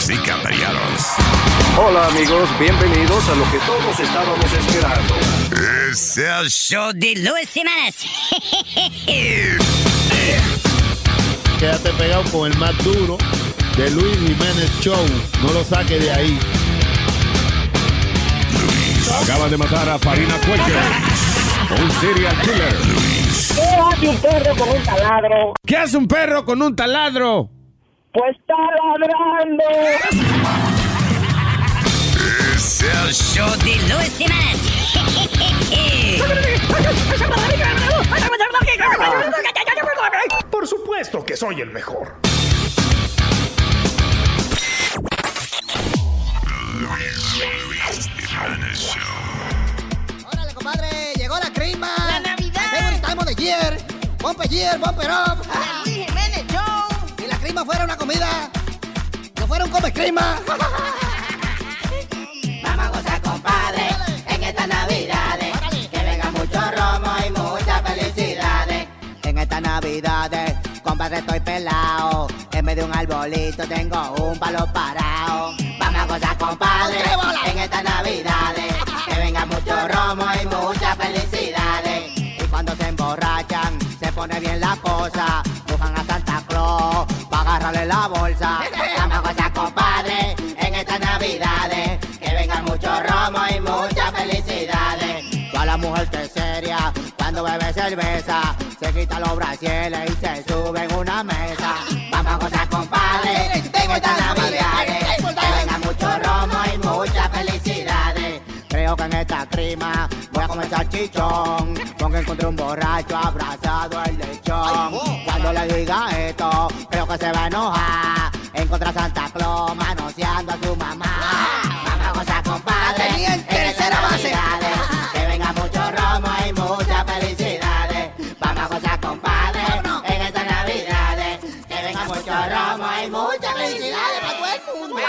Damas y caballeros. Hola amigos, bienvenidos a lo que todos estábamos esperando. Es el show de Luis Jiménez. Quédate pegado con el más duro de Luis Jiménez Show. No lo saques de ahí. Acaban de matar a Farina Cuello, un serial killer. ¿Qué hace un perro con un taladro? ¿Qué hace un perro con un taladro? Pues está ladrando. Es el show de Luis Jiménez. Por supuesto que soy el mejor. Órale, compadre, llegó la crema. ¡La Navidad! Favorite time of the year. Bumper up. ¡La Luis Jiménez Show! Si la crema fuera una comida, no fuera un come crema. Vamos a gozar, compadre, en estas Navidades. Que venga mucho romo y muchas felicidades. En estas navidades, compadre, estoy pelado. En vez de un arbolito tengo un palo parado. Vamos a gozar, compadre, en estas Navidades. Que venga mucho romo y muchas felicidades. Y cuando se emborrachan, se pone bien la cosa. Buscan a Santa Claus para agarrarle la bolsa. Vamos a gozar, compadre, en estas Navidades. Que venga mucho romo y muchas felicidades. Toda la mujer que es seria, cuando bebe cerveza, se quita los brasieles y se sube en una mesa. Vamos a gozar, compadre, en estas Navidades. Que venga mucho romo y muchas felicidades. Creo que en esta crema voy a comer salchichón, porque encontré un borracho abrazado al lechón. Cuando le diga esto, creo que se va a enojar. Encontré a Santa Claus manoseando a su mamá. Vamos a gozar, compadre, en tercera base. Que venga mucho romo y muchas felicidades. Vamos a gozar, compadre, en estas Navidades. Que venga mucho romo y muchas felicidades para todo el mundo.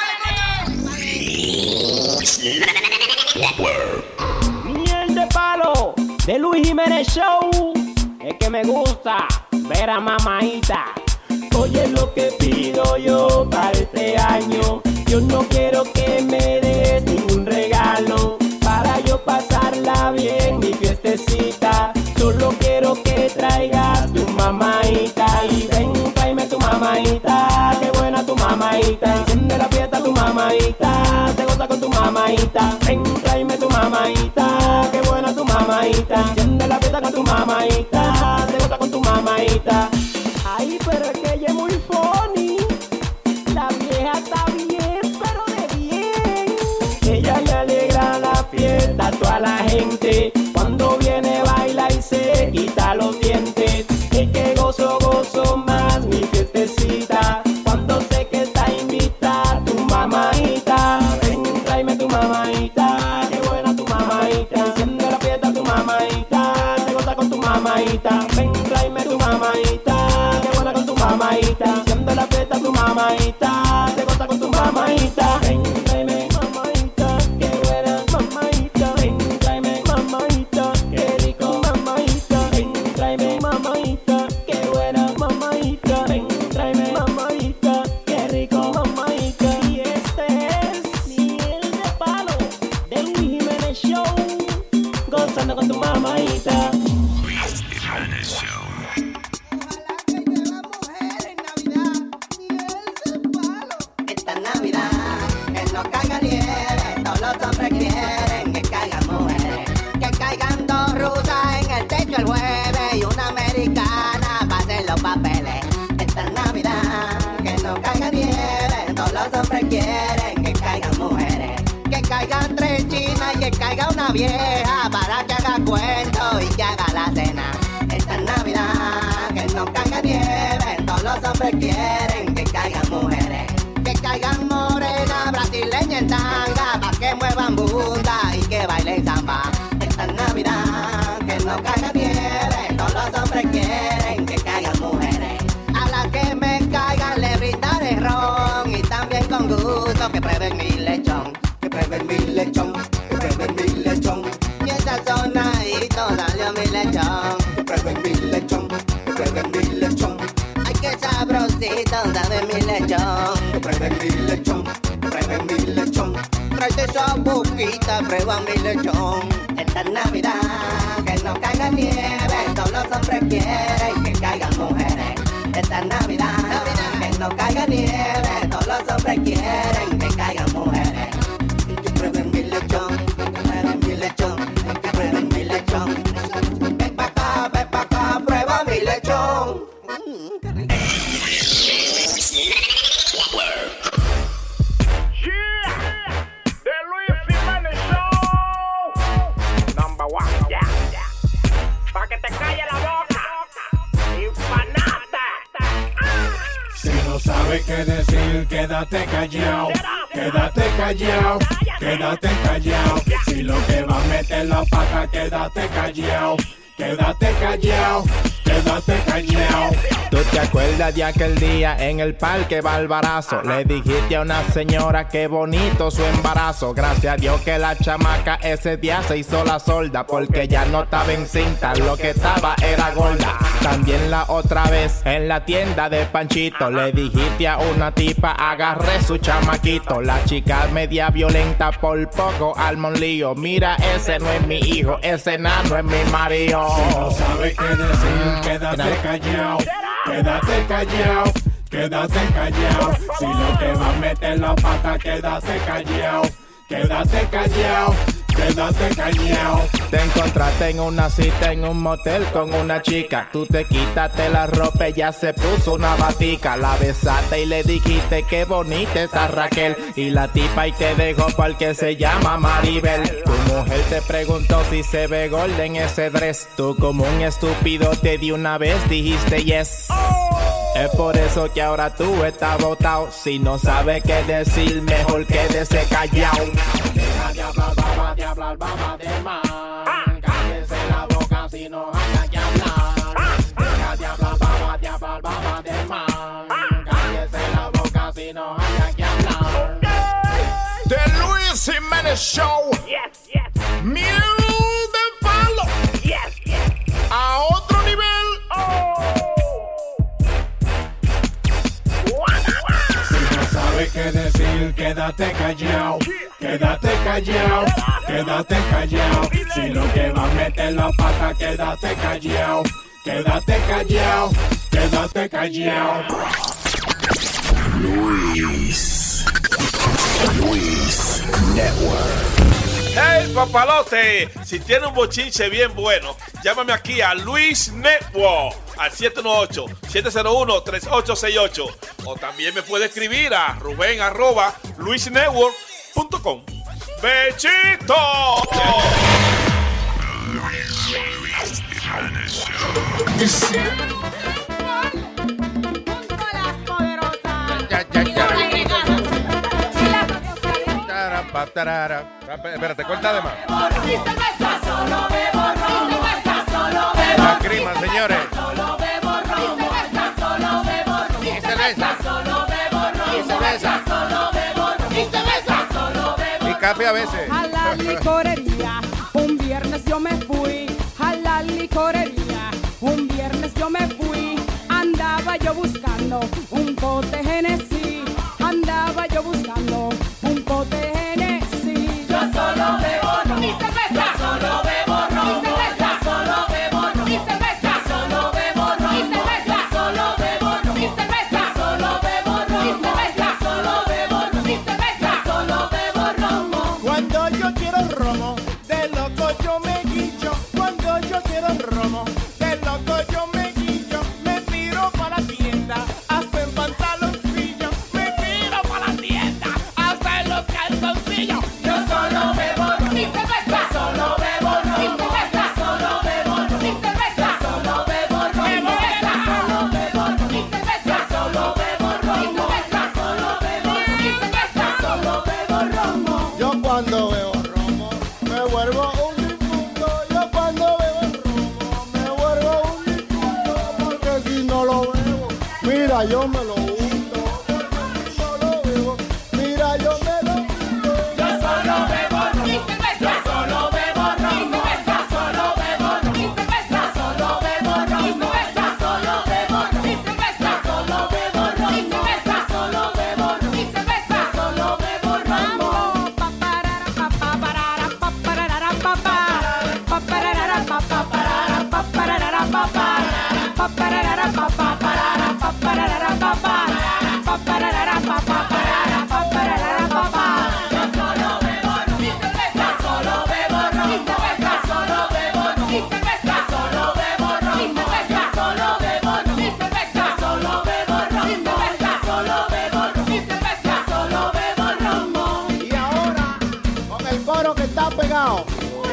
Miel de palo de Luis Jiménez Show. Es que me gusta ver a mamaita. Oye lo que pido yo para este año. Yo no quiero que me des ningún regalo. Para yo pasarla bien mi fiestecita. Solo quiero que traigas tu mamaita. Y ven, tráeme tu mamaita. Qué buena tu mamaita. Enciende la fiesta tu mamaita. Te goza con tu mamaita. Ven, tráeme tu mamaita. Qué buena tu mamaita. Enciende la fiesta con tu mamaita. Te goza con tu mamaita. Ay, pero es que ella es muy funny. La vieja está bien, pero de bien. Ella le alegra la fiesta a toda la gente. Cuando viene baila y se quita los dientes. Es que gozo, gozo más mi fiestecita. Cuando sé que está invitada tu mamaita. Ven, tráeme tu mamaita. Qué buena tu mamaita. Enciende la fiesta tu mamaita. Te goza con tu mamaita. Ven, tráeme tu mamaita. Qué buena con tu mamaita. Enciende la fiesta tu mamaita. Te goza con tu mamaita. Ven, tráeme mamaita. Qué buena mamaita. Ven, tráeme mamaita. Qué rico mamaita. Ven, tráeme mamaita. Qué buena mamaita. Ven, tráeme mamaita. Qué rico mamaita. Y este es Miel de Palo de Luis Jiménez Show. Gozando con tu mamaita. Luis Jiménez Show. Esta Navidad, que no caiga nieve, todos los hombres quieren que caigan mujeres. Que caigan dos rusas en el techo el jueves y una americana para hacer los papeles. Esta Navidad, que no caiga nieve, todos los hombres quieren que caigan mujeres. Que caigan tres chinas y que caiga una vieja para que haga cuento y que haga la cena. Esta Navidad, que no caiga nieve, todos los hombres quieren que caigan mujeres. Que caigan morenas, brasileñas en tanga, pa' que muevan bunda y que bailen samba. Esta Navidad, que no caiga nieve, todos los hombres quieren que caigan mujeres. A las que me caigan le brindaré ron y también con gusto que prueben mi lechón. Que prueben mi lechón, que prueben mi lechón. Y esa zona ahí todavía mi lechón. Que prueben mi lechón, que prueben mi lechón. Ay, qué sabrosito sabe mi lechón. Que prueben mi lechón. boquita, prueba mi lechón. Esta Navidad, que no caiga nieve, todos los hombres quieren que caigan mujeres. Esta Navidad, que no caiga nieve, todos los hombres quieren que caigan mujeres. Que prueben mi lechón, que prueben mi lechón, que prueben mi lechón. Ven pa' acá, prueba mi lechón. Qué rico. Pa' que te calle la boca y panata. Si no sabes qué decir, quédate callado. Quédate callado, quédate callado. Si lo que va a meter la pata, quédate callado. Quédate callado, quédate callado. ¿Tú te acuerdas de aquel día en el parque Barbarazo? Le dijiste a una señora que bonito su embarazo. Gracias a Dios que la chamaca ese día se hizo la sorda, porque ya no estaba encinta, lo que estaba era gorda. También la otra vez en la tienda de Panchito le dijiste a una tipa agarré su chamaquito. La chica media violenta por poco arma un lío. Mira, ese no es mi hijo, ese nano es mi marido. Si no sabes qué decir, quédate callado. Quédate callado, quédate callado. Si lo que va a meter la pata, quédate callado. Quédate callado, quédate callado. Te encontraste en una cita en un motel con una chica. Tú te quitaste la ropa, ella se puso una batica. La besaste y le dijiste que bonita está Raquel. Y la tipa y te dejó porque se llama Maribel. Tu mujer te preguntó si se ve gorda en ese dress. Tú como un estúpido te di una vez dijiste yes. Es por eso que ahora tú estás botado. Si no sabes qué decir, mejor quédese callado. Deja de hablar, baba, de hablar, baba, de más. Cállese la boca si no haya que hablar. Deja de hablar, baba, de hablar, baba, de más. Cállese la boca si no haya que hablar. The Luis Jiménez Show. Yes, yes, Miel de palo. yes, yes. A otro nivel. Si no sabes qué decir, quédate callado. Quédate callado, quédate callado. Si lo que va a meter la pata, quédate callado. Quédate callado, quédate callado. Luis Network. ¡Hey, papalote! Si tiene un bochinche bien bueno, llámame aquí a Luis Network al 718-701-3868. O también me puede escribir a ruben@luisnetwork.com. ¡Bechito! Espérate, cuenta de más. Y cerveza, solo bebo ron. Y cerveza, solo bebo ron. Lacrima, señores. Solo bebo ron. Y cerveza, solo bebo ron. Y cerveza, solo bebo ron. Y cerveza, solo bebo ron. Y cerveza, solo bebo ron. Y café a veces. A la licorería, un viernes yo me fui. A la licorería, un viernes yo me fui. Andaba yo buscando un pote Genesí. Andaba yo buscando un pote Genesí. Yo solo bebo ron. Y cerveza, solo bebo ron. Y cerveza, solo bebo ron. Y cerveza, solo bebo ron. Y cerveza, solo bebo ron. Y cerveza, solo bebo ron. Y cerveza, solo bebo ron. Y cerveza, solo bebo ron. Cuando yo quiero romo, de loco yo me guillo. Cuando yo quiero romo, de loco yo me guillo. Me tiro para la tienda, hasta en pantaloncillo.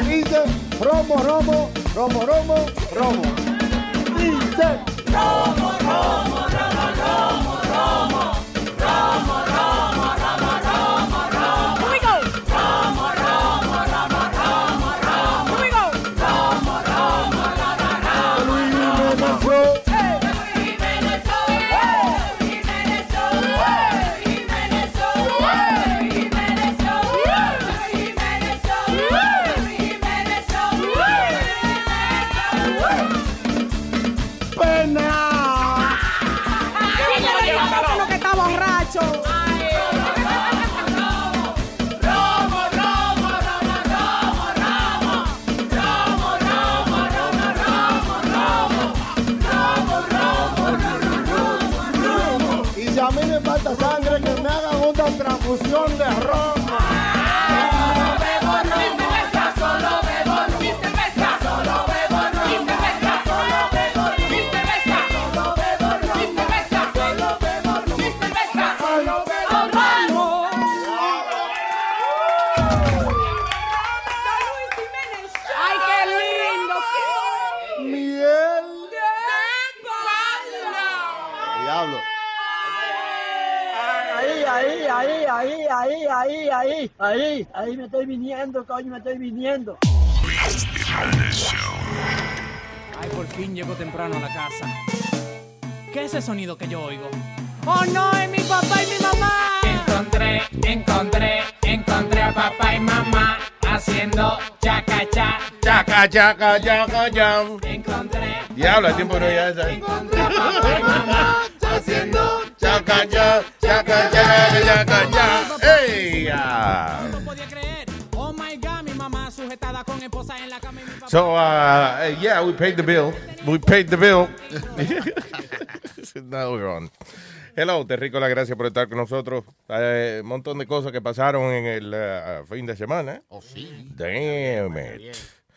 Dice Romo, Romo, Romo, Romo, Romo. Dice Romo, Romo, Romo, Romo, Romo. Romo, Romo, Romo, Romo, Romo. Here we go. Romo, Romo, Romo, Romo, Romo. Here we go. Romo, Romo, Romo, Romo. Que está borracho. Y si a mí me falta sangre, que me hagan una transfusión de romo. Ay, qué lindo. Miel. Diablo. Ahí me estoy viniendo, coño, me estoy viniendo. Ay, por fin llego temprano a la casa. ¿Qué es ese sonido que yo oigo? ¡Oh, no! ¡Es mi papá y mi mamá! Encontré a papá y mamá haciendo chaca-cha. Chaca, Encontré. Diablo, el tiempo no ya esa. Encontré a papá y mamá haciendo chaca. ¡Ey! No podía creer. Oh my God, mi mamá sujetada con esposa en la cama y mi papá. So, yeah, we paid the bill. Now we're on. Hello, Terrícola, gracias por estar con nosotros. Un montón de cosas que pasaron en el fin de semana. Oh, sí. Damn it.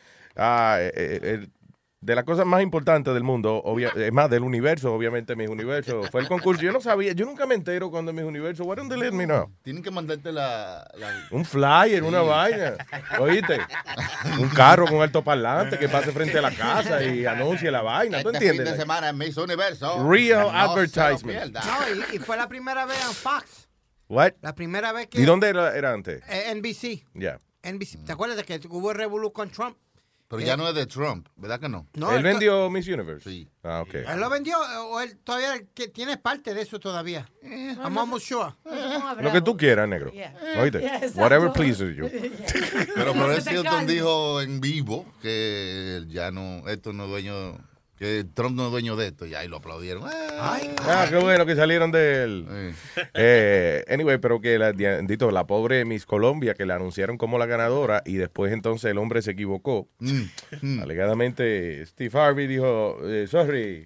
De las cosas más importantes del mundo, es más, del universo, obviamente, Miss Universo, fue el concurso. Yo no sabía, yo nunca me entero cuando Miss Universo, why don't they let me know? Tienen que mandarte Un flyer, una vaina, ¿oíste? Un carro con altoparlante que pase frente a la casa y anuncie la vaina, ¿tú entiendes? Fin de semana en Miss Universo. Real No advertisement. No, y fue la primera vez en Fox. What? La primera vez que... ¿Y dónde era antes? NBC. Ya. NBC. ¿Te acuerdas de que hubo el revolú con Trump? Pero ya no es de Trump, ¿verdad que no? No, ¿Él vendió Miss Universe? Sí. Ah, ok. ¿Él lo vendió o él todavía tiene parte de eso todavía? I'm almost sure. Lo que tú quieras, negro. ¿Oíste? Whatever pleases you. Pero Paris Hilton dijo en vivo que ya no, esto no es dueño, que Trump no es dueño de esto, y ahí lo aplaudieron. Qué bueno que salieron de él. Anyway, pero que la pobre Miss Colombia, que la anunciaron como la ganadora y después entonces el hombre se equivocó. Alegadamente Steve Harvey dijo, sorry,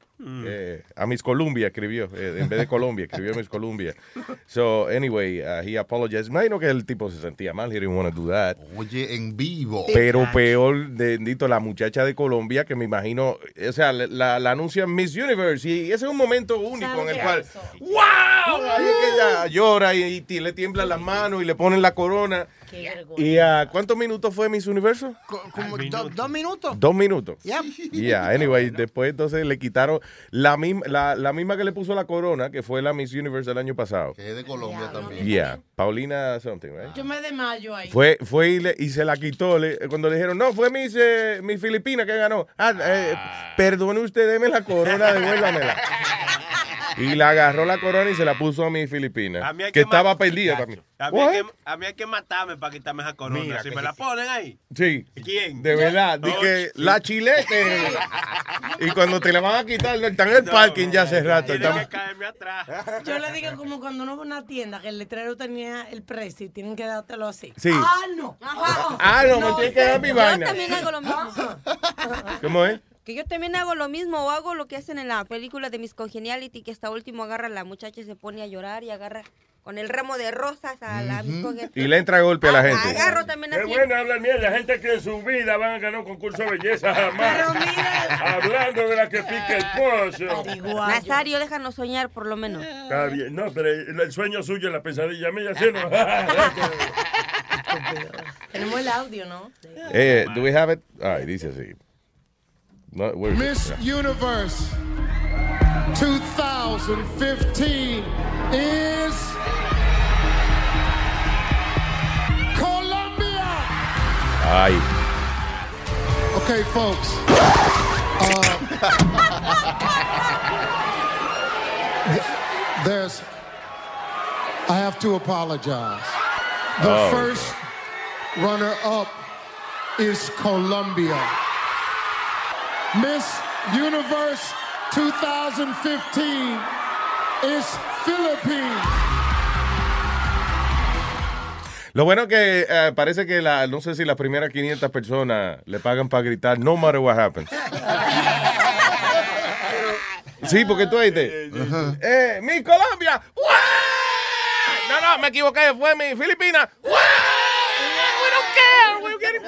a Miss Columbia escribió, en vez de Colombia, escribió Miss Columbia. So, anyway, he apologized. Imagino que el tipo se sentía mal, he didn't want to do that. Oye, en vivo. Pero peor, bendito, la muchacha de Colombia, que me imagino, o sea, la anuncian Miss Universe, y ese es un momento único en el cual, ¡wow! Ahí es que ella llora y le tiemblan las manos y le ponen la corona. ¿Y cuántos minutos fue Miss Universo? Como 2 minutos. 2 minutos. Yep. Yeah, anyway, después entonces le quitaron la misma que le puso la corona, que fue la Miss Universe del año pasado. Que es de Colombia también. Yeah, Paulina something, right? Yo me desmayo ahí. Fue y se la quitó cuando le dijeron, no, fue Miss Filipina que ganó. Perdone usted, deme la corona, devuélvamela. Y la agarró la corona y se la puso a Miss Filipina, que estaba perdida también. A mí hay que matarme para quitarme esa corona. Mira, si me la ponen ahí. Sí. ¿Quién? De verdad. No, Dije, la chilete. Y cuando te la van a quitar, están en el parking ya hace rato. Tienen que caerme atrás. Yo le digo como cuando uno va a una tienda que el letrero tenía el precio y tienen que dártelo así. Sí. No. Me tiene que dar mi vaina. Yo también hago lo mismo. ¿Cómo es? Que yo también hago lo mismo, o hago lo que hacen en la película de Miss Congeniality, que hasta último agarra a la muchacha y se pone a llorar y agarra con el ramo de rosas a la Miss Congeniality. Y le entra golpe a la gente. Agarro también así. Qué bueno hablar mierda, la gente que en su vida van a ganar un concurso de belleza jamás. Hablando de la que pica el pollo. Nazario, déjanos soñar por lo menos. Está bien, no, pero el sueño suyo es la pesadilla mía, ¿sí o no? Tenemos el audio, ¿no? Do we have it? Ay, dice así. No, where is Miss it? Universe 2015 is Colombia. Ay. Okay, folks. I have to apologize. The first runner-up is Colombia. Miss Universe 2015 is Philippines. Lo bueno que parece que no sé si las primeras 500 personas le pagan para gritar no matter what happens. Sí, porque tú dices, mi Colombia, ¡Wah! No, me equivoqué, fue mi Filipinas, ¡Wah! We don't care, we're getting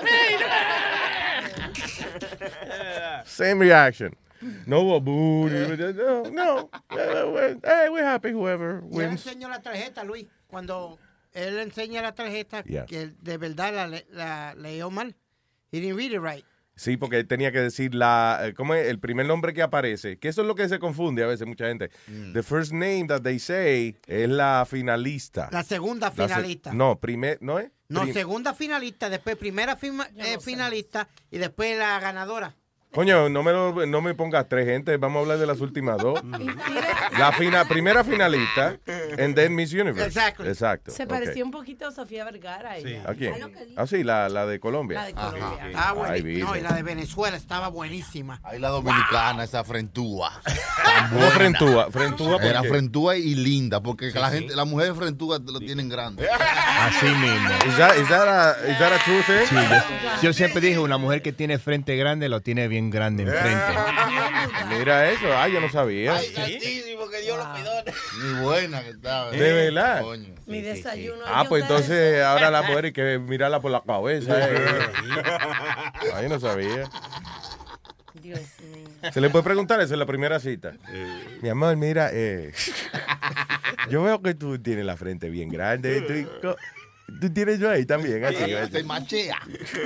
paid. Same reaction. No hubo boo, no. Hey, we're happy whoever Yo le wins. enseño la tarjeta, Luis, cuando él enseña la tarjeta que de verdad la leyó mal. He didn't read it right. Sí, porque él tenía que decir ¿cómo es? El primer nombre que aparece, que eso es lo que se confunde a veces mucha gente. The first name that they say es la finalista. La segunda finalista. ¿no es? No, segunda finalista, después primera finalista y después la ganadora. Coño, no me pongas tres, gente. Vamos a hablar de las últimas dos. Primera finalista, and then Miss Universe. Exacto. Se pareció un poquito a Sofía Vergara. Sí. ¿A quién? Sí, la de Colombia. La de Colombia. Estaba buenísima. No, y la de Venezuela estaba buenísima. Ahí la dominicana, esa frentúa. ¿Cómo frentúa? ¿Frentúa por Era qué? frentúa y linda, porque la mujer de frentúa lo tienen grande. Así mismo. ¿Es that a truth, eh? Sí, yo siempre dije, una mujer que tiene frente grande lo tiene bien grande enfrente. Mira eso, yo no sabía. Ay, santísimo, que Dios lo perdone. Muy buena que estaba. De verdad. Coño. Mi desayuno. Pues entonces ahora la mujer hay que mirarla por la cabeza. Ay, no sabía. Dios mío. Se le puede preguntar eso en la primera cita. Mi amor, mira, yo veo que tú tienes la frente bien grande. Tú tienes yo ahí también. Así, te machea.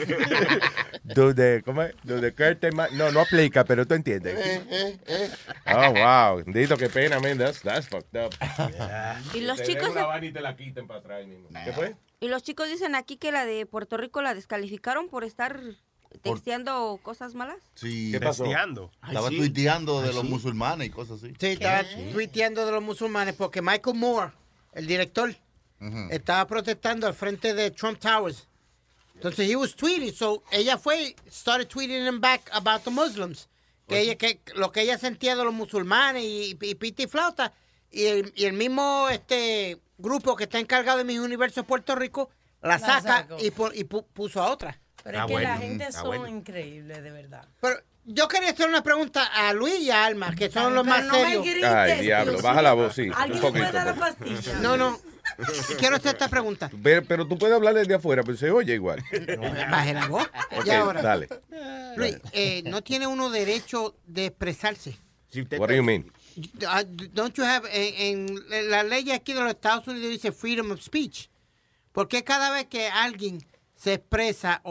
¿Cómo es? No aplica, pero tú entiendes. Oh, wow. Dito, qué pena, man. That's fucked up. Y los chicos... Y te la quiten para atrás mismo. ¿Qué fue? Y los chicos dicen aquí que la de Puerto Rico la descalificaron por estar texteando cosas malas. Sí. ¿Qué pasó? Estaba tuiteando de los musulmanes y cosas así. Sí, estaba tuiteando de los musulmanes porque Michael Moore, el director, estaba protestando al frente de Trump Towers. Entonces, he was tweeting. So, ella started tweeting him back about the Muslims. Que lo que ella sentía de los musulmanes y pita y flauta. Y el mismo grupo que está encargado de Mis Universos Puerto Rico la saca y puso a otra. Pero es que la gente son increíbles, de verdad. Pero yo quería hacer una pregunta a Luis y a Alma, que son los más serios. Ay, diablo, baja la voz, sí. ¿Alguien un puede poquito. dar la pastilla? No. Quiero hacer esta pregunta. Pero tú puedes hablar desde afuera, pero se oye igual. Baje la voz. Ok, Y ahora, dale. Luis, ¿no tiene uno derecho de expresarse? What do you mean? Don't you have, en la ley aquí de los Estados Unidos dice freedom of speech. ¿Por qué cada vez que alguien se expresa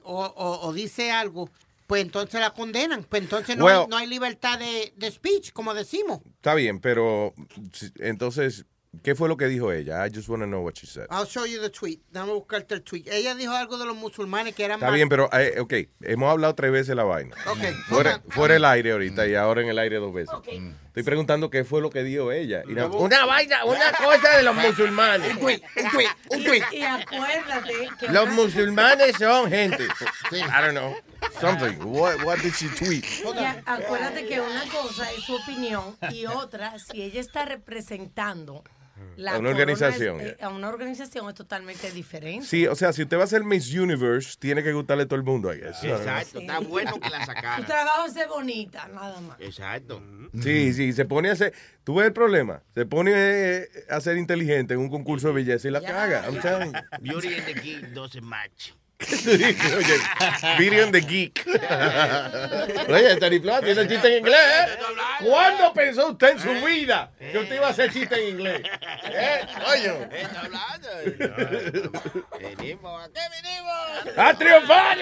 o dice algo, pues entonces la condenan? Pues entonces no hay libertad de speech, como decimos. Está bien, pero entonces, ¿qué fue lo que dijo ella? I just want to know what she said. I'll show you the tweet. Dame a buscarte el tweet. Ella dijo algo de los musulmanes que eran Está bien, pero, ok, hemos hablado 3 veces la vaina. Okay. Fuera el aire ahorita y ahora en el aire 2 veces. Estoy preguntando qué fue lo que dijo ella. Y una cosa de los musulmanes. Un tweet. Y acuérdate que Los musulmanes son gente. I don't know. Something. What did she tweet? acuérdate que una cosa es su opinión y otra, si ella está representando a una organización. A una organización es totalmente diferente. Sí, o sea, si usted va a ser Miss Universe, tiene que gustarle a todo el mundo. Exacto, está bueno que la sacaran. Su trabajo es ser bonita, nada más. Exacto. Sí, se pone a hacer... ¿Tú ves el problema? Se pone a ser inteligente en un concurso de belleza y la caga. Beauty and the Geek doesn't match. Oye, Video the Geek. Oye, Estanislau tiene chiste en inglés, ¿eh? ¿Cuándo pensó usted en su vida que usted iba a hacer chiste en inglés? Oye. Está hablando. Venimos, ¿a qué venimos? ¡A triunfar!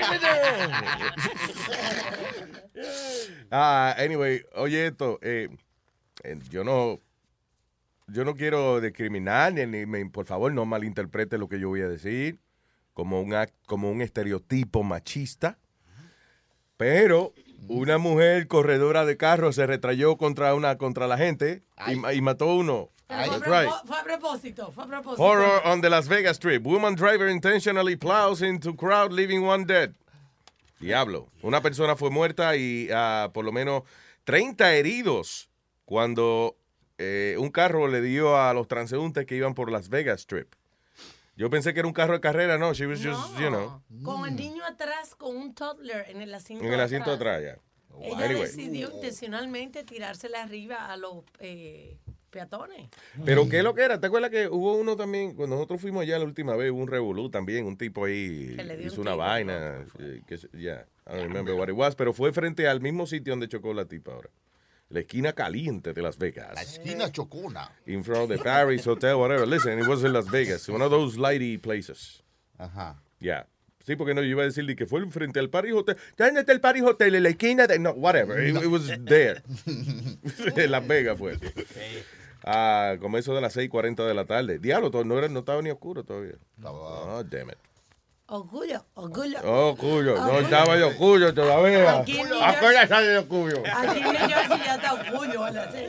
Anyway, oye esto, yo no quiero discriminar, por favor no malinterprete lo que yo voy a decir como un estereotipo machista, pero una mujer corredora de carro se retrayó contra la gente y mató a uno. Fue a propósito. Horror on the Las Vegas Strip. Woman driver intentionally plows into crowd, leaving one dead. Diablo. Una persona fue muerta y por lo menos 30 heridos cuando un carro le dio a los transeúntes que iban por Las Vegas Strip. Yo pensé que era un carro de carrera, no. She was just, Con el niño atrás, con un toddler en el asiento en el asiento de atrás, ya. Ella decidió intencionalmente tirársela arriba a los peatones. Pero ¿qué es lo que era? ¿Te acuerdas que hubo uno también, cuando nosotros fuimos allá la última vez, hubo un revolú también, un tipo ahí hizo una vaina, I don't remember what it was, pero fue frente al mismo sitio donde chocó la tipa ahora. La esquina caliente de Las Vegas. La esquina chocona. In front of the Paris Hotel, whatever. Listen, it was in Las Vegas. One of those lighty places. Ajá. Yeah. Sí, porque no, yo iba a decirle que fue frente al Paris Hotel. ¿Dónde está el Paris Hotel? En la esquina de... No, whatever. It was there. En Las Vegas fue. Como eso de las 6:40 de la tarde. Diablo, no estaba ni oscuro todavía. Oh, damn it. Orgullo. No estaba de oscuro todavía. ¿A qué hora sale de oscuro? Aquí en New Jersey ya está orgullo a las 6.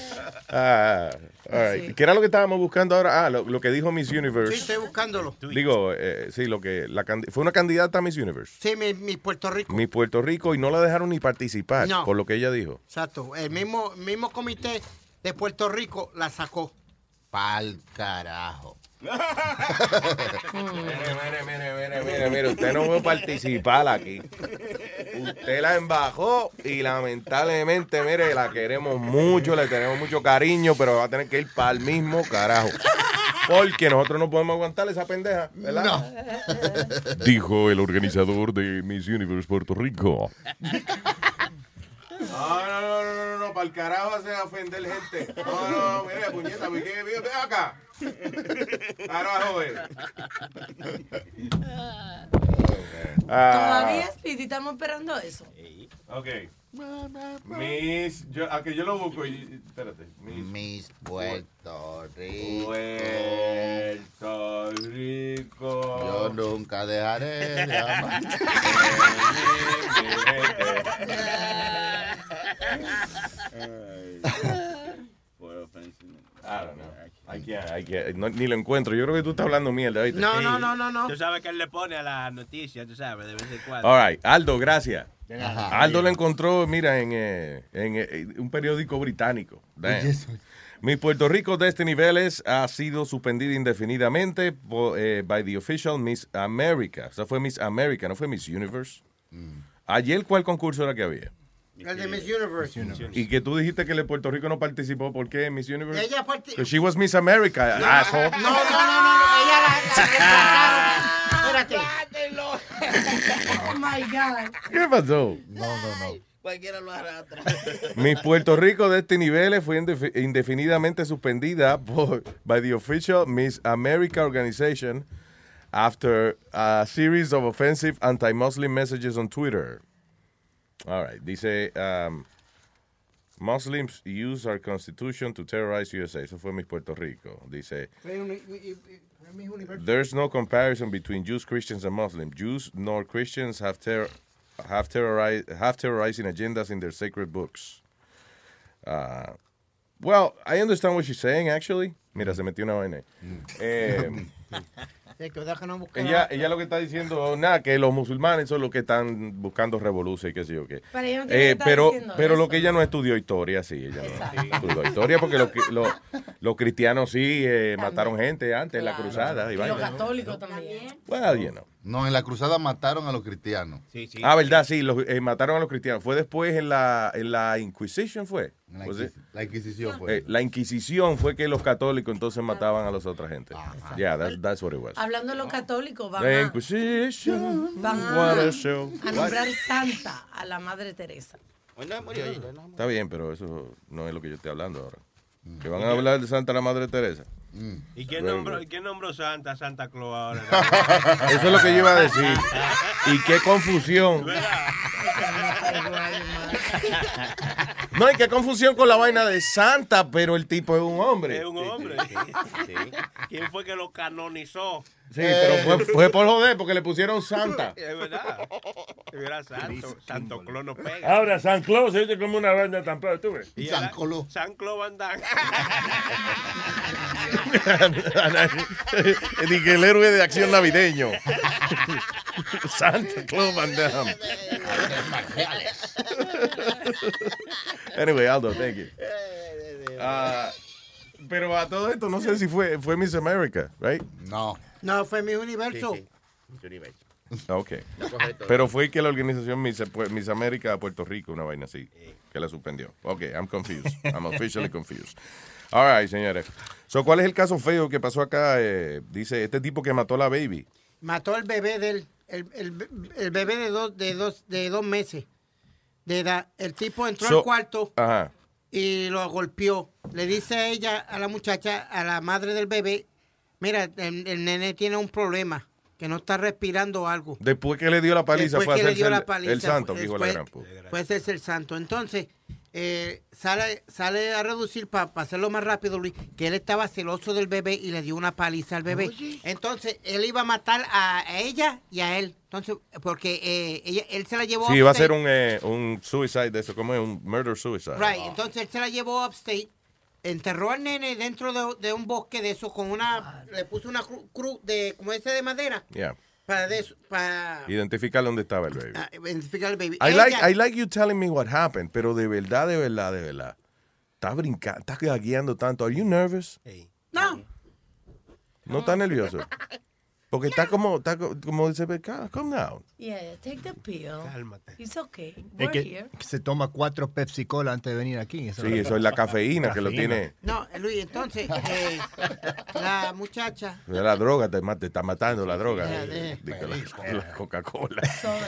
All right. ¿Qué era lo que estábamos buscando ahora? Lo que dijo Miss Universe. Sí, estoy buscándolo. Digo, sí, fue una candidata a Miss Universe. Sí, mi Puerto Rico. Miss Puerto Rico, y no la dejaron ni participar por lo que ella dijo. Exacto. El mismo comité de Puerto Rico la sacó. Pa'l carajo. Mire, usted no puede participar aquí. Usted la embajó y lamentablemente, mire, la queremos mucho, le tenemos mucho cariño, pero va a tener que ir para el mismo carajo. Porque nosotros no podemos aguantar esa pendeja, ¿verdad? No. Dijo el organizador de Miss Universe Puerto Rico. No, para el carajo hace ofender gente. No, mire, puñeta, ven acá. Carajo, Todavía, Speedy, estamos esperando eso. Ok. Que yo lo busco y... Espérate. Miss Puerto Rico. Puerto Rico. Yo nunca dejaré de amar. I don't know. Ni lo encuentro. Yo creo que tú estás hablando mierda. ¿Viste? No. Tú sabes que él le pone a la noticia, tú sabes, de vez en cuando. All right. Aldo, gracias. Ajá. Aldo lo encontró, mira, en un periódico británico. Miss Puerto Rico de este nivel ha sido suspendida indefinidamente by the official Miss America. O sea, fue Miss America, no fue Miss Universe. Ayer, ¿cuál concurso era que había? El de Miss Universe. Y que tú dijiste que el de Puerto Rico no participó. ¿Por qué Miss Universe? Ella participó. Because she was Miss America, asshole. No. Ella la espérate. Oh my God. ¿Qué pasó? No. Cualquiera lo arrastra. Miss Puerto Rico de este nivel fue indefinidamente suspendida by the official Miss America organization after a series of offensive anti-Muslim messages on Twitter. All right. Dice, Muslims use our constitution to terrorize USA. Eso fue Miss Puerto Rico. Dice, there's no comparison between Jews, Christians, and Muslims. Jews nor Christians have terrorizing agendas in their sacred books. Well, I understand what she's saying, actually. Mira, se metió una vaina. Ella lo que está diciendo, que los musulmanes son los que están buscando revolución y qué sé yo qué. Pero lo que ella no estudió historia, sí. Ella no estudió historia porque los cristianos sí mataron gente antes en la cruzada. Y los católicos también. Well, you know. No, en la cruzada mataron a los cristianos. Ah, verdad, sí, mataron a los cristianos. Fue después en la Inquisition, ¿fue? La Inquisición fue. La Inquisición fue que los católicos entonces mataban a las otras gente. Yeah, that's what it was. Hablando de los católicos, van La Inquisition. a nombrar santa a la Madre Teresa. Está bien, pero eso no es lo que yo estoy hablando ahora. Que van a hablar de Santa la Madre Teresa. ¿Y quién nombró Santa Claus ahora? Eso es lo que yo iba a decir. Y qué confusión. No, hay qué confusión con la vaina de Santa, pero el tipo es un hombre. Es un hombre. ¿Quién fue que lo canonizó? Sí, pero fue por joder, porque le pusieron Santa. Es verdad. Si hubiera Santo Claus no pega. Ahora, San Claus se oye como una banda tan peor, ¿tú ves? San Claus Van Damme. Dije el héroe de acción navideño. Santa Claus Van Damme. Anyway, Aldo, thank you. Pero a todo esto, no sé si fue Miss America, right? No, fue Miss Universo. Sí. Ok. Pero fue que la organización Miss América a Puerto Rico, una vaina así, que la suspendió. Ok, I'm confused. I'm officially confused. All right, señores. So, ¿cuál es el caso feo que pasó acá? Dice, este tipo que mató a la baby. Mató al bebé el bebé de 2 meses de edad. El tipo entró al cuarto y lo golpeó. Le dice a ella, a la muchacha, a la madre del bebé, mira, el nene tiene un problema, que no está respirando algo. Después que le dio la paliza fue a hacerse el santo, que hijo de la gran puta. Puede hacerse el santo. Entonces, sale a reducir para hacerlo más rápido, Luis, que él estaba celoso del bebé y le dio una paliza al bebé. Oye. Entonces, él iba a matar a ella y a él. Entonces, porque él se la llevó upstate. Sí, iba a ser un suicide de eso, como es un murder suicide. Right, entonces él se la llevó upstate, enterró al nene dentro de un bosque de eso con le puso una cruz de madera. Yeah. Para identificar dónde estaba el baby. Identificar el baby. I like you telling me what happened, pero de verdad. Estás brincando, estás guiando tanto. Are you nervous? No. No estás nervioso. Porque está como dice, calm down. Yeah, take the pill. Cálmate. It's okay. Es We're here. que se toma 4 Pepsi Cola antes de venir aquí. Eso es la cafeína que lo tiene. No, Luis, entonces, la muchacha. La droga te está matando, la droga. La Coca-Cola.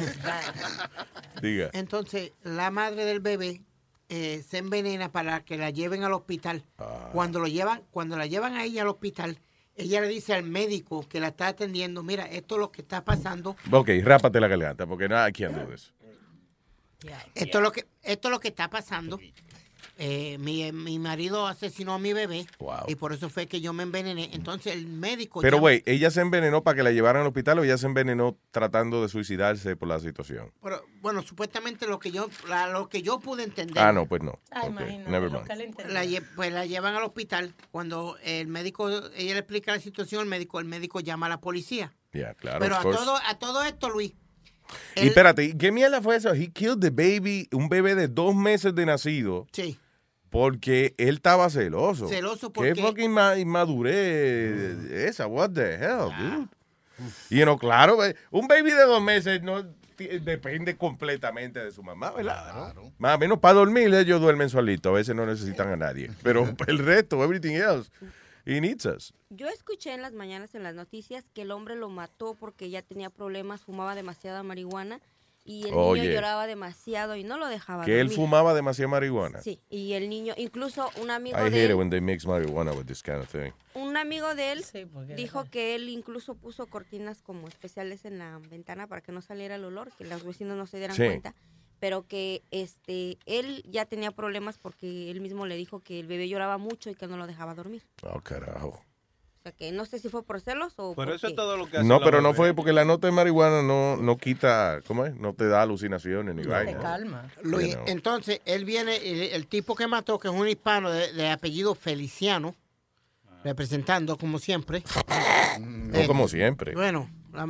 Diga. Entonces, la madre del bebé se envenena para que la lleven al hospital. Cuando la llevan a ella al hospital, ella le dice al médico que la está atendiendo, mira, esto es lo que está pasando. Ok, rápate la garganta, porque no hay quien dude eso. Esto es lo que está pasando. Mi marido asesinó a mi bebé. Wow. Y por eso fue que yo me envenené. Entonces el médico... Pero, güey, ¿ella se envenenó para que la llevaran al hospital o ella se envenenó tratando de suicidarse por la situación? Pero, bueno, supuestamente lo que yo pude entender... Ah, no, pues no. Imagínate, never mind. Pues la llevan al hospital. Cuando el médico, ella le explica la situación, el médico llama a la policía. Yeah, claro. Pero a todo esto, Luis... Y espérate, ¿qué mierda fue eso? He killed the baby, un bebé de 2 meses de nacido. Sí. Porque él estaba celoso. Celoso porque... Qué fucking inmadurez esa, what the hell, dude. Y claro, un baby de 2 meses no depende completamente de su mamá, ¿verdad? Claro. Más o menos para dormir, ellos duermen solitos, a veces no necesitan a nadie. Pero el resto, everything else, he needs us. Yo escuché en las mañanas en las noticias que el hombre lo mató porque ya tenía problemas, fumaba demasiada marihuana. Y el niño lloraba demasiado y no lo dejaba que dormir. Él fumaba demasiada marihuana. Sí, y el niño, incluso un amigo I de hate él, it when they mix marijuana with this kind of thing. Un amigo de él dijo que él incluso puso cortinas como especiales en la ventana para que no saliera el olor, que los vecinos no se dieran cuenta, pero que él ya tenía problemas porque él mismo le dijo que el bebé lloraba mucho y que no lo dejaba dormir. Oh, carajo. O sea, que no sé si fue por celos o pero eso qué. es todo lo que hace. No, pero no fue porque la nota de marihuana no quita, ¿cómo es? No te da alucinaciones ni vaina. Te calma. Luis, entonces, él viene, el tipo que mató, que es un hispano de apellido Feliciano, representando como siempre. No como siempre. Bueno,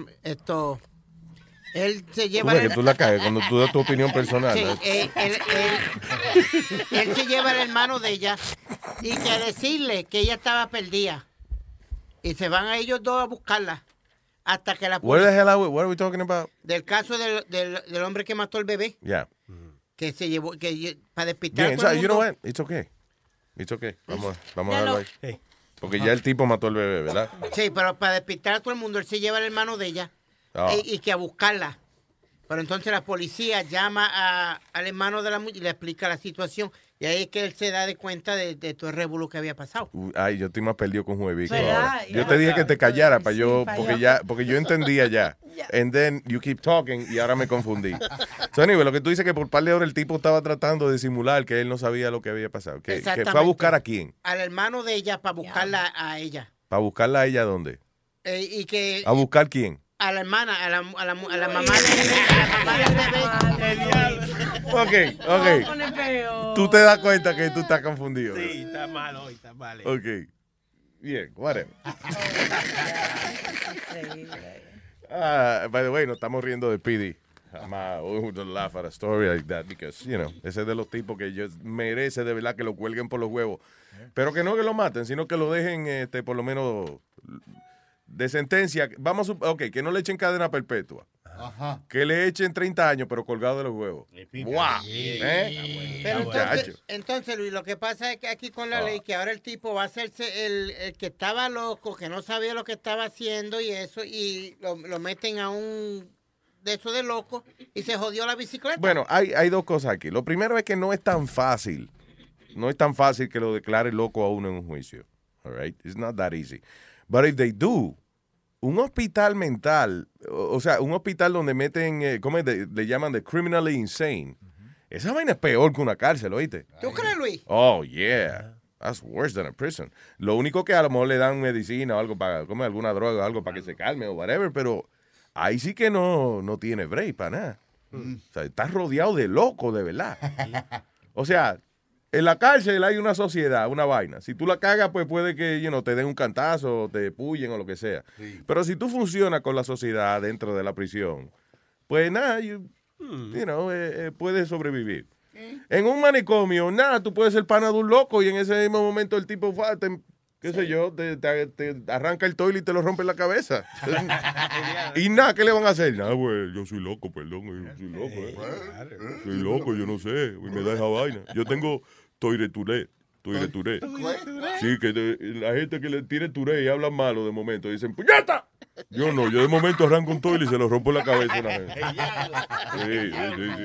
él se lleva... que tú la caes cuando tú das tu opinión personal. Sí, él se lleva al hermano de ella y que a decirle que ella estaba perdida. Y se van a ellos dos a buscarla. hasta que la What policía... are we talking about? Del caso del hombre que mató al bebé. Yeah. Que se llevó, para despistar Yeah, a todo el you know mundo. what? It's okay. It's okay. Vamos a dejarlo ahí. Porque ya el tipo mató al bebé, ¿verdad? Sí, pero para despistar a todo el mundo, él se lleva al hermano de ella y que a buscarla. Pero entonces la policía llama al hermano de la mujer y le explica la situación. Y ahí es que él se da de cuenta de todo el revolú que había pasado. Ay, yo estoy más perdido con Juevico. ¿Verdad? Yo te dije que te callara para yo, porque yo entendía ya. And then you keep talking y ahora me confundí. So anyway, lo que tú dices que por par de horas el tipo estaba tratando de simular que él no sabía lo que había pasado. Que fue a buscar a quién. Al hermano de ella para buscarla a ella. ¿Para buscarla a ella dónde? Y que... ¿A buscar quién? A la hermana, a la mamá del bebé. Ok. Tú te das cuenta que tú estás confundido. Sí, está mal hoy, está mal. Ok. Bien, whatever. By the way, nos estamos riendo de Speedy. Who would laugh at a story like that because, you know, ese es de los tipos que merece de verdad que lo cuelguen por los huevos. Pero que no que lo maten, sino que lo dejen por lo menos de sentencia. Vamos a que no le echen cadena perpetua. Ajá. Que le echen 30 años, pero colgado de los huevos. ¡Guau! Pero entonces, Luis, lo que pasa es que aquí con la ley, que ahora el tipo va a hacerse el que estaba loco, que no sabía lo que estaba haciendo y eso, y lo meten a un de eso de loco y se jodió la bicicleta. Bueno, hay dos cosas aquí. Lo primero es que no es tan fácil. No es tan fácil que lo declare loco a uno en un juicio. All right? It's not that easy. But if they do, un hospital mental, o sea, un hospital donde meten, ¿cómo es? Le llaman the criminally insane. Esa vaina es peor que una cárcel, ¿oíste? ¿Tú crees, Luis? Oh, yeah. That's worse than a prison. Lo único que a lo mejor le dan medicina o algo para comer alguna droga o algo para que se calme o whatever, pero ahí sí que no tiene break para nada. O sea, estás rodeado de locos, de verdad. O sea, en la cárcel hay una sociedad, una vaina. Si tú la cagas, pues puede que te den un cantazo, te pullen o lo que sea. Sí. Pero si tú funcionas con la sociedad dentro de la prisión, pues nada, puedes sobrevivir. En un manicomio, nada, tú puedes ser pana de un loco y en ese mismo momento el tipo, te arranca el toile y te lo rompe en la cabeza. Y nada, ¿qué le van a hacer? Nada, pues yo soy loco, perdón, yo soy loco. Soy loco, yo no sé, me da esa vaina. Yo tengo Tourette. Sí, que la gente que le tiene Tourette y hablan malo de momento dicen, ¡puñeta! Yo no, yo de momento arranco un toile y se lo rompo en la cabeza a la gente.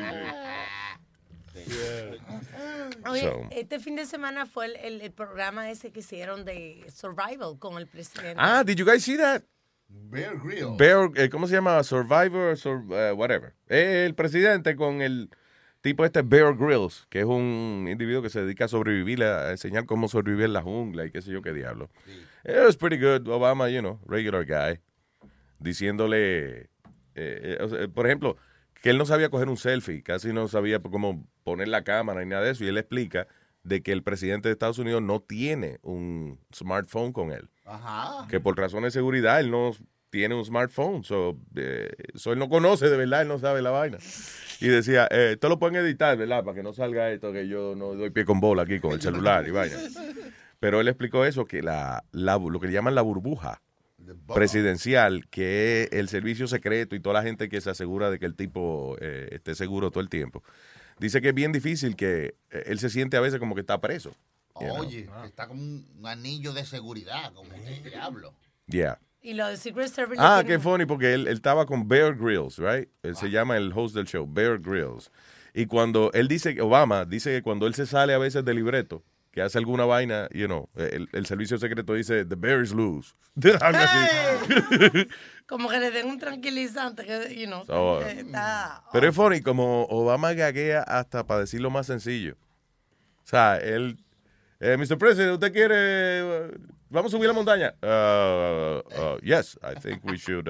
Oye, este fin de semana fue el programa ese que hicieron de Survival con el presidente. Did you guys see that? Bear Grylls. ¿Cómo se llama? Survivor, whatever. El presidente con el tipo Bear Grylls, que es un individuo que se dedica a sobrevivir, a enseñar cómo sobrevivir en la jungla y qué sé yo qué diablo. Sí. It was pretty good. Obama, regular guy, diciéndole, por ejemplo, que él no sabía coger un selfie, casi no sabía cómo poner la cámara ni nada de eso, y él explica de que el presidente de Estados Unidos no tiene un smartphone con él. Ajá. Que por razones de seguridad él no tiene un smartphone, él no conoce de verdad, él no sabe la vaina. Y decía, esto lo pueden editar, ¿verdad? Para que no salga esto que yo no doy pie con bola aquí con el celular y vaina. Pero él explicó eso, que lo que le llaman la burbuja presidencial, que es el servicio secreto y toda la gente que se asegura de que el tipo esté seguro todo el tiempo. Dice que es bien difícil, que él se siente a veces como que está preso. Oye, está como un anillo de seguridad, como el diablo. Yeah. Y lo de Secret Service. Qué funny, porque él estaba con Bear Grylls, right? Él se llama el host del show, Bear Grylls. Y cuando él dice, Obama dice que cuando él se sale a veces del libreto, que hace alguna vaina, el servicio secreto dice, the bear is loose. Algo así. Como que le den un tranquilizante, que, está... Pero es funny, como Obama gaguea hasta para decir lo más sencillo. O sea, él, Mr. President, ¿usted quiere, vamos a subir la montaña? Yes, I think we should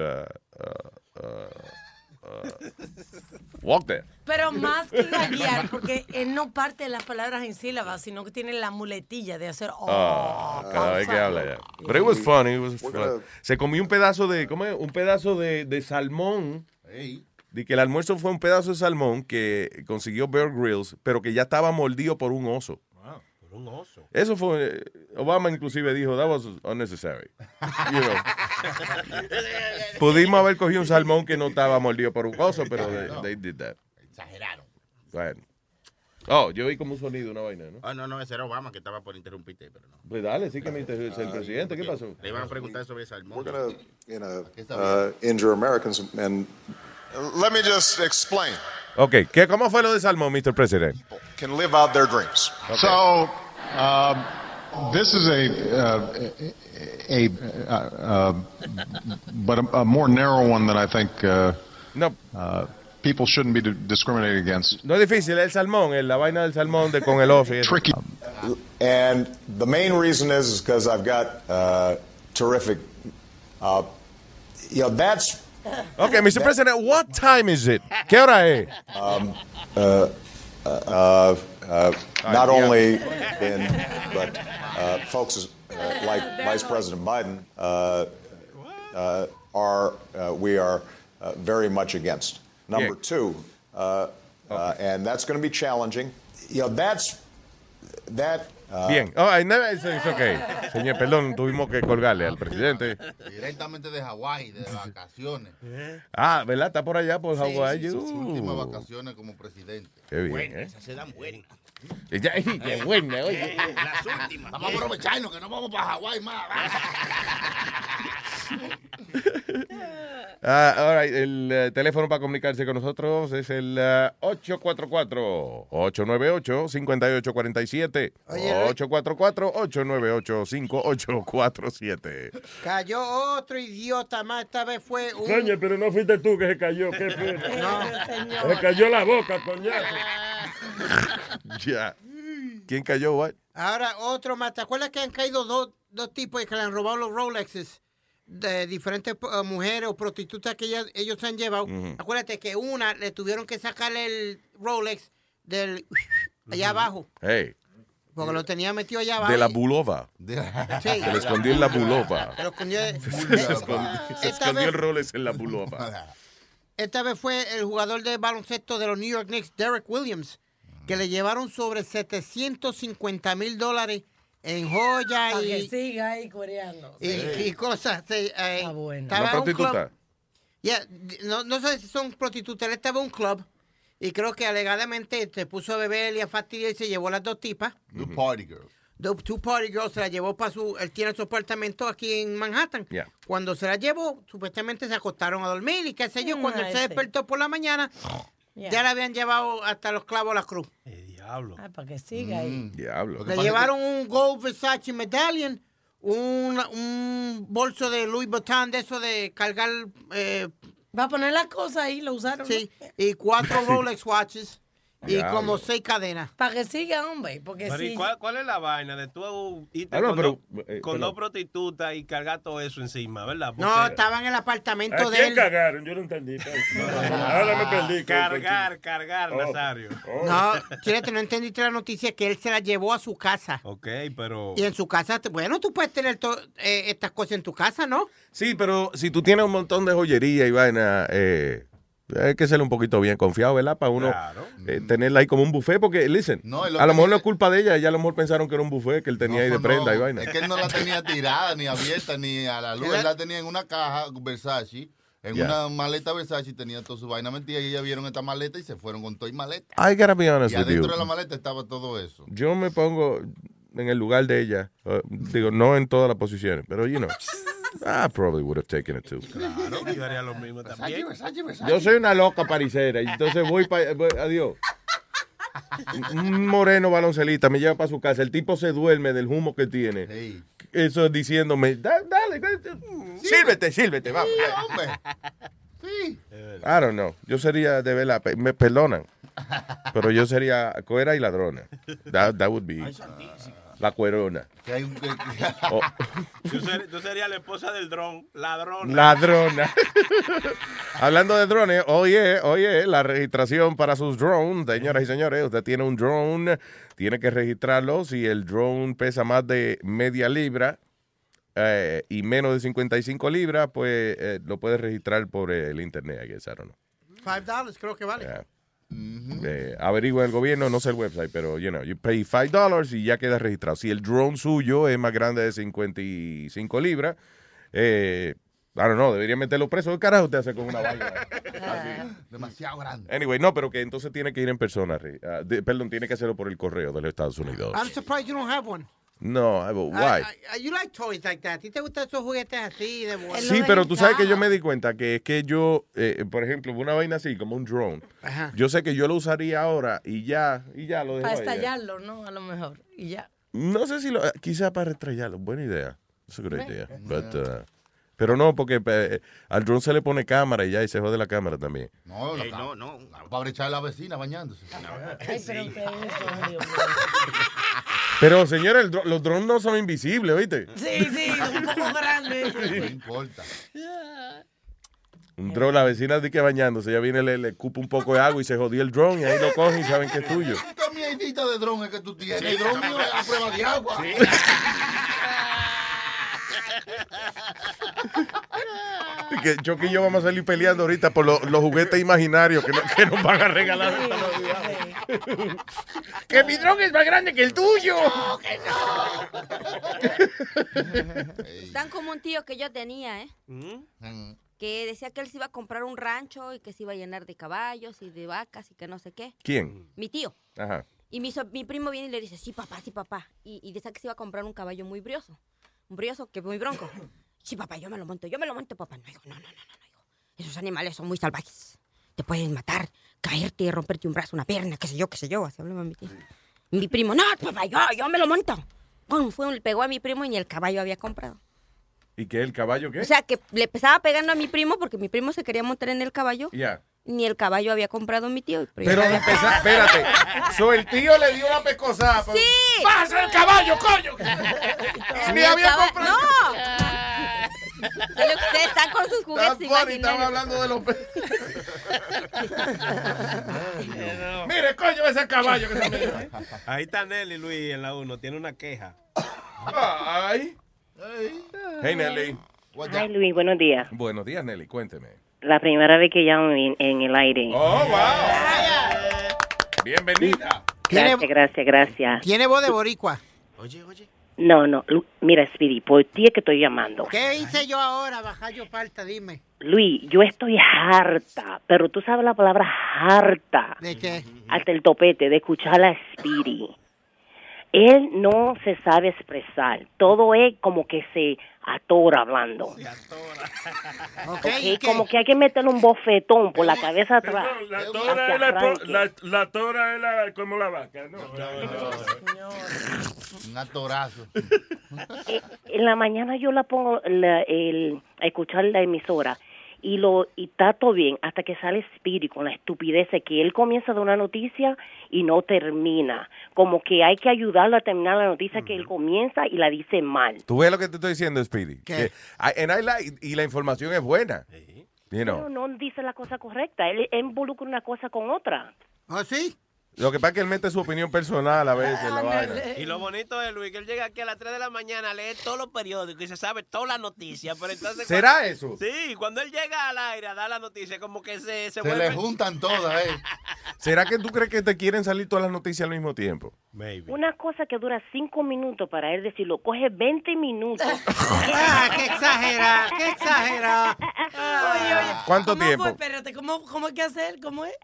walk there. Pero más que gaguear, porque él no parte de las palabras en sílabas, sino que tiene la muletilla de hacer cada vez que habla ya. Pero it was funny. Se comió un pedazo de salmón. Hey. De que el almuerzo fue un pedazo de salmón que consiguió Bear Grylls, pero que ya estaba mordido por un oso. Un oso. Eso fue, Obama inclusive dijo, that was unnecessary. Pudimos haber cogido un salmón que no estaba mordido por un oso, pero they did that. Exageraron. Bueno. Oh, yo oí como un sonido, una vaina, ¿no? No, ese era Obama que estaba por interrumpirte, pero no. Pues dale, sí que me interesa el presidente. ¿Qué pasó? Le iban a preguntar sobre el salmón. We're going to injure Americans, and let me just explain. Okay, ¿cómo fue lo de salmón, Mr. President? Can live out their dreams. Okay. So, this is but a more narrow one that I think people shouldn't be discriminated against. No es difícil, el salmón, la vaina del salmón con el oso. Tricky. And the main reason is because I've got terrific, that's... Okay, Mr. President, what time is it? ¿Qué hora es? Not only but folks like Vice President Biden we are very much against. Number two, and that's going to be challenging. Bien. It's okay. Señor, perdón, tuvimos que colgarle al presidente. Directamente de Hawái, de vacaciones. ¿Verdad? Está por allá, por Hawái. Sí, sus últimas vacaciones como presidente. Qué bien, Bueno, esas se dan buenas. Qué buena, oye. Las últimas. Vamos a aprovecharnos que no vamos para Hawái más. All right, el teléfono para comunicarse con nosotros es el 844-898-5847. 844-898-5847. Cayó otro idiota más, esta vez fue un... Coño, pero no fuiste tú que se cayó. ¿Qué fue? No, Se cayó la boca, coñazo. Ya. ¿Quién cayó, what? Ahora otro más. ¿Te acuerdas que han caído dos tipos que le han robado los Rolexes de diferentes mujeres o prostitutas que ellos han llevado? Acuérdate que una le tuvieron que sacar el Rolex del allá abajo. Hey. Porque lo tenía metido allá abajo. De la bulova. Sí. Se le escondió en la bulova. Se escondió el Rolex en la bulova. Esta vez fue el jugador de baloncesto de los New York Knicks, Derek Williams, que le llevaron sobre $750,000 en joyas para que siga ahí coreando. Y cosas. Está bueno. ¿Una prostituta? No sé si son prostitutas. Él estaba en un club y creo que alegadamente se puso a beber y a fastidiar y se llevó las dos tipas. Two party girls. Two party girls se las llevó para él tiene su apartamento aquí en Manhattan. Yeah. Cuando se las llevó, supuestamente se acostaron a dormir y qué sé yo. Cuando él se despertó por la mañana, ya le habían llevado hasta los clavos a la cruz. Diablo. Para que siga ahí. Diablo. Le llevaron un Gold Versace Medallion, un bolso de Louis Vuitton de eso de cargar... Va a poner las cosas ahí, lo usaron. Sí, y 4 Rolex watches y Diablo. como 6 cadenas. Para que siga, hombre. Porque Pero, sí. ¿cuál es la vaina de tú irte con dos prostitutas y cargar todo eso encima, verdad? Porque... No, estaban en el apartamento ¿A de quién él. cagaron? Yo no entendí. Ahora me perdí. Cargar, Nazario. No, Chilete, no entendiste la noticia que él se la llevó a su casa. Ok, pero... Y en su casa, bueno, tú puedes tener estas cosas en tu casa, ¿no? Sí, pero si tú tienes un montón de joyería y vaina, hay que ser un poquito bien confiado, ¿verdad? Para uno tenerla ahí como un buffet, porque, listen, a lo mejor no es culpa de ella, a lo mejor pensaron que era un buffet que él tenía ahí de prenda y vaina. Es que él no la tenía tirada, ni abierta, ni a la luz. Él la tenía en una caja Versace, en una maleta Versace, tenía toda su vaina metida, y ellas vieron esta maleta y se fueron con todo y maleta. I gotta be honest y with adentro you. de la maleta estaba todo eso. Yo me pongo en el lugar de ella, digo, no en todas las posiciones, pero, you know, I probably would have taken it too. Claro, yo haría lo mismo también. Yo soy una loca parisera, y entonces voy para... Adiós. Un moreno baloncelista me lleva para su casa, el tipo se duerme del humo que tiene. Hey. Eso es diciéndome, dale, sírvete, vamos. Sí, hombre. Sí. I don't know. Yo sería, de verdad, me perdonan, pero yo sería cuera y ladrona. That would be la cuerona. Que hay un... Tú serías la esposa del dron, ladrona. Ladrona. Hablando de drones, oye, la registración para sus drones, señoras y señores, usted tiene un drone, tiene que registrarlo. Si el drone pesa más de media libra y menos de 55 libras, pues lo puedes registrar por el internet, I guess, I don't know. $5 creo que vale. Yeah. Averigua el gobierno, no sé el website, pero you pay $5 y ya queda registrado. Si el drone suyo es más grande de 55 libras, Claro, no, debería meterlo preso. ¿Qué carajo usted hace con una vaina? Demasiado grande. Anyway, no, pero que entonces tiene que ir en persona. Perdón, tiene que hacerlo por el correo de los Estados Unidos. I'm surprised you don't have one. No, why? You like toys like that. ¿Y te gustan esos juguetes así de vuelo? Sí, pero tú sabes que yo me di cuenta que es que yo, por ejemplo, una vaina así, como un drone, Ajá. yo sé que yo lo usaría ahora y ya lo dejo Para ahí. estallarlo, ¿no? A lo mejor. Y ya. No sé si quizás para estrellarlo. Buena idea. Es una gran idea. Pero no, porque al drone se le pone cámara y ya, y se jode la cámara también. No, para brechar a la vecina bañándose. Ay, pero ¿qué es eso, Dios mío? Pero, señores, los drones no son invisibles, ¿viste? Sí, un poco grande. No importa. Un drone, la vecina de que bañándose, ella viene, le cupa un poco de agua y se jodió el drone y ahí lo cogen y saben que es tuyo. ¿Qué miedita de drone es que tú tienes? El drone mío es a prueba de agua. Sí. Que Chucky y yo vamos a salir peleando ahorita por los juguetes imaginarios que nos van a regalar. Que mi drone es más grande que el tuyo. No, que no. Están como un tío que yo tenía, que decía que él se iba a comprar un rancho y que se iba a llenar de caballos y de vacas y que no sé qué. ¿Quién? Mi tío. Ajá. Y mi primo viene y le dice, sí, papá. Y decía que se iba a comprar un caballo muy brioso. Un brioso que muy bronco. Sí, papá, yo me lo monto, papá. No, hijo, no. Esos animales son muy salvajes. Te pueden matar, caerte y romperte un brazo, una pierna, qué sé yo. Así hablaba mi tío. Mi primo, no, papá, yo me lo monto. Pum, le pegó a mi primo y ni el caballo había comprado. ¿Y qué? ¿El caballo qué? O sea, que le empezaba pegando a mi primo porque mi primo se quería montar en el caballo. Ya. Ni el caballo había comprado mi tío. Pero espérate. El tío le dio una pescosa. ¡Sí! ¡Pasa el caballo, coño! Ni había comprado. ¡No! Ustedes están con sus juguetes imaginarios. Estaba hablando de los Mire, coño, ese caballo que se me dio. Ahí está Nelly, Luis, en la 1. Tiene una queja. Ay. Hey, Nelly. Ay, Luis, buenos días. Buenos días, Nelly. Cuénteme. La primera vez que llamo en el aire. ¡Oh, wow! Bienvenida. Gracias. ¿Tiene voz de boricua? Oye. No, mira, Speedy, por ti es que estoy llamando. ¿Qué hice yo ahora, bajayo falta? Dime. Luis, yo estoy harta, pero tú sabes la palabra harta. ¿De qué? Hasta el topete de escuchar a Speedy. Él no se sabe expresar. Todo es como que se atora hablando. Se atora. Okay, como que hay que meterle un bofetón por la cabeza atrás. La tora es como la vaca, ¿no? Un atorazo. En la mañana yo la pongo a escuchar la emisora y está todo bien hasta que sale Speedy con la estupidez de que él comienza de una noticia y no termina. Como que hay que ayudarlo a terminar la noticia que él comienza y la dice mal. ¿Tú ves lo que te estoy diciendo, Speedy? ¿Qué? Y la información es buena. Pero no dice la cosa correcta. Él involucra una cosa con otra. ¿Ah, sí? Lo que pasa es que él mete su opinión personal a veces en la vaina. Y lo bonito es, Luis, que él llega aquí a las 3 de la mañana a leer todos los periódicos y se sabe todas las noticias. Pero entonces, ¿será eso? Sí, cuando él llega al aire a dar la noticia, como que se le juntan todas, ¿Será que tú crees que te quieren salir todas las noticias al mismo tiempo? Maybe. Una cosa que dura 5 minutos para él decirlo, coge 20 minutos. ¡Qué exagerada! Oye. ¿Cuánto tiempo? Espérate, ¿cómo hay que hacer? ¿Cómo es?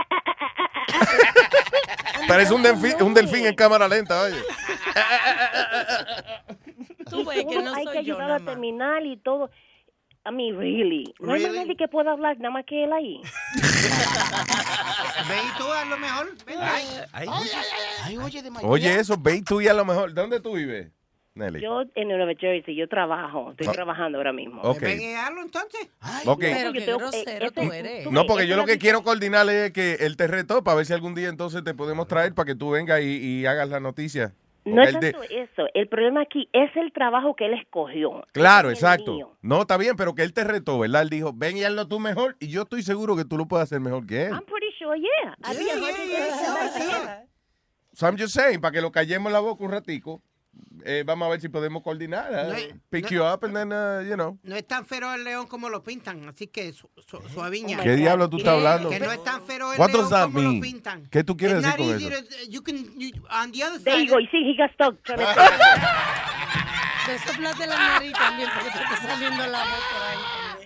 Parece un delfín en cámara lenta, oye. Tú ves que no hay soy que yo, ayudar a terminar y todo. I mean, really. No hay más nadie que pueda hablar, nada más que él ahí. Ve y tú a lo mejor. Oye, eso, ve y tú y a lo mejor. ¿Dónde tú vives, Nelly? Yo en Nueva Jersey, yo trabajo. Estoy trabajando ahora mismo. Ok. Ven y hazlo entonces. Okay. Pero qué grosero tú eres. No, porque yo lo que quiero coordinarle es que él te retó para ver si algún día entonces te podemos traer para que tú vengas y hagas la noticia. No es tanto eso. El problema aquí es el trabajo que él escogió. Claro, exacto. No, está bien, pero que él te retó, ¿verdad? Él dijo, ven y hazlo tú mejor. Y yo estoy seguro que tú lo puedes hacer mejor que él. I'm pretty sure, yeah. So I'm just saying, para que lo callemos la boca un ratico. Vamos a ver si podemos coordinar. Pick you up and then, you know. No es tan feroz el león como lo pintan, así que suaviña. ¿Qué diablo tú estás hablando? Que no es tan feroz el What león does that como mean? lo pintan. ¿Qué tú quieres decir con eso? On the other There side. you go. You see, he got stuck. Ve soplate la nariz también porque te está saliendo la voz por ahí.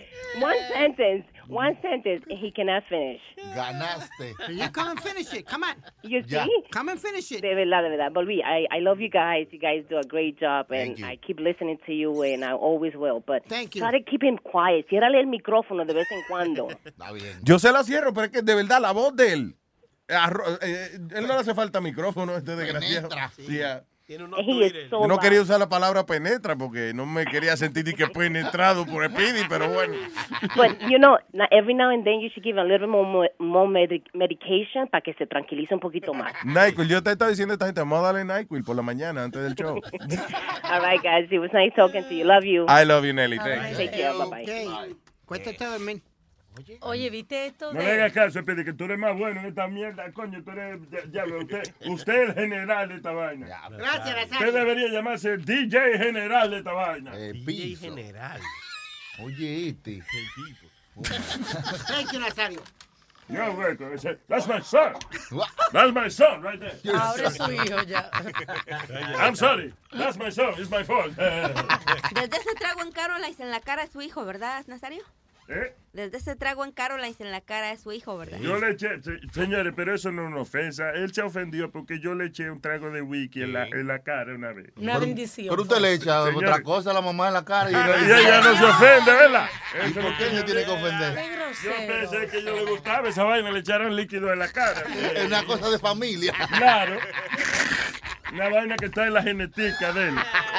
One sentence, and he cannot finish. Ganaste. You come and finish it. Come on. You Ya. see? Come and finish it. De verdad. Volví. I love you guys. You guys do a great job, and I keep listening to you, and I always will. But Thank you. try to keep him quiet. Ciérrale el micrófono de vez en cuando. Está bien. Yo se la cierro, pero es que de verdad la voz de él. Él no le hace falta micrófono, este desgraciado. Sí, Tiene unos He is Twitter. so yo no loud. quería usar la palabra penetra porque no me quería sentir ni que penetrado por Speedy, pero bueno. But, you know, every now and then you should give a little more medication para que se tranquilice un poquito más. NyQuil, yo te estaba diciendo a esta gente, vamos a darle NyQuil por la mañana antes del show. All right, guys. It was nice talking to you. Love you. I love you, Nelly. Thanks. Take care. Bye-bye. Okay. Cuéntate a dormir. Oye, ¿viste esto No de...? le hagas caso, Speedy, que tú eres más bueno en esta mierda, coño. Tú eres, usted es el general de esta vaina. Gracias, Usted Nazario. debería llamarse DJ general de esta vaina. DJ general. Oye, este. Thank you, Nazario. You're welcome. That's my son. That's my son right there. Ahora es su hijo ya. I'm sorry. That's my son. It's my fault. Desde ese trago en Carolines en la cara de su hijo, ¿verdad, Nazario? ¿Eh? Desde ese trago en Carolines en la cara de su hijo, ¿verdad? Yo le eché, señores, pero eso no es una ofensa. Él se ofendió porque yo le eché un trago de whisky en la cara una vez. Una bendición. Pero usted le echa Señores. otra cosa a la mamá en la cara. Y ella no se ofende, ¿verdad? ¿Y por qué se tiene que ofender? Yo pensé que yo le gustaba esa vaina, le echaron líquido en la cara. Es una cosa de familia. Claro. Una vaina que está en la genética de él.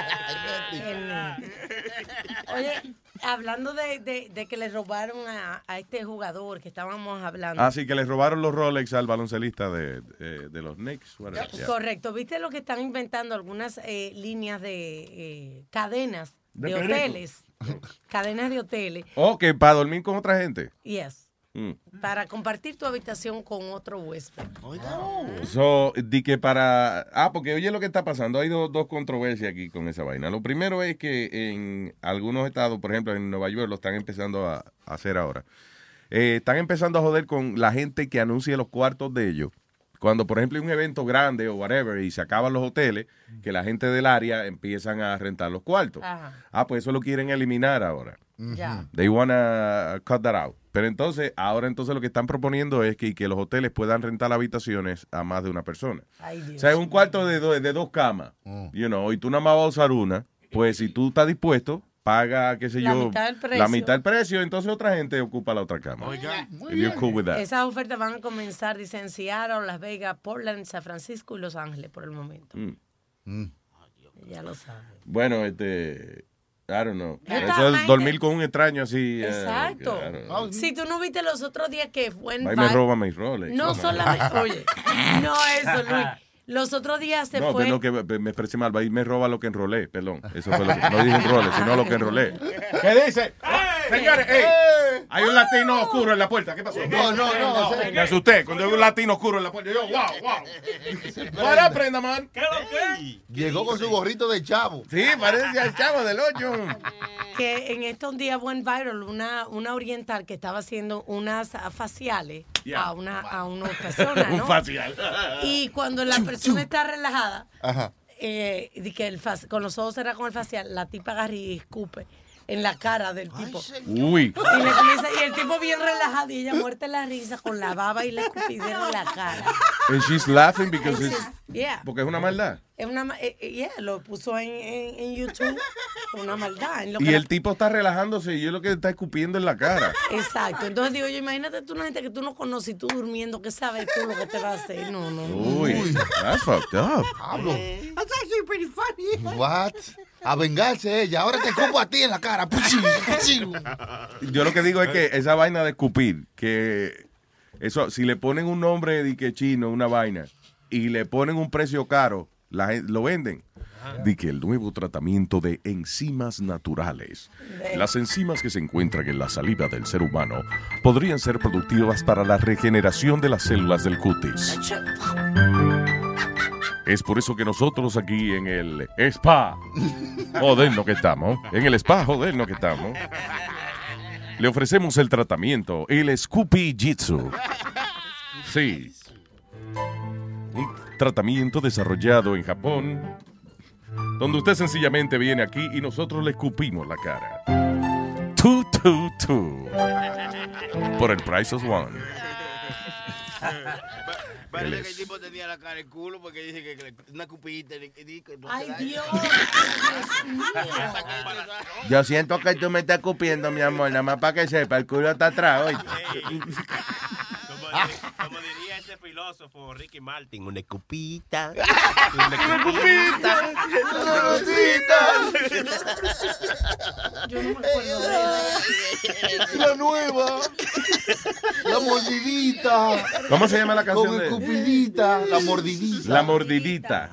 Oye, hablando de que le robaron a este jugador que estábamos hablando. Así que le robaron los Rolex al baloncelista de los Knicks. whatever. Yeah. Correcto. ¿Viste lo que están inventando? Algunas líneas de cadenas de perico. hoteles. Cadenas de hoteles. Oh, que para dormir con otra gente. Yes. Mm. Para compartir tu habitación con otro huésped. So, di que porque oye lo que está pasando, hay dos controversias aquí con esa vaina. Lo primero es que en algunos estados, por ejemplo en Nueva York, lo están empezando a hacer ahora. Están empezando a joder con la gente que anuncia los cuartos de ellos. Cuando, por ejemplo, hay un evento grande o whatever y se acaban los hoteles, que la gente del área empiezan a rentar los cuartos. Ajá. Pues eso lo quieren eliminar ahora. Ya. They wanna cut that out. Pero entonces lo que están proponiendo es que los hoteles puedan rentar habitaciones a más de una persona. Ay, Dios. O sea, un cuarto de dos camas, you know, y tú nada más vas a usar una, pues si tú estás dispuesto, paga, qué sé La yo, mitad del precio. la mitad del precio, entonces otra gente ocupa la otra cama. Oiga, If you're cool with that. Esas ofertas van a comenzar, dice, en Seattle, Las Vegas, Portland, San Francisco y Los Ángeles por el momento. Ya lo sabes. Bueno, I don't know. Esta Eso es vaina- dormir con un extraño así. Exacto. I don't know. Si tú no viste los otros días que fue en Ahí me roban mis Rolex. No solamente, oye, no eso, Luis. Los otros días se No, fue. pero no, que me expresé mal. Va y me roba lo que enrolé, perdón. Eso fue lo que, no dije enrolé, sino lo que enrolé. ¿Qué dice? Señores, hay un latino oscuro en la puerta. ¿Qué pasó? No. Me asusté cuando hay un latino oscuro en la puerta. Yo, wow. Para, prenda, man. Llegó con su gorrito de chavo. Sí, parece al chavo del 8. Que en estos días fue en viral una oriental que estaba haciendo unas faciales a unas personas, ¿no? Un facial. Y cuando la persona está relajada, Ajá. con los ojos cerrados con el facial, la tipa agarra y escupe en la cara del tipo. Uy. Y el tipo bien relajado y ella muerta en la risa con la baba y la escupidera en la cara. And she's laughing because And it's, she's- yeah. porque es una maldad. Es una, lo puso en YouTube, una maldad. En lo Y que el tipo está relajándose y yo lo que está escupiendo en la cara. Exacto. Entonces digo yo, imagínate tú una gente que tú no conoces y tú durmiendo, que sabes tú lo que te va a hacer. No. Uy, that's fucked up. Pablo. That's actually pretty funny. What? A vengarse ella. Ahora te escupo a ti en la cara. Yo lo que digo es que esa vaina de escupir, que eso, si le ponen un nombre de que chino, una vaina, y le ponen un precio caro, la gente lo venden. De que el nuevo tratamiento de enzimas naturales. Las enzimas que se encuentran en la saliva del ser humano podrían ser productivas para la regeneración de las células del cutis. Es por eso que nosotros aquí en el spa moderno que estamos, le ofrecemos el tratamiento, el Scoopy Jitsu. Sí. Un tratamiento desarrollado en Japón donde usted sencillamente viene aquí y nosotros le escupimos la cara. 222 por el Price is One. Parece que el tipo tenía la cara en culo porque dice que una cupita. Ay, Dios. Yo siento que tú me estás escupiendo, mi amor, nada más para que sepa, el culo está atrás hoy. Como diría ese filósofo Ricky Martin, una escupita. Yo no me acuerdo de eso. La nueva. La mordidita. ¿Cómo se llama la canción? Con escupidita. La mordidita. La mordidita.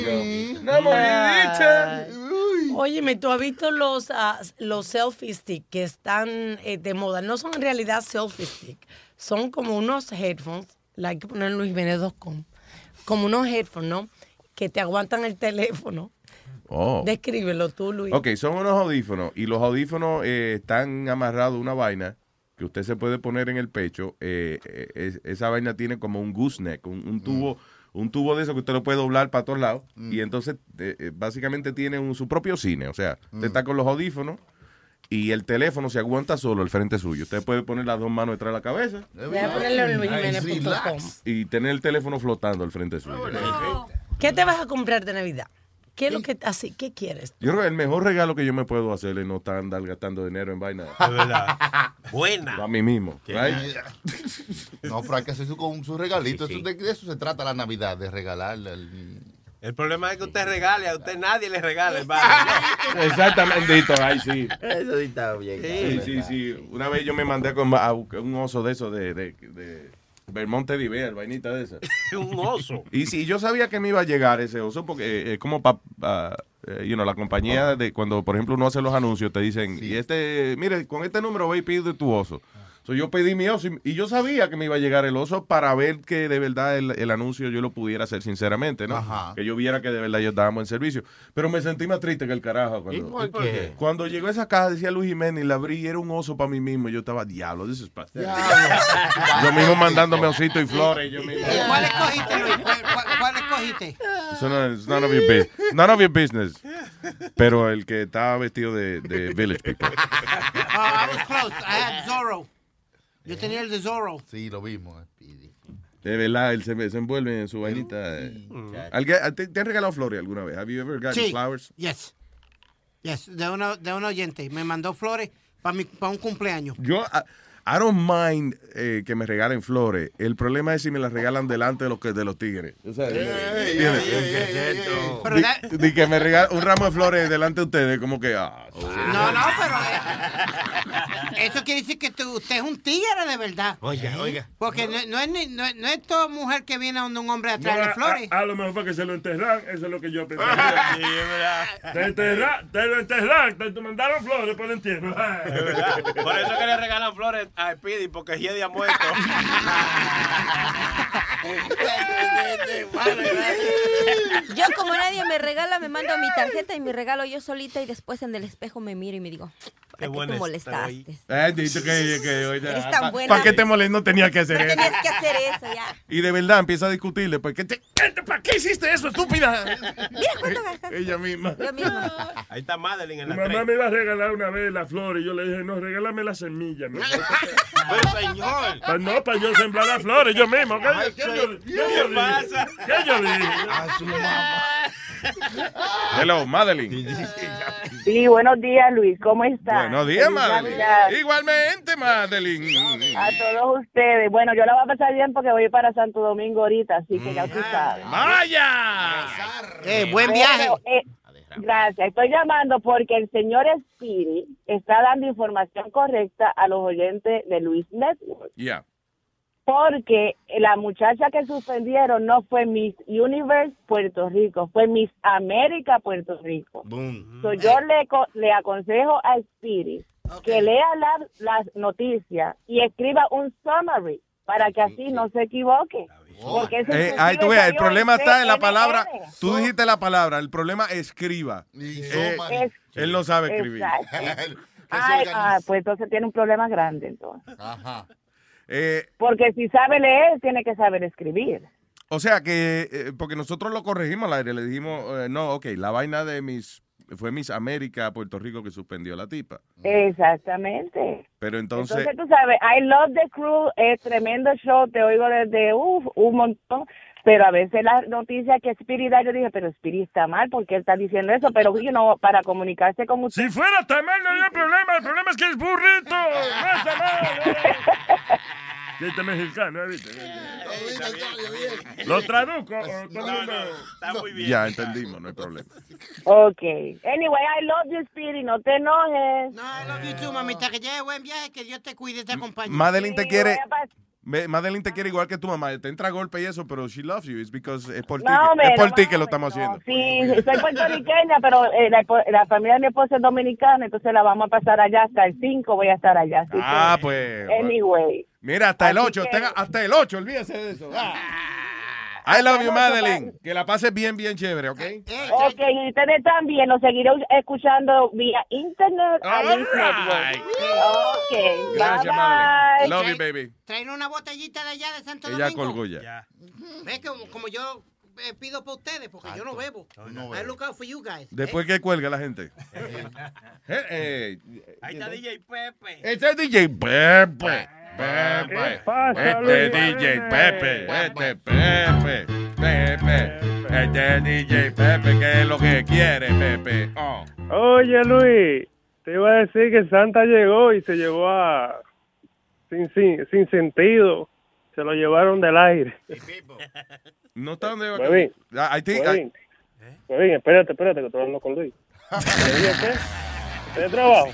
La mordidita. Óyeme, ¿tú has visto los selfie stick que están de moda? No son en realidad selfie stick. Son como unos headphones, hay que poner en luisjimenez.com, como unos headphones, ¿no? Que te aguantan el teléfono. Oh. Descríbelo tú, Luis. Ok, son unos audífonos y los audífonos están amarrados a una vaina que usted se puede poner en el pecho. Esa vaina tiene como un gooseneck, un tubo de eso que usted lo puede doblar para todos lados y entonces básicamente tiene su propio cine. O sea, usted está con los audífonos y el teléfono se aguanta solo al frente suyo. Usted puede poner las dos manos detrás de la cabeza. Voy a ponerlo en luisjimenez.com. Y tener el teléfono flotando al frente suyo. ¿Qué te vas a comprar de Navidad? ¿Qué es lo que así? ¿Qué quieres? Yo creo que el mejor regalo que yo me puedo hacer es no estar andar gastando dinero en vaina. De verdad. Buena. A mí mismo. Right? No, pero hay que hacer su regalito. Sí. De eso se trata la Navidad, de regalarle. El problema es que usted regale, a usted nadie le regala el barrio. Exactamente, ay sí. Eso sí está bien. Sí. Una vez yo me mandé a un oso de eso de Belmonte de Bear, vainita de esa. Un oso. Y sí, yo sabía que me iba a llegar ese oso porque es como la compañía de cuando, por ejemplo, uno hace los anuncios, te dicen, y mire, con este número ve y pide tu oso. So, yo pedí mi oso y yo sabía que me iba a llegar el oso para ver que de verdad el anuncio yo lo pudiera hacer sinceramente, ¿no? Ajá. Que yo viera que de verdad yo estábamos en servicio. Pero me sentí más triste que el carajo. ¿Por qué? Cuando llegó esa caja, decía Luis Jiménez, y la abrí y era un oso para mí mismo. Yo estaba, diablo, this is pastel. Yo mismo mandándome ositos y flores. Yo mismo. ¿Cuál escogiste, Luis? ¿Cuál escogiste? Eso no es none of your business. Pero el que estaba vestido de Village People. I was close. I had Zorro. Yo tenía el de Zorro. Sí, lo mismo. De verdad, él se envuelve en su vainita. ¿Te han regalado flores alguna vez? Have you ever gotten flowers? Yes, de una oyente. Me mandó flores para un cumpleaños. Yo, I don't mind que me regalen flores. El problema es si me las regalan delante de los tigres. O sea, de que me regalen un ramo de flores delante de ustedes, como que... No, pero... eso quiere decir que usted es un tigre de verdad. Oiga. Porque no es toda mujer que viene donde un hombre a traerle flores. A lo mejor para que se lo enterran, eso es lo que yo pensaría. Sí, es verdad. Te lo enterran, te mandaron flores por el entierro. Por eso que le regalan flores a Speedy, porque ya ha muerto. Yo, como nadie me regala, me mando mi tarjeta y mi regalo yo solita y después en el espejo me miro y me digo, ¿para qué te molestaste? Eres tan buena. ¿Para qué te molestas? No tenía que hacer No eso. tenías que hacer eso, ya. Y de verdad empieza a discutirle. Pues, ¿para qué hiciste eso, estúpida? Mira cuánto gastaste. Ella misma. Yo misma. Ahí está Madeline en la Mi mamá me iba a regalar una vez las flores y yo le dije, no, regálame las semillas. Pero señor. Pues no, para yo sembrar las flores yo mismo. ¿Qué pasa? ¿Qué yo dije? A su mamá. Hello, Madeline. Sí, buenos días, Luis. ¿Cómo estás? Buenos días, Feliz Madeline. Navidad. Igualmente, Madeline. A todos ustedes. Bueno, yo la voy a pasar bien porque voy para Santo Domingo ahorita, así que ya tú sabes. ¡Vaya! Buen viaje. Gracias. Estoy llamando porque el señor Speedy está dando información correcta a los oyentes de Luis Network. Yeah. Porque la muchacha que suspendieron no fue Miss Universe Puerto Rico, fue Miss América Puerto Rico. So, yo le aconsejo a Speedy que lea las noticias y escriba un summary para que así no se equivoque. Porque Ahí tú ves, el problema está en la CNN. palabra. Tú dijiste la palabra, el problema es escriba. Él no sabe escribir. Pues entonces tiene un problema grande entonces. Ajá. Porque si sabe leer, tiene que saber escribir. O sea que, porque nosotros lo corregimos al aire, le dijimos, no, ok, la vaina de fue Miss América Puerto Rico que suspendió la tipa. Exactamente. Pero entonces tú sabes, I Love the Crew es tremendo show, te oigo desde un montón, pero a veces la noticia que Spirit da, yo dije, pero Spirit está mal, ¿por qué él está diciendo eso? Pero, para comunicarse con usted. Si fuera tan mal no había problema, el problema es que es burrito. No está mal. Este mexicano, ¿viste? ¿Lo traduzco? Está muy bien. ya entendimos, no hay problema. Ok. Anyway, I love you, Spirit, no te enojes. No, I love you too, mamita, que lleve buen viaje, que Dios te cuide y te acompañe. Madeline te quiere... Madeline te quiere igual que tu mamá. Te entra golpe y eso, pero she loves you. Es por ti que lo estamos haciendo. Sí, soy puertorriqueña, pero la familia de mi esposa es dominicana, entonces la vamos a pasar allá hasta el 5, voy a estar allá. Así pues. Anyway. Mira, hasta el 8, hasta el 8, olvídese de eso. I love you, Madeline. Que la pases bien, bien chévere, ¿ok? Ok, y ustedes también nos seguiré escuchando vía internet a Luis Network. Ok, gracias, bye, Madeline. Love you, baby. Traen una botellita de allá de Santo Ella Domingo. colgó ya. Ves que como yo pido para ustedes, porque yo no bebo. I look out for you guys. Después que cuelga la gente. Ahí está DJ Pepe. Este es DJ Pepe. Este DJ Pepe. Este DJ Pepe, ¿qué es lo que quiere, Pepe? Oh. Oye, Luis, te iba a decir que Santa llegó y se llevó a... Sin sentido. Se lo llevaron del aire. No está donde va. Bebín, espérate, que estoy hablando con Luis. ¿Qué? ¿Estás de trabajo?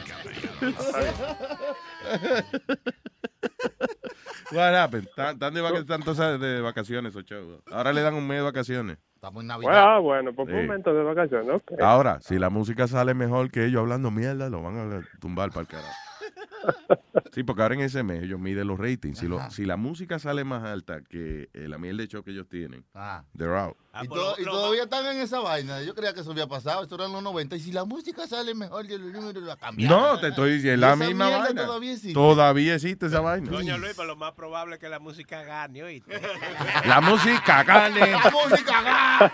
What happened? Están de vacaciones, ocho. Ahora le dan un mes de vacaciones. Estamos en Navidad. Bueno, pues un momento de vacaciones, okay. Ahora, si la música sale mejor que ellos hablando mierda, lo van a tumbar para el carajo. Sí, porque ahora en ese mes ellos miden los ratings. Si la música sale más alta que la miel de show que ellos tienen, they're out. Y todavía están en esa vaina. Yo creía que eso había pasado. Esto era en los 90. Y si la música sale mejor, yo la cambiaron. No, te estoy diciendo, la misma vaina. Todavía existe esa vaina. Coño, Luis, pero lo más probable es que la música gane, ¿oíste? La música gane. La música gane.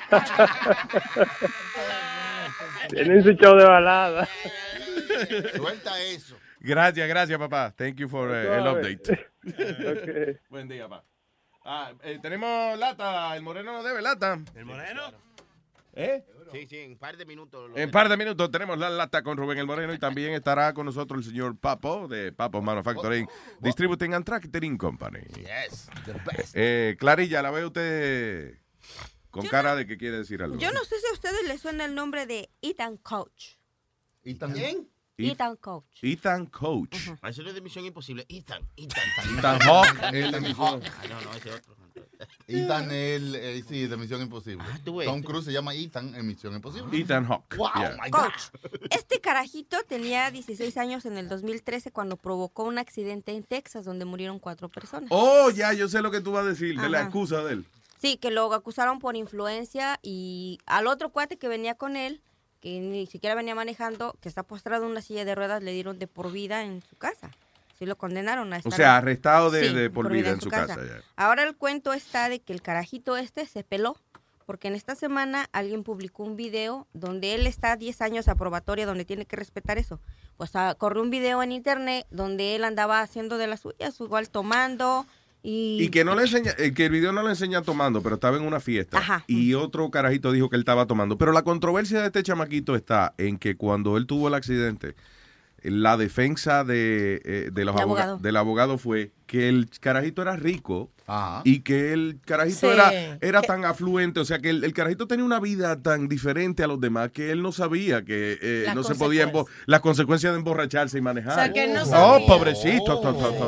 Tienen su show de balada. Suelta eso. Gracias, papá. Thank you for el update. Okay. Buen día, papá. Tenemos lata. El Moreno no debe lata. ¿El Moreno? Sí, en un par de minutos. En un par de minutos tenemos la lata con Rubén el Moreno y también estará con nosotros el señor Papo de Papo Manufacturing Distributing and Tracking Company. Yes, the best. Clarilla, la ve usted con cara de que quiere decir algo. Yo no sé si a ustedes les suena el nombre de Ethan Coach. ¿Ethan quién? Ethan Coach. Ethan Coach. Eso no es de Misión Imposible. Ethan Hawke. No, ese otro. Ethan, sí, de Misión Imposible. Tom Cruise se llama Ethan en Misión Imposible. Ethan Hawke. Wow, my God. Coach. Este carajito tenía 16 años en el 2013 cuando provocó un accidente en Texas donde murieron 4 personas. Oh, ya, yo sé lo que tú vas a decir, de la excusa de él. Sí, que lo acusaron por influencia y al otro cuate que venía con él, que ni siquiera venía manejando, que está postrado en una silla de ruedas, le dieron de por vida en su casa. Sí lo condenaron a estar... O sea, arrestado de por vida en su casa. Ya. Ahora el cuento está de que el carajito se peló, porque en esta semana alguien publicó un video donde él está 10 años a probatoria, donde tiene que respetar eso. Pues corrió un video en internet donde él andaba haciendo de las suyas, igual tomando... Y que no le enseña, que el video no le enseña tomando, pero estaba en una fiesta. Ajá. Y otro carajito dijo que él estaba tomando. Pero la controversia de este chamaquito está en que cuando él tuvo el accidente, la defensa del abogado fue que el carajito era rico. Ajá. Y que el carajito era tan afluente, o sea que el carajito tenía una vida tan diferente a los demás que él no sabía que no se podía las consecuencias de emborracharse y manejar. O sea, que él no sabía. Oh, pobrecito.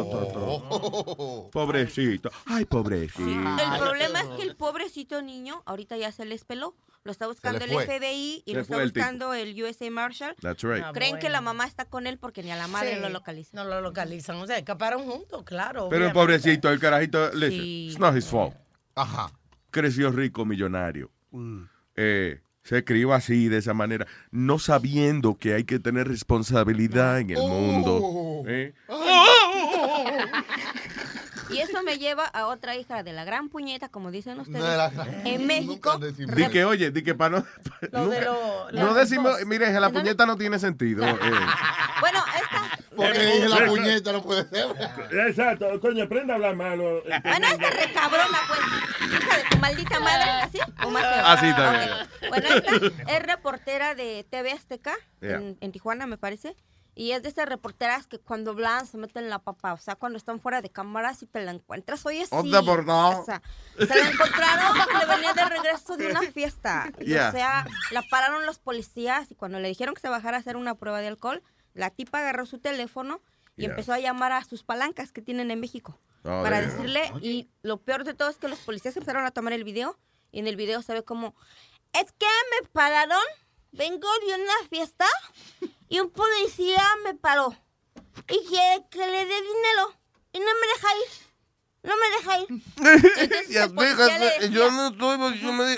Pobrecito. Ay, pobrecito. El problema es que el pobrecito niño ahorita ya se les peló. Lo está buscando el FBI y lo está buscando el USA Marshal. That's right. Creen que la mamá está con él porque ni a la madre lo localizan. No lo localizan. O sea, escaparon juntos, claro. Pero el pobrecito, el carajito, listen, it's not his fault. Ajá. Creció rico, millonario. Se crió así, de esa manera, no sabiendo que hay que tener responsabilidad en el mundo. Y eso me lleva a otra hija de la gran puñeta, como dicen ustedes, No, en México. Di que, oye, di que para no... No decimos, mire, la puñeta no tiene sentido. Bueno, esta... Porque dije la puñeta, no puede ser. Exacto, coño, aprenda a hablar malo. Bueno, esta recabrona, pues, hija de tu maldita madre, ¿así? ¿O más feo? Así también. Okay. Bueno, esta es reportera de TV Azteca, Yeah. en Tijuana, me parece. Y es de esas reporteras que cuando hablan se meten la papa. O sea, cuando están fuera de cámara, si te la encuentras, oye, sí. Onda por no. O sea, se la encontraron porque venía de regreso de una fiesta. Y, Yeah. o sea, la pararon los policías y cuando le dijeron que se bajara a hacer una prueba de alcohol, la tipa agarró su teléfono y Yeah. empezó a llamar a sus palancas que tienen en México. Oh, para yeah. decirle, y lo peor de todo es que los policías empezaron a tomar el video y en el video se ve como, es que me pararon, vengo de una fiesta y un policía me paró y quiere que le dé dinero y no me deja ir. No me deja ir. Entonces, el policía le decía- yo no estoy, yo me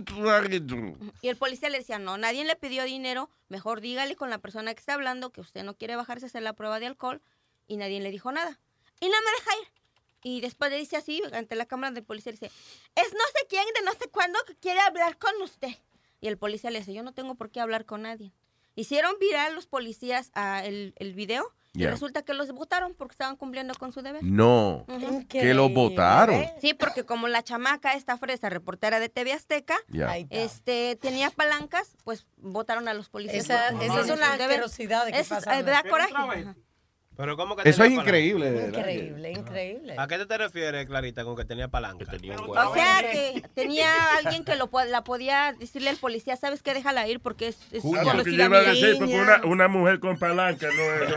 y el policía le decía, no, nadie le pidió dinero, mejor dígale con la persona que está hablando que usted no quiere bajarse a hacer la prueba de alcohol y nadie le dijo nada. Y no me deja ir. Y después le dice así, ante la cámara del policía, dice, es no sé quién de no sé cuándo que quiere hablar con usted. Y el policía le dice, yo no tengo por qué hablar con nadie. Hicieron viral los policías el video y Yeah. resulta que los votaron porque estaban cumpliendo con su deber. No, Ujú. que lo votaron. Sí, porque como la chamaca, esta fresa, reportera de TV Azteca, Ya. Ahí tenía palancas, pues votaron a los policías. Esa por es cumplir una su deber. asquerosidad de que pasa. Da coraje. Ajá. Pero ¿cómo que Eso es tenía palanca? increíble, de verdad. Increíble, increíble. ¿A qué te refieres, Clarita, con que tenía palanca? O sea, que tenía alguien que la podía decirle al policía, ¿sabes qué? Déjala ir porque es Lo que yo conocida iba a mi decir, porque niña. una mujer con palanca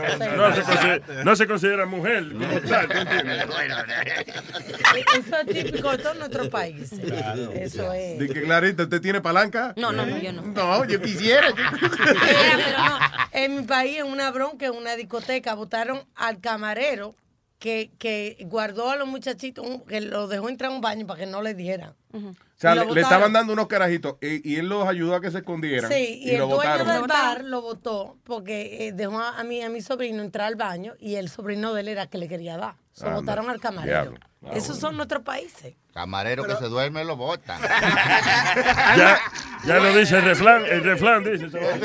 no se considera mujer como tal, ¿tú entiendes? Eso es típico de todos nuestros países. Eso es. Di que, Clarita, ¿usted tiene palanca? No, yo no. No, yo quisiera. Pero no, en mi país, en una bronca, en una discoteca, votaron al camarero que guardó a los muchachitos, que los dejó entrar a un baño para que no le dieran. O sea, Y lo le botaron. estaban dando unos carajitos y él los ayudó a que se escondieran. Sí, y lo el dueño botaron. del bar lo votó porque dejó a mi sobrino entrar al baño y el sobrino de él era que le quería dar. Se Anda. votaron al camarero. Diablo. Esos son nuestros países. Camarero que se duerme lo botan. Ya lo dice el refrán dice.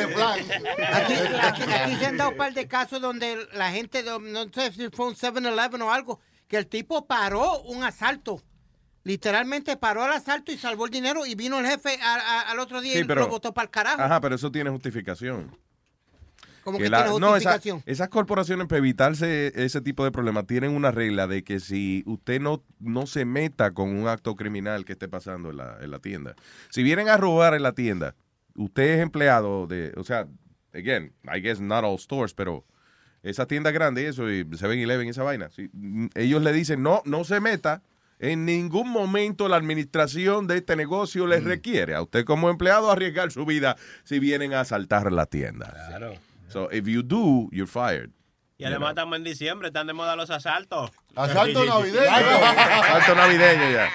Aquí se han dado un par de casos donde la gente, no sé si fue un 7-Eleven o algo, que el tipo paró un asalto. Literalmente paró el asalto y salvó el dinero y vino el jefe al otro día Sí, y pero- lo botó para el carajo. Ajá, pero eso tiene justificación. Como Que que la- tiene no, justificación. esas corporaciones, para evitarse ese tipo de problemas, tienen una regla de que si usted no se meta con un acto criminal que esté pasando en la tienda. Si vienen a robar en la tienda, usted es empleado de, o sea, again, I guess not all stores, pero esas tiendas grandes y eso, y 7-Eleven y esa vaina, ellos le dicen, no se meta. En ningún momento la administración de este negocio les requiere a usted como empleado arriesgar su vida si vienen a asaltar la tienda. Claro. So, if you do, you're fired. Y además estamos en diciembre, están de moda los asaltos. Asalto navideño. Asalto navideño ya.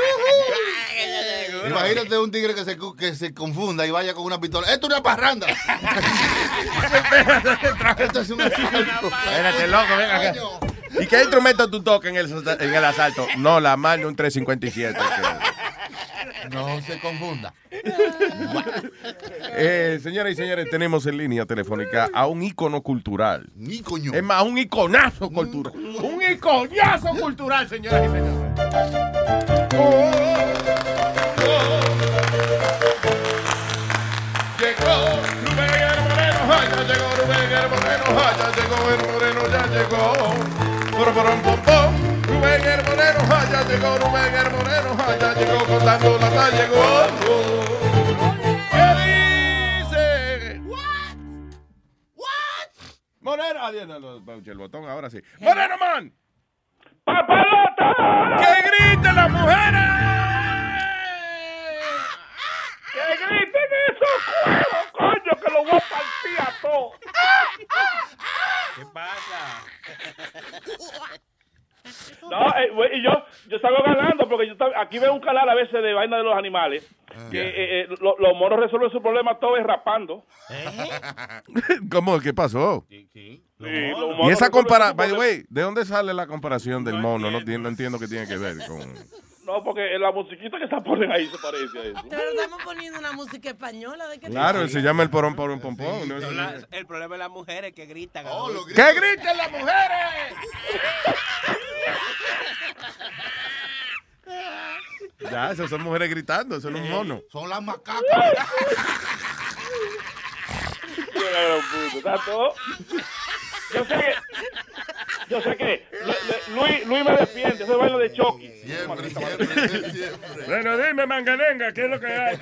Imagínate un tigre que se confunda y vaya con una pistola. ¡Esto es una parranda! Esto es un asalto. Espérate, loco, ven acá. ¿Y qué instrumento tú tocas en el asalto? No, la mano un 357. No se confunda. Señoras y señores, tenemos en línea telefónica a un ícono cultural. Ícono. Es más, un iconazo cultural. Un iconazo cultural, señoras y señores. Llegó Rubén el Moreno, ya llegó Rubén el Moreno, ya llegó el Moreno, ya llegó. Rubén el Moreno, ya llegó Rubén el Moreno, ya llegó contando la llegó. ¿Qué dice? What? Moreno, adiós, el botón ahora sí. Moreno Man. ¡Papalota! ¡Que griten las mujeres! ¡Que griten esos cueros, coño, que lo voy a partir a todos! ¿Qué pasa? No, y yo salgo ganando porque aquí veo un canal a veces de vaina de los animales que los monos resuelven su problema todo es rapando. ¿Cómo? ¿Qué pasó? Y esa comparación, by the way, ¿de dónde sale la comparación del mono? No entiendo qué tiene que ver con... No, porque la musiquita que se ponen ahí se parece a eso. Pero estamos poniendo una música española. ¿De qué Claro, él se llama el porón pompón. ¿No? El problema es las mujeres que gritan. ¡Que griten las mujeres! Ya, esas son mujeres gritando, eso no es un mono. Son las macacas. Yo sé que Luis me defiende, eso es bailo de Chucky. Siempre. Bueno, dime, Manganenga, ¿qué es lo que hay?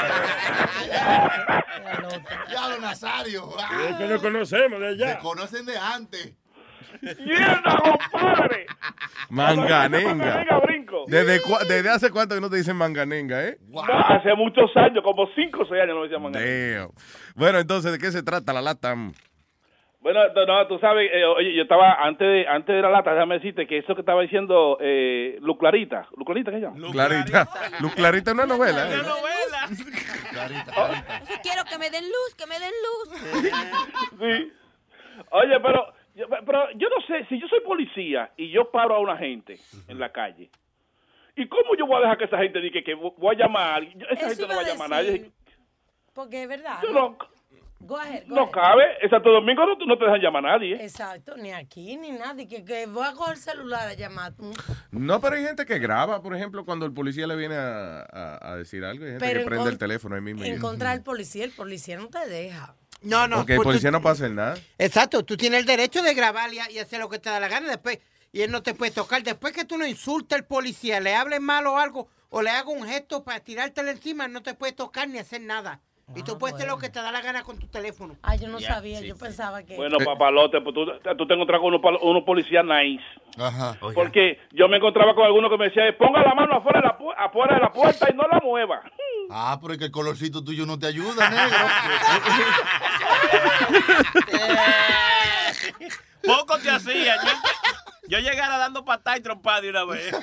Ya, don Nazario. Es que nos conocemos de allá. Se conocen de antes. ¡Mierda, compadre! Manganenga. ¿Desde hace cuánto que no te dicen manganenga, eh? No, hace muchos años, como 5 o 6 años no me decían manganenga. Damn. Bueno, entonces, ¿de qué se trata la lata? Bueno, no, tú sabes, oye, yo estaba, antes de la lata, déjame decirte que eso que estaba diciendo Luz Clarita, ¿qué se llama? Luz Clarita es una novela. Una novela. Entonces quiero que me den luz, Sí. Oye, pero yo no sé, si yo soy policía y yo paro a una gente en la calle, ¿y cómo yo voy a dejar que esa gente diga que voy a llamar a alguien? Esa gente no va a llamar a nadie. Porque es verdad. Go ahead. Cabe. En Santo Domingo no te dejan llamar a nadie. Exacto, ni aquí ni nadie. Que voy a coger el celular a llamar. No, pero hay gente que graba, por ejemplo, cuando el policía le viene a decir algo. Hay gente que prende el teléfono ahí mismo. En contra del policía, el policía no te deja. No. Porque el policía no puede hacer nada. Exacto, tú tienes el derecho de grabar y hacer lo que te da la gana después. Y él no te puede tocar. Después que tú no insultes al policía, le hables mal o algo, o le hagas un gesto para tirártelo encima, no te puede tocar ni hacer nada. Y tú puedes hacer lo que te da la gana con tu teléfono. Yo no sabía, yo pensaba que... Bueno, papalote, pues tú te encontrás con unos policías nice. Ajá. Porque yo me encontraba con alguno que me decía, ponga la mano afuera de la puerta y no la mueva. Ah, pero es que el colorcito tuyo no te ayuda, negro. Poco te hacía. Yo llegara dando patada y trompada de una vez.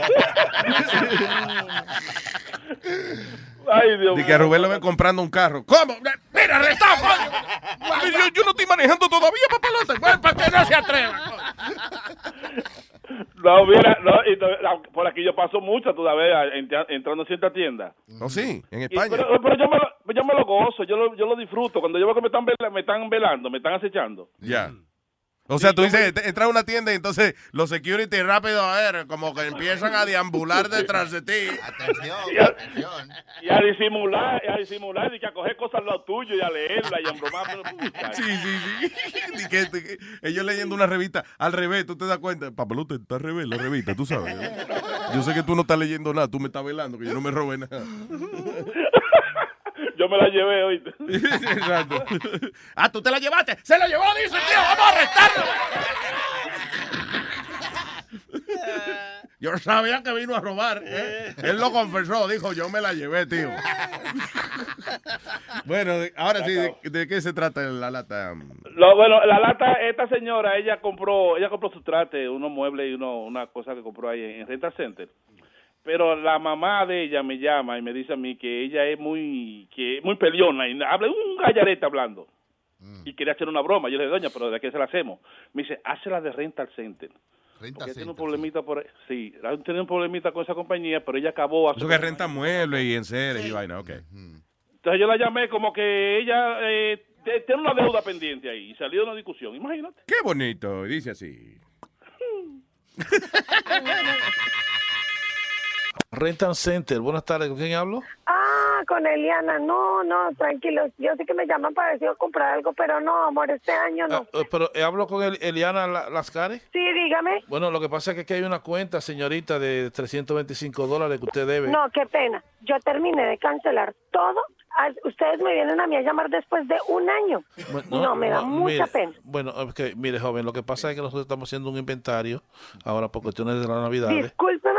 Ay, Dios mío. Y que a Rubén lo ven comprando un carro. ¿Cómo? ¡Mira, arrestado! Yo no estoy manejando todavía, papalote. ¿Para que no se atreva? No, mira, por aquí yo paso mucho todavía entrando en cierta tienda. ¿Oh, sí? ¿En España? Pero yo me lo gozo, yo lo disfruto. Cuando yo veo que me están velando, me están acechando. Ya. O sea, tú dices, entras a una tienda y entonces los security rápido, a ver, como que empiezan a deambular detrás de ti. Atención. Y a disimular, y que a coger cosas al lado tuyo y a leerla y a embromar. Sí. Y que ellos leyendo una revista al revés, tú te das cuenta, papelote, está al revés la revista, tú sabes. Yo sé que tú no estás leyendo nada, tú me estás velando, que yo no me robé nada. Yo me la llevé, oíste. Exacto. Ah, tú te la llevaste. Se la llevó, dice, tío, vamos a arrestarlo. Yo sabía que vino a robar. Él lo confesó, dijo, yo me la llevé, tío. Bueno, ahora sí, ¿de qué se trata la lata? Bueno, la lata, esta señora, ella compró su trate, unos muebles y una cosa que compró ahí en Rental Center. Pero la mamá de ella me llama y me dice a mí que ella es muy peleona y habla un gallarete hablando. Y quería hacer una broma. Yo le dije, doña, pero ¿de qué se la hacemos? Me dice, hazla de Rental Center. Porque tiene un problemita por ahí. Sí, tiene un problemita con esa compañía, pero ella acabó. Eso que renta muebles y enseres y vaina, ok. Entonces yo la llamé como que ella tiene una deuda pendiente ahí y salió de una discusión. Imagínate. Qué bonito, dice así. Rental Center, buenas tardes, ¿con quién hablo? Con Eliana, no, tranquilos, yo sé que me llaman para decir comprar algo, pero no, amor, este año no. Pero hablo con Eliana Lascari. Sí, dígame. Bueno, lo que pasa es que aquí hay una cuenta, señorita, de $325 que usted debe. No, qué pena, yo terminé de cancelar todo. Ustedes me vienen a mí a llamar después de un año. Bueno, me da mucha pena. Bueno, mire, joven, lo que pasa es que nosotros estamos haciendo un inventario ahora por cuestiones de la Navidad. Discúlpeme,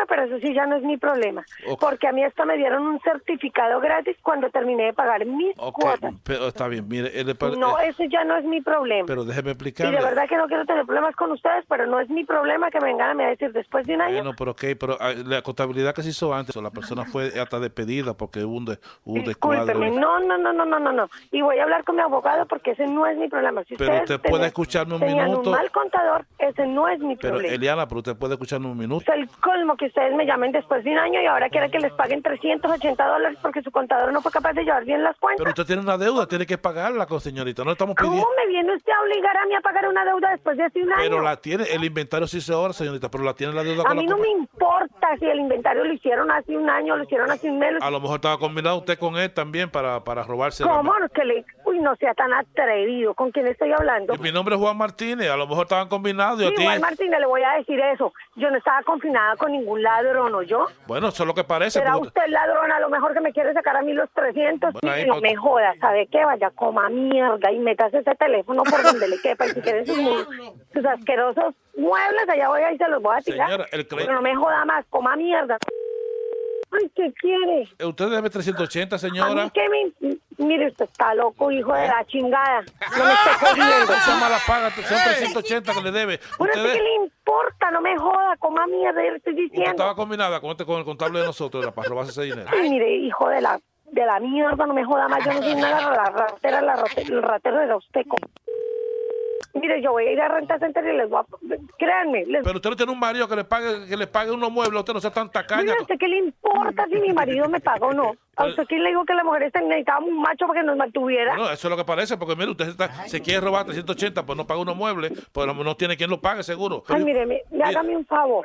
pero eso sí ya no es mi problema. Porque a mí hasta me dieron un certificado gratis cuando terminé de pagar mis cuotas. Pero está bien, mire. No, eso ya no es mi problema. Pero déjeme Y explicarle. de verdad que no quiero tener problemas con ustedes, pero no es mi problema que me vengan a mí a decir después de un año. Bueno, pero la contabilidad que se hizo antes, la persona fue hasta despedida porque hubo un descuadro. Discúlpeme, no. Y voy a hablar con mi abogado porque ese no es mi problema. Si Pero ustedes usted puede escucharme un tenían minuto. un mal contador, ese no es mi Pero problema. Eliana, pero usted puede escucharme un minuto. Es el colmo que ustedes me llamen después de un año y ahora quieren que les paguen $380 porque su contador no fue capaz de llevar bien las cuentas. Pero usted tiene una deuda, tiene que pagarla, señorita. No le estamos pidiendo. ¿Cómo me viene usted a obligar a mí a pagar una deuda después de hace un año? Pero la tiene, el inventario sí se ahora, señorita, pero la tiene la deuda A con mí la no me importa si el inventario lo hicieron hace un año, lo hicieron hace un mes. A lo mejor estaba combinado usted con él también para robarse. ¿Cómo? Uy, no sea tan atrevido. ¿Con quién estoy hablando? Mi nombre es Juan Martínez, a lo mejor estaban combinados. Y a Sí, ti... Juan Martínez, le voy a decir eso. Yo no estaba confinada con ningún ladrón, ¿o yo? Bueno, eso es lo que parece. Será porque- usted el ladrón, a lo mejor que me quiere sacar a mí los 300. Bueno, ahí Y no pa- me joda, ¿sabe qué? Vaya, coma mierda y metas ese teléfono por donde le quepa. Y si quieren sus asquerosos muebles, allá voy y se los voy a tirar. Señora, el Pero no me joda más, coma mierda. Ay, ¿qué quiere? Usted debe 380, A señora. mí que me... Mire, usted está loco, hijo de la chingada. No me esté jodiendo. Esa mala paga, son 380 que le debe. Bueno, Usted, ¿qué le importa? No me joda, coma mierda, yo le estoy usted diciendo. estaba combinada con el contable de nosotros era para robarse ese dinero. Ay, mire, hijo de la mierda, no me joda más. Yo no soy nada el ratero era usted. Mire, yo voy a ir a Renta Center y les voy a... Créanme. Pero usted no tiene un marido que le pague unos muebles, usted no sea tan tacaña. Mire, ¿a usted qué le importa si mi marido me paga o no? ¿A usted quién le digo que las mujeres necesitaban un macho para que nos mantuviera? Bueno, eso es lo que parece, porque mire, usted se quiere robar 380, pues no paga unos muebles, pues no tiene quien lo pague, seguro. Ay, mire, hágame un favor.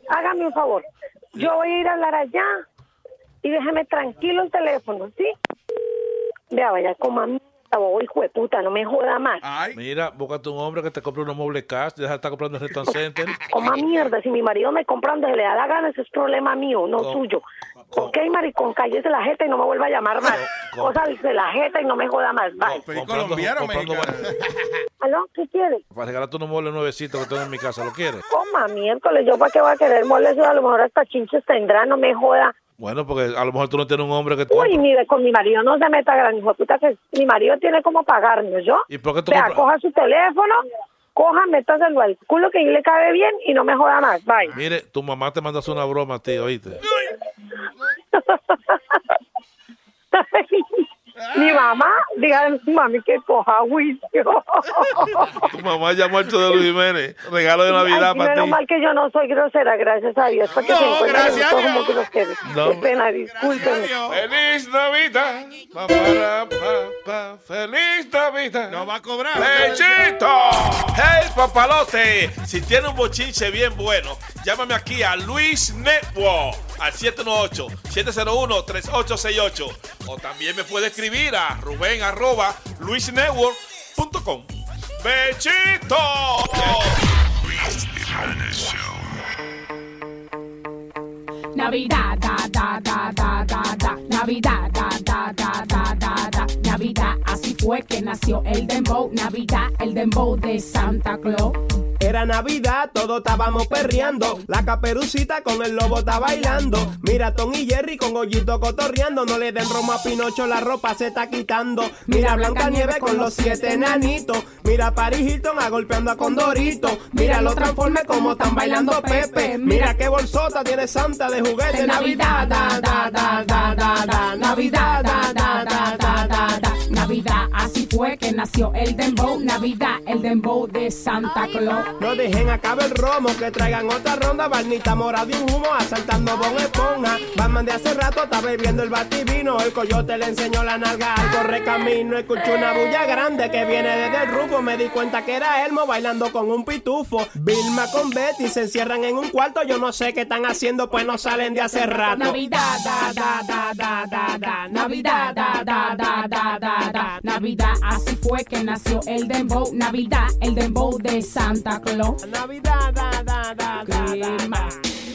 Yo voy a ir a hablar allá y déjame tranquilo el teléfono, ¿sí? Vea, vaya, como a mí, hijo de puta, no me joda más. Mira, búscate un hombre que te compre unos muebles cash, deja de estar comprando en Rent Center. Coma mierda, si mi marido me compra donde le da la gana, ese es problema mío, no suyo. Ok, maricón, cállese la jeta y no me vuelva a llamar más. Cósase la jeta y no me joda más. Bye. ¿Aló? ¿Qué quiere? Para regalarte unos muebles nuevecitos que tengo en mi casa, ¿lo quieres? Coma miércoles, ¿yo para qué voy a querer moles? A lo mejor hasta chinches tendrá, no me joda. Bueno, porque a lo mejor tú no tienes un hombre que... Uy, mire, con mi marido no se meta, gran hijo de puta, que mi marido tiene como pagarme, ¿yo? ¿Y por qué tú Vea, compras? coja su teléfono, métaselo al culo que ahí le cabe bien y no me joda más. Bye. Mire, tu mamá te mandó a hacer una broma a ti, ¿oíste? Mi mamá, dígale a mi mami que coja juicio. Tu mamá ya ha muerto de Luis Jiménez. Regalo de Navidad Ay, para menos ti. mal que yo no soy grosera, gracias a Dios, porque se encuentran como groseros. No. Qué pena, discúlpenme. ¡Feliz Navidad! ¡Feliz Navidad! No va a cobrar. ¡Pechito! ¡Hey, papalote! Si tiene un bochinche bien bueno, llámame aquí a Luis Network al 718-701-3868. O también me puede escribir a ruben@luisnetwork.com. ¡Bechito! Navidad, da, da, da, da, da, da. Navidad, da, da, da, da, da, da. Navidad, así fue que nació el dembow. Navidad, el dembow de Santa Claus. Era Navidad, todos estábamos perreando. La Caperucita con el lobo está bailando. Mira Tom y Jerry con Goyito cotorreando. No le den romo a Pinocho, la ropa se está quitando. Mira Blancanieves con los 7 enanitos. Mira Paris Hilton golpeando a Condorito. Mira los Transformers como están bailando Pepe. Mira qué bolsota tiene Santa de juguete. Navidad, da, da, da, da, da, da. Navidad, da, da, da, da, da, da. Navidad, así fue que nació el dembow. Navidad, el dembow de Santa Claus. No dejen acabar el romo, que traigan otra ronda. Barnita morada y un humo, asaltando Bon Esponja. Batman de hace rato está bebiendo el bativino. El coyote le enseñó la nalga al correcamino. Escuché una bulla grande que viene desde el rufo. Me di cuenta que era Elmo bailando con un pitufo. Vilma con Betty se encierran en un cuarto. Yo no sé qué están haciendo, pues no salen de hace rato. Navidad, da, da, da, da, da, da. Navidad, da, da, da, da, da, da. Navidad, así fue que nació el dembow. Navidad, el dembow de Santa Claus. Navidad, da, da, da, da, da.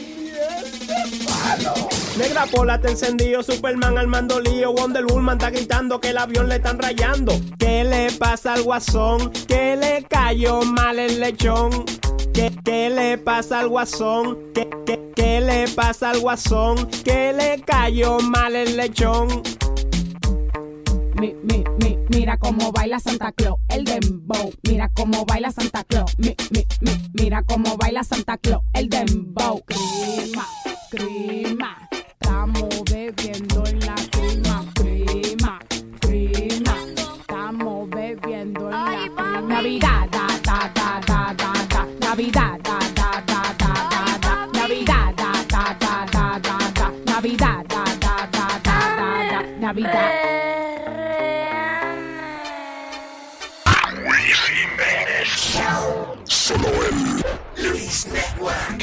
Negra Pola te encendió, Superman al mando lío. Wonder Woman está gritando que el avión le están rayando. ¿Qué le pasa al guasón? Que le cayó mal el lechón. ¿Qué ¿Qué le pasa al guasón? ¿Qué le pasa al guasón? Que le cayó mal el lechón. Mira cómo baila Santa Claus, el dembow. Mira cómo baila Santa Claus. Mira cómo baila Santa Claus, el dembow. Crema, crema, estamos bebiendo en la crema. Crema, crema, estamos bebiendo en la crema. Navidad, da, da, da, da, da, da. Navidad, da, da, da, da, da, da. Navidad, da, da, da, da, da, da. Navidad, da, da, da, da, da, da. Navidad. Solo en Luis Network.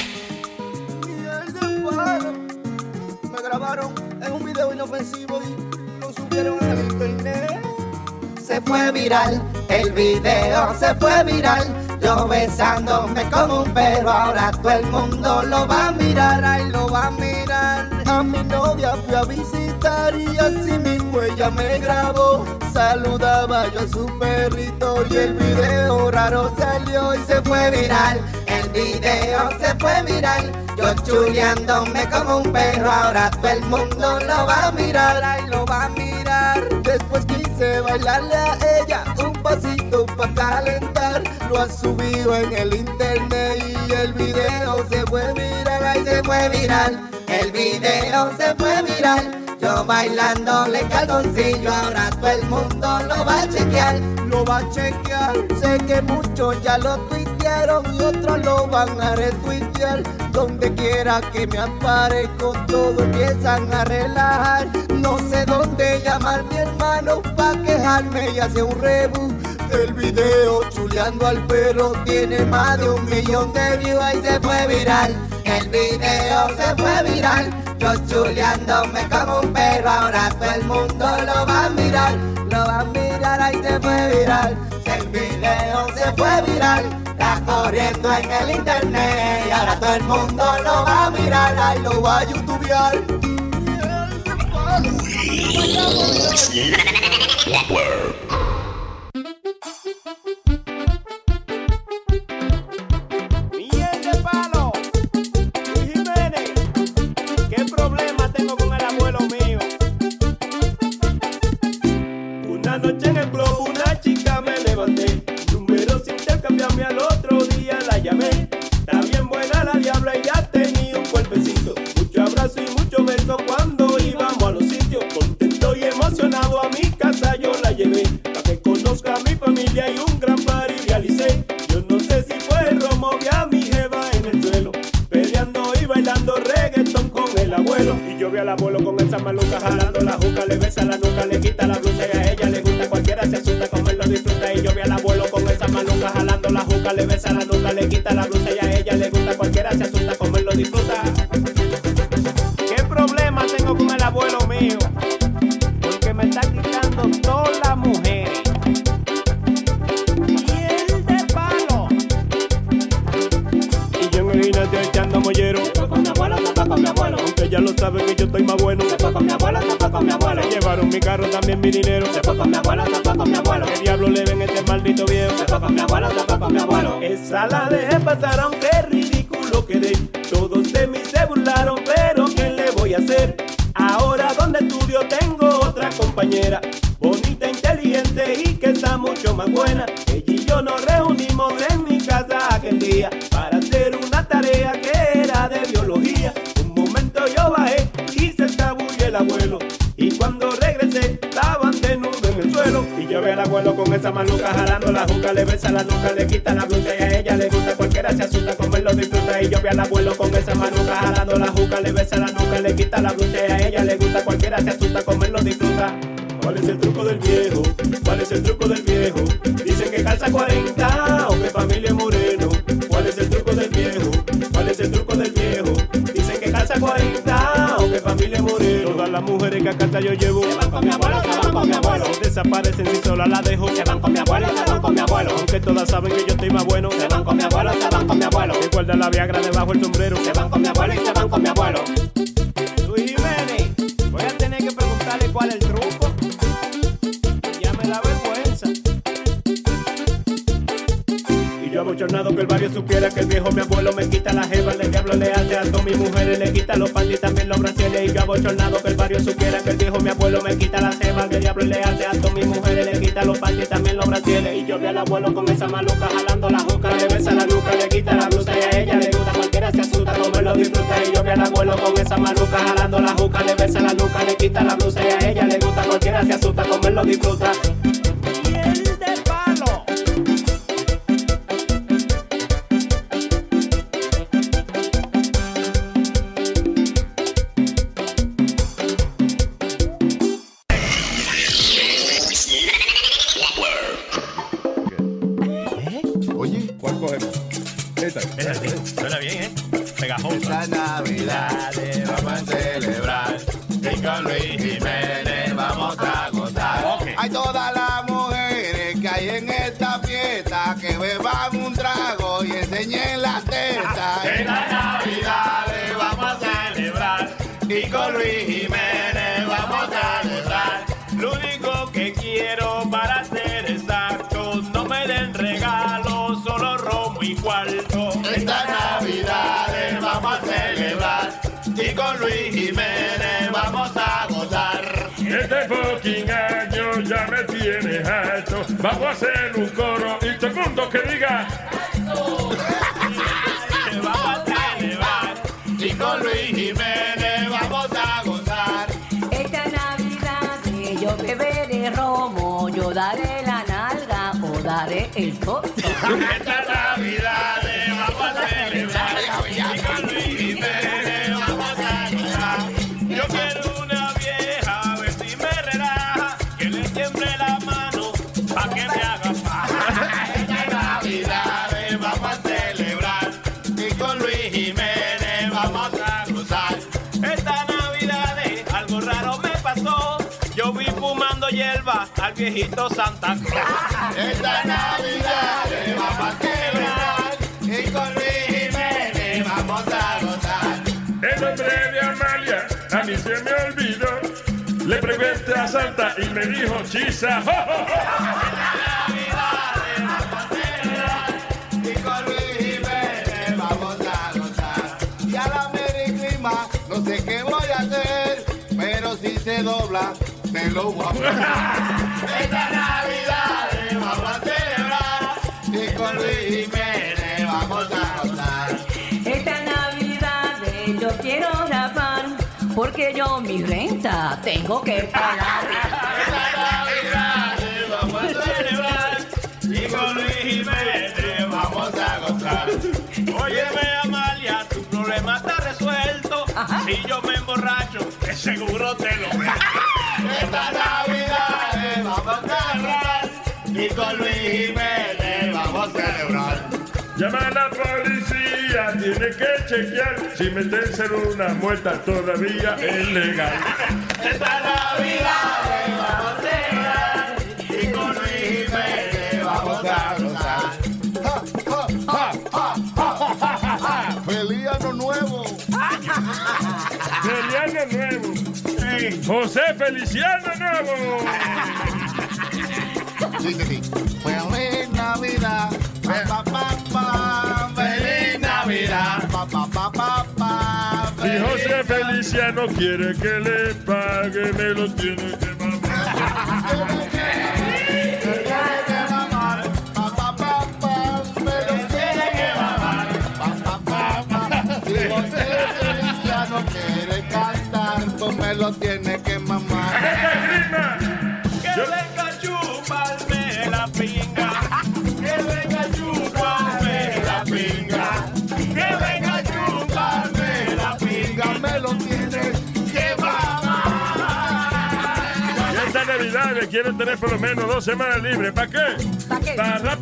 Me grabaron en un video inofensivo y lo subieron al internet. Se fue viral, el video se fue viral. Yo besándome como un perro, ahora todo el mundo lo va a mirar, ay, lo va a mirar. A mi novia fui a visitar y así mismo ella me grabó. Saludaba yo a su perrito y el video raro salió y se fue viral. El video se fue viral. Yo chuleándome como un perro, ahora todo el mundo lo va a mirar, ay, lo va a mirar. Después quise bailarle a ella un pasito pa' calentar. Lo ha subido en el internet y el video se fue viral, ay, se fue viral. El video se fue viral. Yo bailándole calzoncillo, ahora todo el mundo lo va a chequear. Lo va a chequear. Sé que muchos ya lo tuitearon y otros lo van a retuitear. Donde quiera que me aparezco, todos empiezan a relajar. No sé dónde llamar mi hermano pa' quejarme y hacer un rebú. El video chuleando al perro tiene más de 1 millón de views, ahí se fue viral. El video se fue viral. Yo chuleándome como un perro, ahora todo el mundo lo va a mirar. Lo va a mirar, ahí se fue viral. El video se fue viral. Está corriendo en el internet y ahora todo el mundo lo va a mirar, ahí lo va a youtubear. Miel de palo, Luis Jiménez. ¿Qué problema tengo con el abuelo mío? Una noche en el club una chica me levanté. Números intercambiarme al otro día la llamé. Está bien buena la diabla y ya tenía un cuerpecito. Mucho abrazo y mucho beso cuando íbamos a los sitios. Contento y emocionado a mi casa yo la llevé. Para que conozca a mi familia y un gran party realicé. Yo no sé si fue el romo, vi a mi jeva en el suelo. Peleando y bailando reggaetón con el abuelo. Y yo vi al abuelo con esa maluca jalando la juca. Le besa la nuca, le quita la blusa y a ella le gusta. Cualquiera se asusta, comerlo disfruta. Y yo vi al abuelo con esa maluca jalando la juca. Le besa la nuca, le quita la blusa y a ella le gusta. Cualquiera se asusta, comerlo disfruta. ¿Qué problema tengo con el abuelo mío? Porque me está quitando todas las mujeres. Miel de palo. Y yo en el gimnasio echando mollero. Se fue con mi abuelo, se fue con mi abuelo. Aunque ya lo saben que yo estoy más bueno. Se fue con mi abuelo, se fue con mi abuelo. Se llevaron mi carro, también mi dinero. Se fue con mi abuelo, se fue con mi abuelo. ¿Qué diablo le ven este maldito viejo? Se fue con mi abuelo, se fue con mi abuelo. Esa la dejé pasar aunque ridículo quedé. Todos de mí se burlaron, pero ¿qué le voy a hacer? Ahora donde estudio tengo otra compañera, bonita, inteligente y que está mucho más buena. Ella y yo nos reunimos en mi casa aquel día para hacer una tarea que era de biología. Un momento yo bajé y se escabulló el abuelo. Y cuando regresé estaban desnudos en el suelo. Y yo vi al abuelo con esa maluca jalando la juca. Le besa la nuca, le quita la blusa y a ella le gusta. Cualquiera se asusta, comerlo disfruta. Y yo vi al abuelo con esa maluca jalando la juca. Le besa la nuca, le quita la blusa y a ella le gusta. Cualquiera se asusta, comerlo disfruta. ¿Cuál es el truco del viejo? ¿Cuál es el truco del viejo? Dicen que calza 40 o que familia es moreno. ¿Cuál es el truco del viejo? ¿Cuál es el truco del viejo? Dicen que calza 40 o que familia es moreno. Todas las mujeres que a casa yo llevo se van con mi abuelo, se van con mi abuelo. Se desaparecen si sola la dejo. Se van con mi abuelo, se van con mi abuelo. Aunque todas saben que yo estoy más bueno. Se van con mi abuelo, se van con mi abuelo. Y guarda la Viagra debajo el sombrero. Se van con mi abuelo y se van con mi abuelo. Luis Jiménez, voy a tener que preguntarle cuál es el truco. Ya me da vergüenza. Y yo hago abochornado que el barrio supiera que el viejo mi abuelo me quita la jeva, el diablo le hace a todas mis mujeres, le quita los panties también los brasiles. Y yo abochornado que el barrio supiera que el viejo mi abuelo me quita la jeva, que el diablo le hace a todas mis mujeres, le quita los panties también los brasiles. Y yo vi al abuelo con esa maluca jalando la juca, le besa la nuca, le quita la blusa y a ella le gusta, cualquiera se asusta, comerlo disfruta. Y yo vi al abuelo con esa maluca jalando la juca, le besa la nuca, le quita la blusa y a ella le gusta, cualquiera se asusta, comerlo disfruta. Y el de palo. Oye, ¿cuál cogemos? Esta. Suena bien, pegajosa. Esta Navidad vamos a celebrar y con Luis Jiménez vamos a gozar. Hay todas las mujeres que hay en esta fiesta que beban un trago y enseñen las tetas. Esta Navidad vamos a celebrar y con Luis Jiménez vamos a gozar. Lo único que quiero para ser exacto, no me den regalos, solo romo y cuarto. Esta Navidad vamos a celebrar y con Luis Jiménez vamos a gozar. Este fucking año ya me tienes harto. Vamos a hacer un coro y todo el mundo que diga. Vamos a celebrar y con Luis Jiménez vamos a gozar. Esta Navidad yo beberé romo, yo daré la nalga o daré el coto. Esta Navidad vamos a celebrar y con Luis Jiménez vamos a gozar. Yo quiero una vieja, a ver si me relaja, que le tiemble la mano, pa' que me haga paja. Esta Navidad vamos a celebrar y con Luis Jiménez vamos a gozar. Esta Navidad algo raro me pasó, yo vi fumando hierba al viejito Santa Claus. Esta Navidad vamos a celebrar y con Luis Jiménez vamos a gozar. El nombre de Amalia a mí se me olvidó. Le pregunté a Santa y me dijo chisa. Y con Luis Jiménez vamos a gozar. Y a la Merry Christmas no sé qué voy a hacer, pero si se dobla, me lo voy a poner. Esta Navidad vamos a celebrar y con Luis Jiménez vamos a gozar. Esta Navidad yo quiero grabar porque yo mi renta tengo que pagar. Esta Navidad vamos a celebrar y con Luis Jiménez vamos a gozar. Óyeme, Amalia, tu problema está resuelto. Si yo me emborracho, de seguro te lo veo. Esta Navidad vamos a celebrar y con Luis Jiménez vamos a celebrar. Llama a la policía, tiene que chequear si meterse en una muerta todavía es legal. Esta Navidad vamos a celebrar y con Luis Jiménez vamos a gozar. ¡Feliz Año Nuevo! ¡Feliz Año Nuevo! ¡José Feliciano Nuevo! Sí. ¡Feliz Navidad! Pa, pa, pa, ¡feliz Navidad! Pa, pa, pa, pa, pa, Si José Feliciano quiere que le pague, me lo tiene que mamar. Si José Feliciano quiere cantar, pues me lo tiene que mamar. Que venga a chuparme la pinga. Que venga a chuparme la pinga. Que venga a chuparme la pinga. Me lo tiene que mamar. Y esta Navidad le quieren tener por lo menos 2 semanas libres. ¿Para qué? ¿Para qué? Para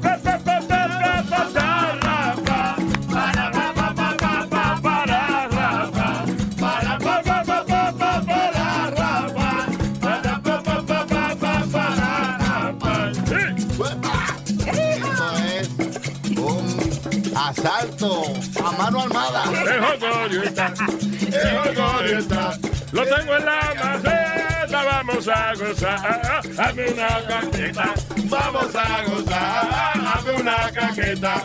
asalto a mano armada. El jogorio está, lo tengo en la maceta. caqueta, vamos a gozar. Hazme una caqueta, vamos a gozar. Hazme una caqueta.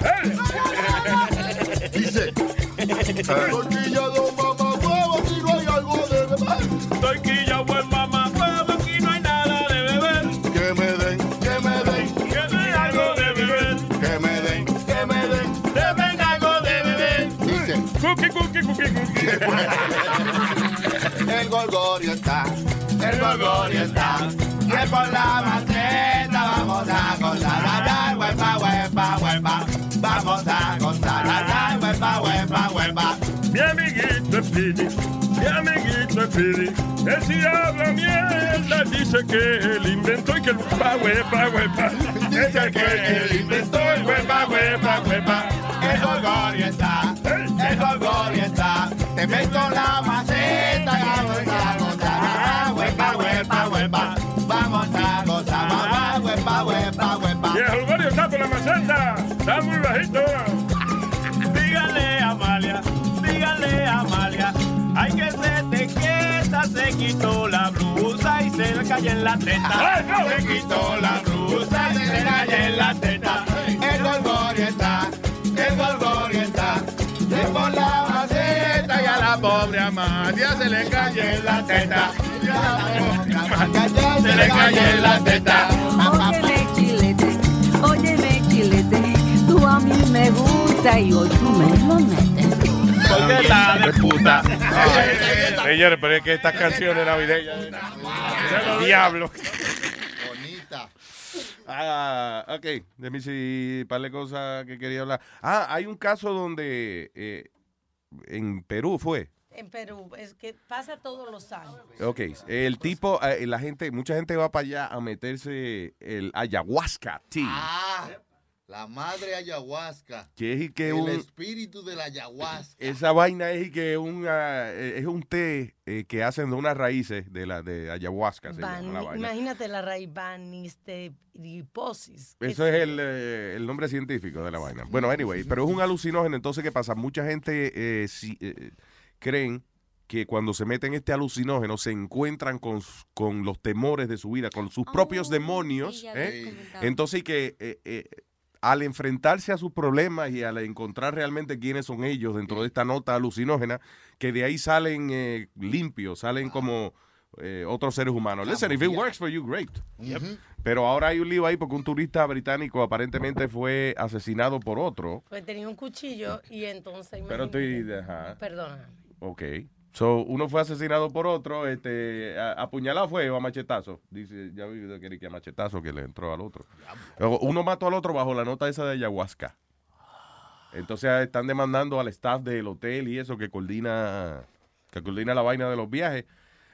Dice, tortilla, don mamá, huevo, aquí no hay algo de beber. Tortilla, buen mamá, huevo, aquí no hay nada de beber. Que me den, que me den, que me den algo de beber. Que me den, que me den, deben algo de beber. Dice, cookie, cookie, cookie, cookie. El gorgorio está, el gorgorio está, que por la maceta vamos a gozar. Allá, huepa, huepa, huepa, vamos a gozar. Allá, huepa, huepa, huepa. Mi amiguito Speedy, mi amiguito Speedy, él si habla mierda, dice que él inventó y que el huepa, huepa, huepa. Dice que él inventó el huepa, huepa, huepa. El gorgorio está, el gorgorio está, te meto la maceta y vamos a gozar. Huepa, huepa, huepa, vamos a gozar. Mamá, huepa, huepa, huepa. Y el gorgorio está por la maceta, está muy bajito. Dígale a Amalia, ay que se te quieta, se quitó la blusa y se le cayó en la teta. Se quitó la blusa y se le cayó en la teta. El gorgorio está, el gorgorio está, de por la maceta y a la pobre Amalia se le cayó en la teta. Se le cayó en la teta. Óyeme chilete, tú a mí me gusta y hoy tú me lo metes. Porque está de puta. Señores, pero es que estas canciones navideñas. Diablo. Bonita. Ok, déjame decir un par de cosas que quería hablar. Hay un caso donde en Perú fue. En Perú, es que pasa todos los años. Ok, el tipo, la gente, mucha gente va para allá a meterse el ayahuasca tea. La madre ayahuasca. Que es que el espíritu de la ayahuasca. Esa vaina es que es un té que hacen de unas raíces de ayahuasca. Se llama la vaina. Imagínate la raíz Banisteriposis. Eso es el nombre científico de la vaina. Bueno, anyway, pero es un alucinógeno. Entonces, ¿qué pasa? Mucha gente creen que cuando se meten este alucinógeno se encuentran con los temores de su vida, con sus propios demonios. Sí, Entonces, que al enfrentarse a sus problemas y al encontrar realmente quiénes son ellos dentro de esta nota alucinógena, que de ahí salen limpios, salen como otros seres humanos. Listen, if it works for you, great. Pero ahora hay un lío ahí porque un turista británico aparentemente fue asesinado por otro. Pues tenía un cuchillo y entonces... Pero Perdona. Ok. So, uno fue asesinado por otro, apuñalado fue o a machetazo. Dice, ya vi que a machetazo que le entró al otro. Uno mató al otro bajo la nota esa de ayahuasca. Entonces están demandando al staff del hotel y eso que coordina la vaina de los viajes.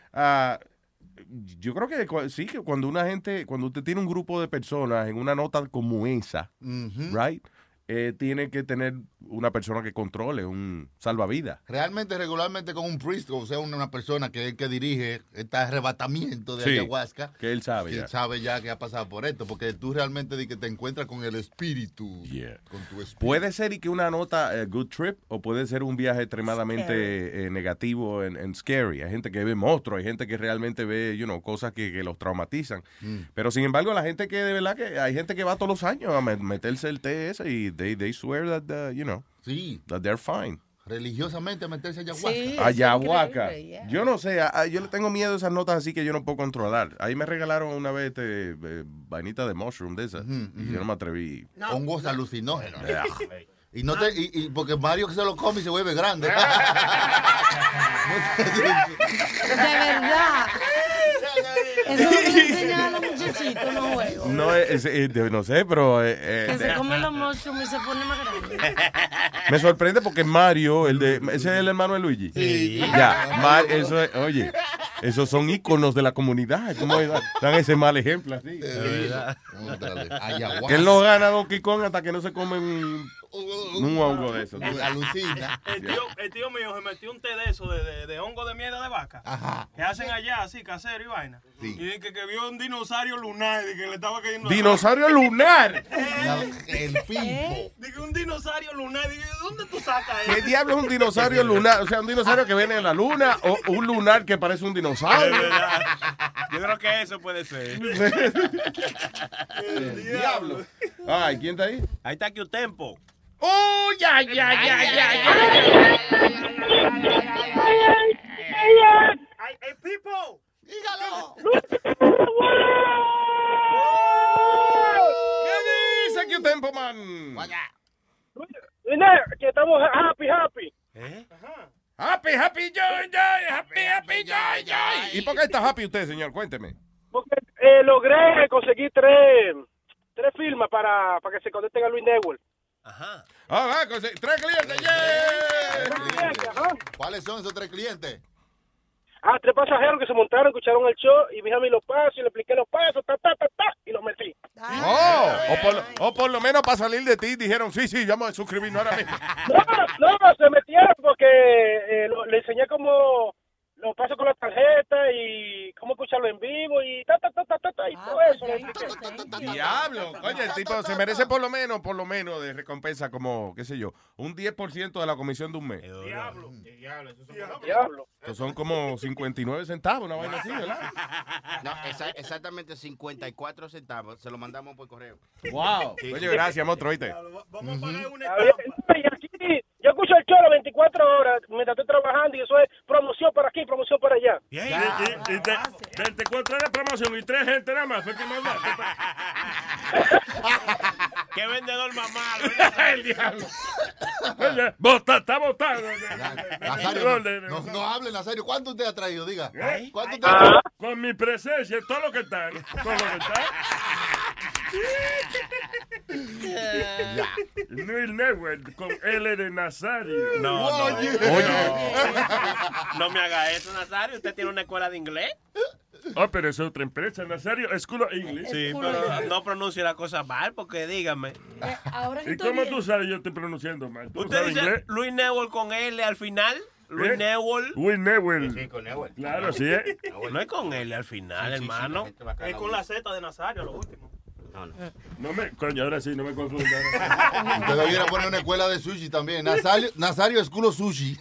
Yo creo que sí, que cuando usted tiene un grupo de personas en una nota como esa, right? Tiene que tener una persona que controle, un salvavidas. Realmente, regularmente con un priest, o sea, una persona que es el que dirige este arrebatamiento de ayahuasca. Que él sabe que ya. Él sabe ya que ha pasado por esto, porque tú realmente que te encuentras con el espíritu. Con tu espíritu. Puede ser y que una nota good trip, o puede ser un viaje extremadamente negativo en scary. Hay gente que ve monstruos, hay gente que realmente ve, cosas que los traumatizan. Pero sin embargo, la gente que de verdad que hay gente que va todos los años a meterse el té ese y they swear that that they're fine. Religiosamente a meterse ayahuasca. Sí, ayahuasca. Yeah. Yo no sé, yo le tengo miedo a esas notas así que yo no puedo controlar. Ahí me regalaron una vez vainita de mushroom de esas y yo no me atreví. Hongos alucinógenos. Y no y porque Mario que se lo come y se vuelve grande. De verdad. Eso no le enseñan a los muchachitos, no juego. No sé, pero... que se comen los mushrooms y se pone más grande. Me sorprende porque Mario, ese es el hermano de Luigi. Sí. Ya, eso es, oye, esos son íconos de la comunidad. ¿Cómo dan ese mal ejemplo así? Él no gana Donkey Kong hasta que no se come un hongo de eso. Alucina. El tío mío se metió un té de eso, de hongo de mierda de vaca. Ajá. Que hacen allá, así, casero y vaina. Sí. Y dice que vio un dinosaurio lunar y que le estaba cayendo... ¿Dinosaurio lunar? El pipo. Dije, un dinosaurio lunar. Dije, ¿dónde tú sacas eso? ¿Qué diablo es un dinosaurio lunar? O sea, un dinosaurio que viene en la luna o un lunar que parece un dinosaurio. Yo creo que eso puede ser. El diablo. Ay, ¿quién está ahí? Ahí está Q-Tempo. ¡Oh, ya! ¡Hey, people! ¡Dígalo! ¿Qué dice Q-Tempo, man? Mira, que estamos happy. Happy, joy. ¿Y por qué está happy usted, señor? Cuénteme. Porque logré conseguir tres firmas para que se conecten a Luis Network. Ajá. Ah, 3 clientes, yeah. ¿Cuáles son esos 3 clientes? 3 pasajeros que se montaron, escucharon el show y mi los pasos y le expliqué los pasos, y los metí. O por lo menos para salir de ti dijeron, sí, vamos a suscribirnos ahora mismo. No, se metieron porque le enseñé cómo los pasos con la tarjeta y cómo escucharlo en vivo y y todo eso. Diablo, oye, el tipo se merece por lo menos de recompensa como, qué sé yo, un 10% de la comisión de un mes. Diablo. Estos son como 59 centavos, una vaina así, ¿verdad? No, exactamente 54 centavos. Se lo mandamos por correo. Wow. Sí, Oye, sí. gracias, monstruo, ¿oíste? Vamos a pagar una Y aquí, yo escucho el show las 24 horas mientras estoy trabajando y eso es promoción para aquí, promoción para allá. Y 24 horas de promoción y 3 gente nada más. Fue que más ¡Qué vendedor más malo! El diablo. Está votado. Nazario, no hable, Nazario. ¿Cuánto usted ha traído? Diga. ¿Cuánto usted Con mi presencia, todo lo que está. Luis Network con L de Nazario. No me haga eso, Nazario. ¿Usted tiene una escuela de inglés? Pero es otra empresa, Nazario. School of English. Sí, pero no pronuncie la cosa mal, porque dígame. ¿Y cómo tú sabes yo estoy pronunciando mal? ¿Tú ¿Usted sabes dice inglés? Luis Network con L al final? Luis Network. Luis Network. Sí, con Network. Claro, sí es. No es con L al final, hermano. Es con la Z de Nazario, lo último. Coño, ahora sí, no me confunda. Usted debiera poner una escuela de sushi también. Nazario School of Sushi.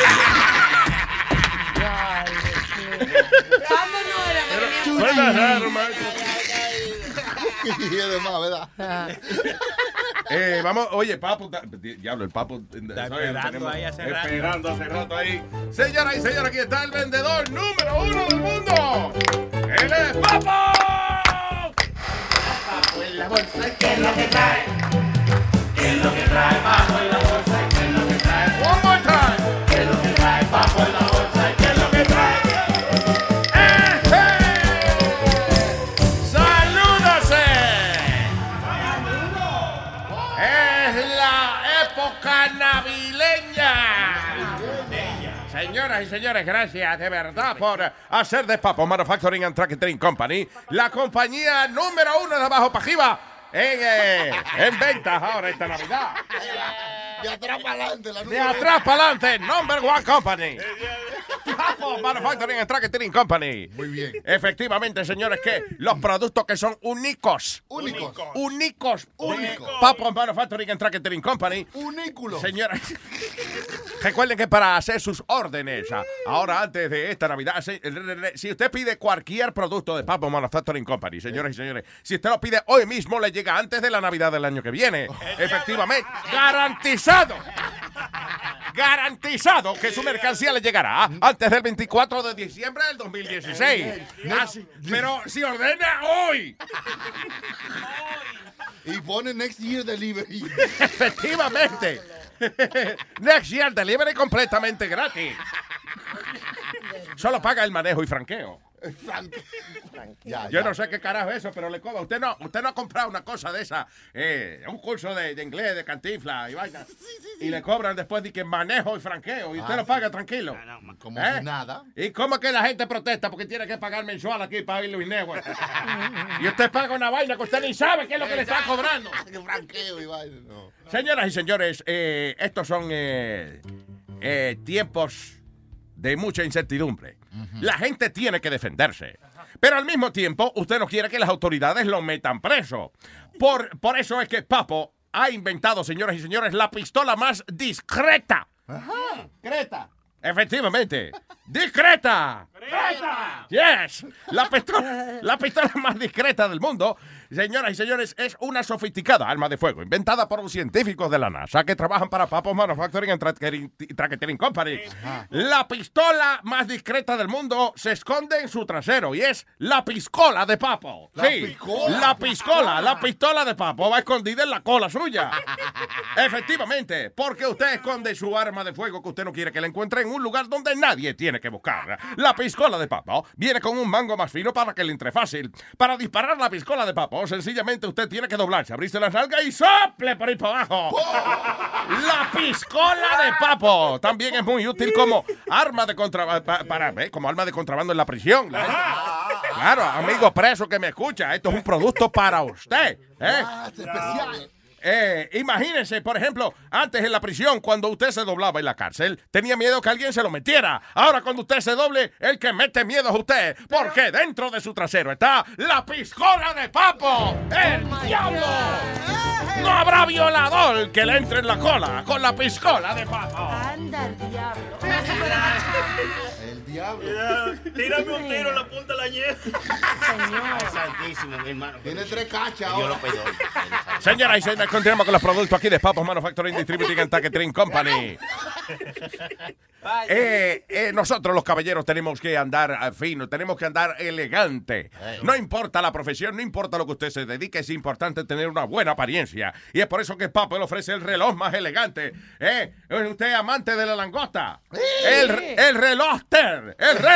Suena raro, maestro. Y además, ¿verdad? Vamos, oye, Papo, diablo, el Papo esperando hace rato ahí. Señoras y señores, aquí está el vendedor número 1 del mundo. ¡Él es Papo! Papo en la bolsa, ¿qué es lo que trae? ¿Qué es lo que trae Papo en la bolsa? ¿Qué es lo que trae? One more time. ¿Qué es lo que trae Papo en la bolsa? ¿Qué es lo que trae? ¡Salúdase! Es la época navileña. Señoras y señores, gracias de verdad por hacer de Papo Manufacturing and Tracking Company la compañía número 1 de abajo para arriba en ventas ahora esta Navidad. De atrás para adelante. De atrás para adelante, number 1 company. Papo Manufacturing and Tracking Company. Muy bien. Efectivamente, señores, que los productos que son únicos. Papo Manufacturing and Tracking Company. Unículos. Señores, recuerden que para hacer sus órdenes, ahora antes de esta Navidad, si usted pide cualquier producto de Papo Manufacturing Company, señores y señores, si usted lo pide hoy mismo, le llega antes de la Navidad del año que viene. Efectivamente, garantizado que su mercancía le llegará antes del 24 de diciembre del 2016. Pero si ordena hoy. Y pone Next Year Delivery. Efectivamente. Next Year Delivery completamente gratis. Solo paga el manejo y franqueo. Yo no sé qué carajo es eso, pero le cobra. Usted no ha comprado una cosa de esa, un curso de inglés, de cantinfla y vaina, y le cobran después de que manejo y franqueo, y usted lo paga tranquilo. Como si nada. ¿Y cómo que la gente protesta porque tiene que pagar mensual aquí para ir Luis Network? Y usted paga una vaina que usted ni sabe qué es lo que le están cobrando. Franqueo y vaina, no. Señoras y señores, estos son tiempos de mucha incertidumbre. La gente tiene que defenderse. Pero al mismo tiempo, usted no quiere que las autoridades lo metan preso. Por eso es que Papo ha inventado, señoras y señores, la pistola más discreta. Efectivamente. Discreta. Yes, la pistola más discreta del mundo, señoras y señores, es una sofisticada arma de fuego inventada por los científicos de la NASA que trabajan para Papo Manufacturing and Tracketing Company. La pistola más discreta del mundo se esconde en su trasero y es la piscola de Papo. Sí, la pistola de Papo va escondida en la cola suya. Efectivamente, porque usted esconde su arma de fuego que usted no quiere que la encuentre en un lugar donde nadie tiene que buscar. La pistola de Papo viene con un mango más fino para que le entre fácil. Para disparar la pistola de Papo, sencillamente usted tiene que doblarse, abrirse las nalgas y sople por ahí para abajo. La pistola de Papo también es muy útil como arma de como arma de contrabando en la prisión. Claro, amigo preso que me escucha, esto es un producto para usted. Especial. Imagínense, por ejemplo, antes en la prisión, cuando usted se doblaba en la cárcel, tenía miedo que alguien se lo metiera. Ahora, cuando usted se doble, el que mete miedo es usted, porque dentro de su trasero está la pistola de Papo. ¡El diablo! No habrá violador que le entre en la cola con la pistola de Papo. Anda, el diablo. El diablo. Tírame un tiro en la punta de la ñera. Señor. Santísimo, mi hermano. Tiene 3 cachas Yo ahora. lo pedo. Señoras y señores, continuamos con los productos aquí de Papo Manufacturing Distributing and Tracketing Company. Nosotros los caballeros tenemos que andar fino, tenemos que andar elegante. No importa la profesión, no importa lo que usted se dedique, es importante tener una buena apariencia. Y es por eso que Papo le ofrece el reloj más elegante. Usted es amante de la langosta. El relojster.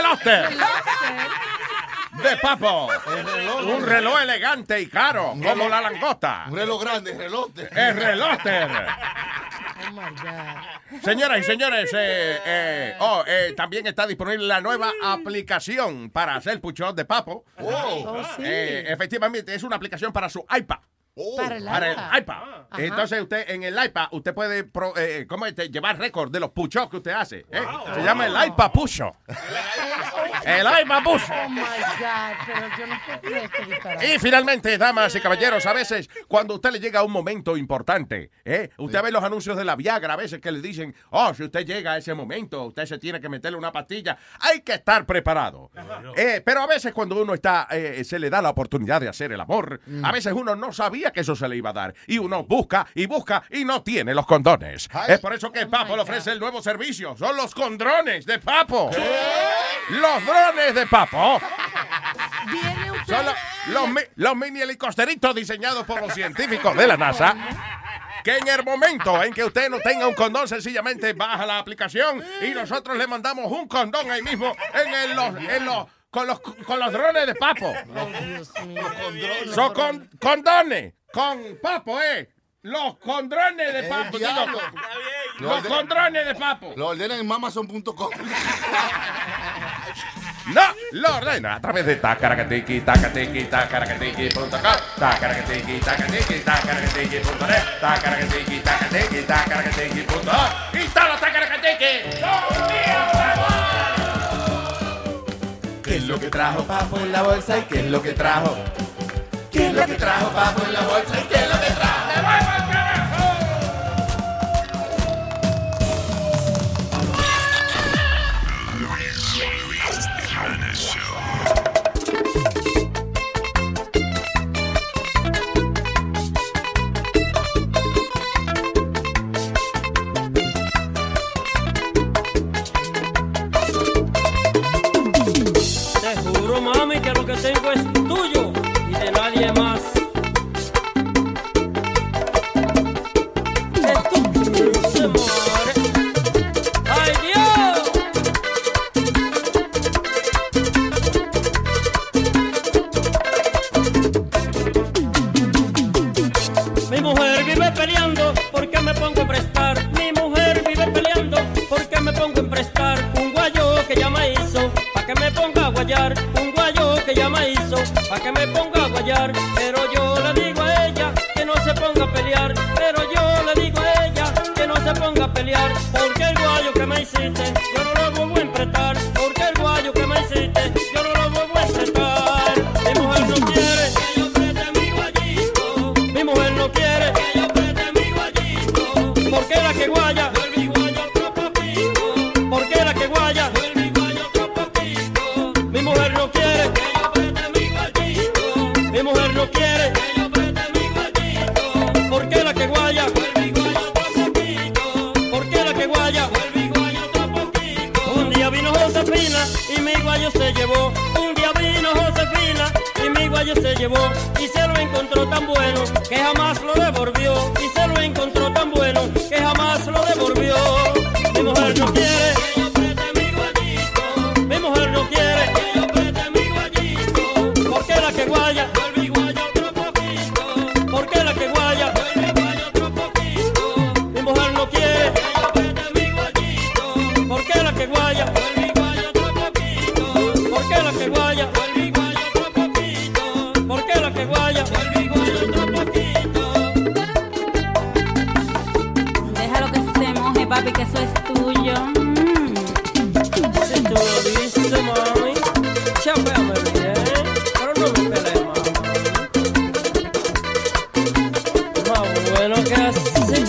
De Papo. Un reloj elegante y caro, como la langosta. Un reloj grande, el reloj. El relojster. Oh my God. Señoras y señores, también está disponible la nueva aplicación para hacer push-up de Papo. Sí. Efectivamente, es una aplicación para su iPad. Para el iPad. Entonces usted en el iPad usted puede llevar récord de los push-ups que usted hace. Se llama el iPad Push-up. El iPad Push-up. Oh my God, pero yo no puedo creer este disparate. Y finalmente, damas y caballeros, a veces cuando a usted le llega un momento importante, usted ve los anuncios de la Viagra, a veces que le dicen, si usted llega a ese momento, usted se tiene que meterle una pastilla. Hay que estar preparado. Pero a veces cuando uno se le da la oportunidad de hacer el amor, a veces uno no sabía que eso se le iba a dar. Y uno busca y no tiene los condones. Es por eso que Papo le ofrece el nuevo servicio. Son los condrones de Papo. Los drones de Papo. Son los mini helicópteritos diseñados por los científicos de la NASA. Que en el momento en que usted no tenga un condón, sencillamente baja la aplicación y nosotros le mandamos un condón ahí mismo con los drones de Papo. Son condones. Con Papo, Los condrones de Papo. Los condrones de Papo. Lo ordenan en Amazon.com. No, lo ordena a través de tacaracatiki, tacaracatiki.com, tacaracatiki, tacaracatiki.net, tacaracatiki.com. ¡Instala tacaracatiki! ¿Qué es lo que trajo Papo en la bolsa y qué es lo que trajo? ¿Qué es lo que trajo Papo en la bolsa y qué es lo que trajo? Te juro, mami, que lo que tengo es tuyo y de nadie más. Esto se muere. ¡Ay, Dios! Mi mujer vive peleando porque me pongo a prestar. Mi mujer vive peleando porque me pongo a prestar un guayo que ya me hizo. Que me ponga a guayar, un guayo que ya me hizo, pa' que me ponga a guayar. Pero yo le digo a ella que no se ponga a pelear, pero yo le digo a ella que no se ponga a pelear. Porque el guayo que me hiciste, yo no lo vuelvo a emprestar. Porque el guayo que me hiciste, yo no lo vuelvo a emprestar. Mi mujer no quiere que yo preste mi guayito. Mi mujer no quiere que yo preste mi guayito. Porque la que guaya, mi guayo otro papito. Porque la que guaya, mi guayo otro papito. y mi guayo se llevó. Un día vino Josefina y mi guayo se llevó y se lo encontró tan bueno que jamás lo devolvió. Y se lo encontró tan bueno que jamás lo devolvió. Mi mujer no quiere que yo preste mi guayito. Mi mujer no quiere que yo preste mi guayito. Porque la que guaya vuelve y guaya otro poquito. Porque la que guaya vuelve y guaya otro poquito. Mi mujer no quiere que yo preste mi guayito. Porque la que guaya vuelve y guaya otro poquito. Porque la que guaya vuelve y guaya otro poquito. Porque la que guaya vuelve y guaya otro poquito. Déjalo que se moje, papi, que eso es tuyo. Si tú lo dices, mami, chapéame bien, pero no me pelees, mami. Más bueno que así.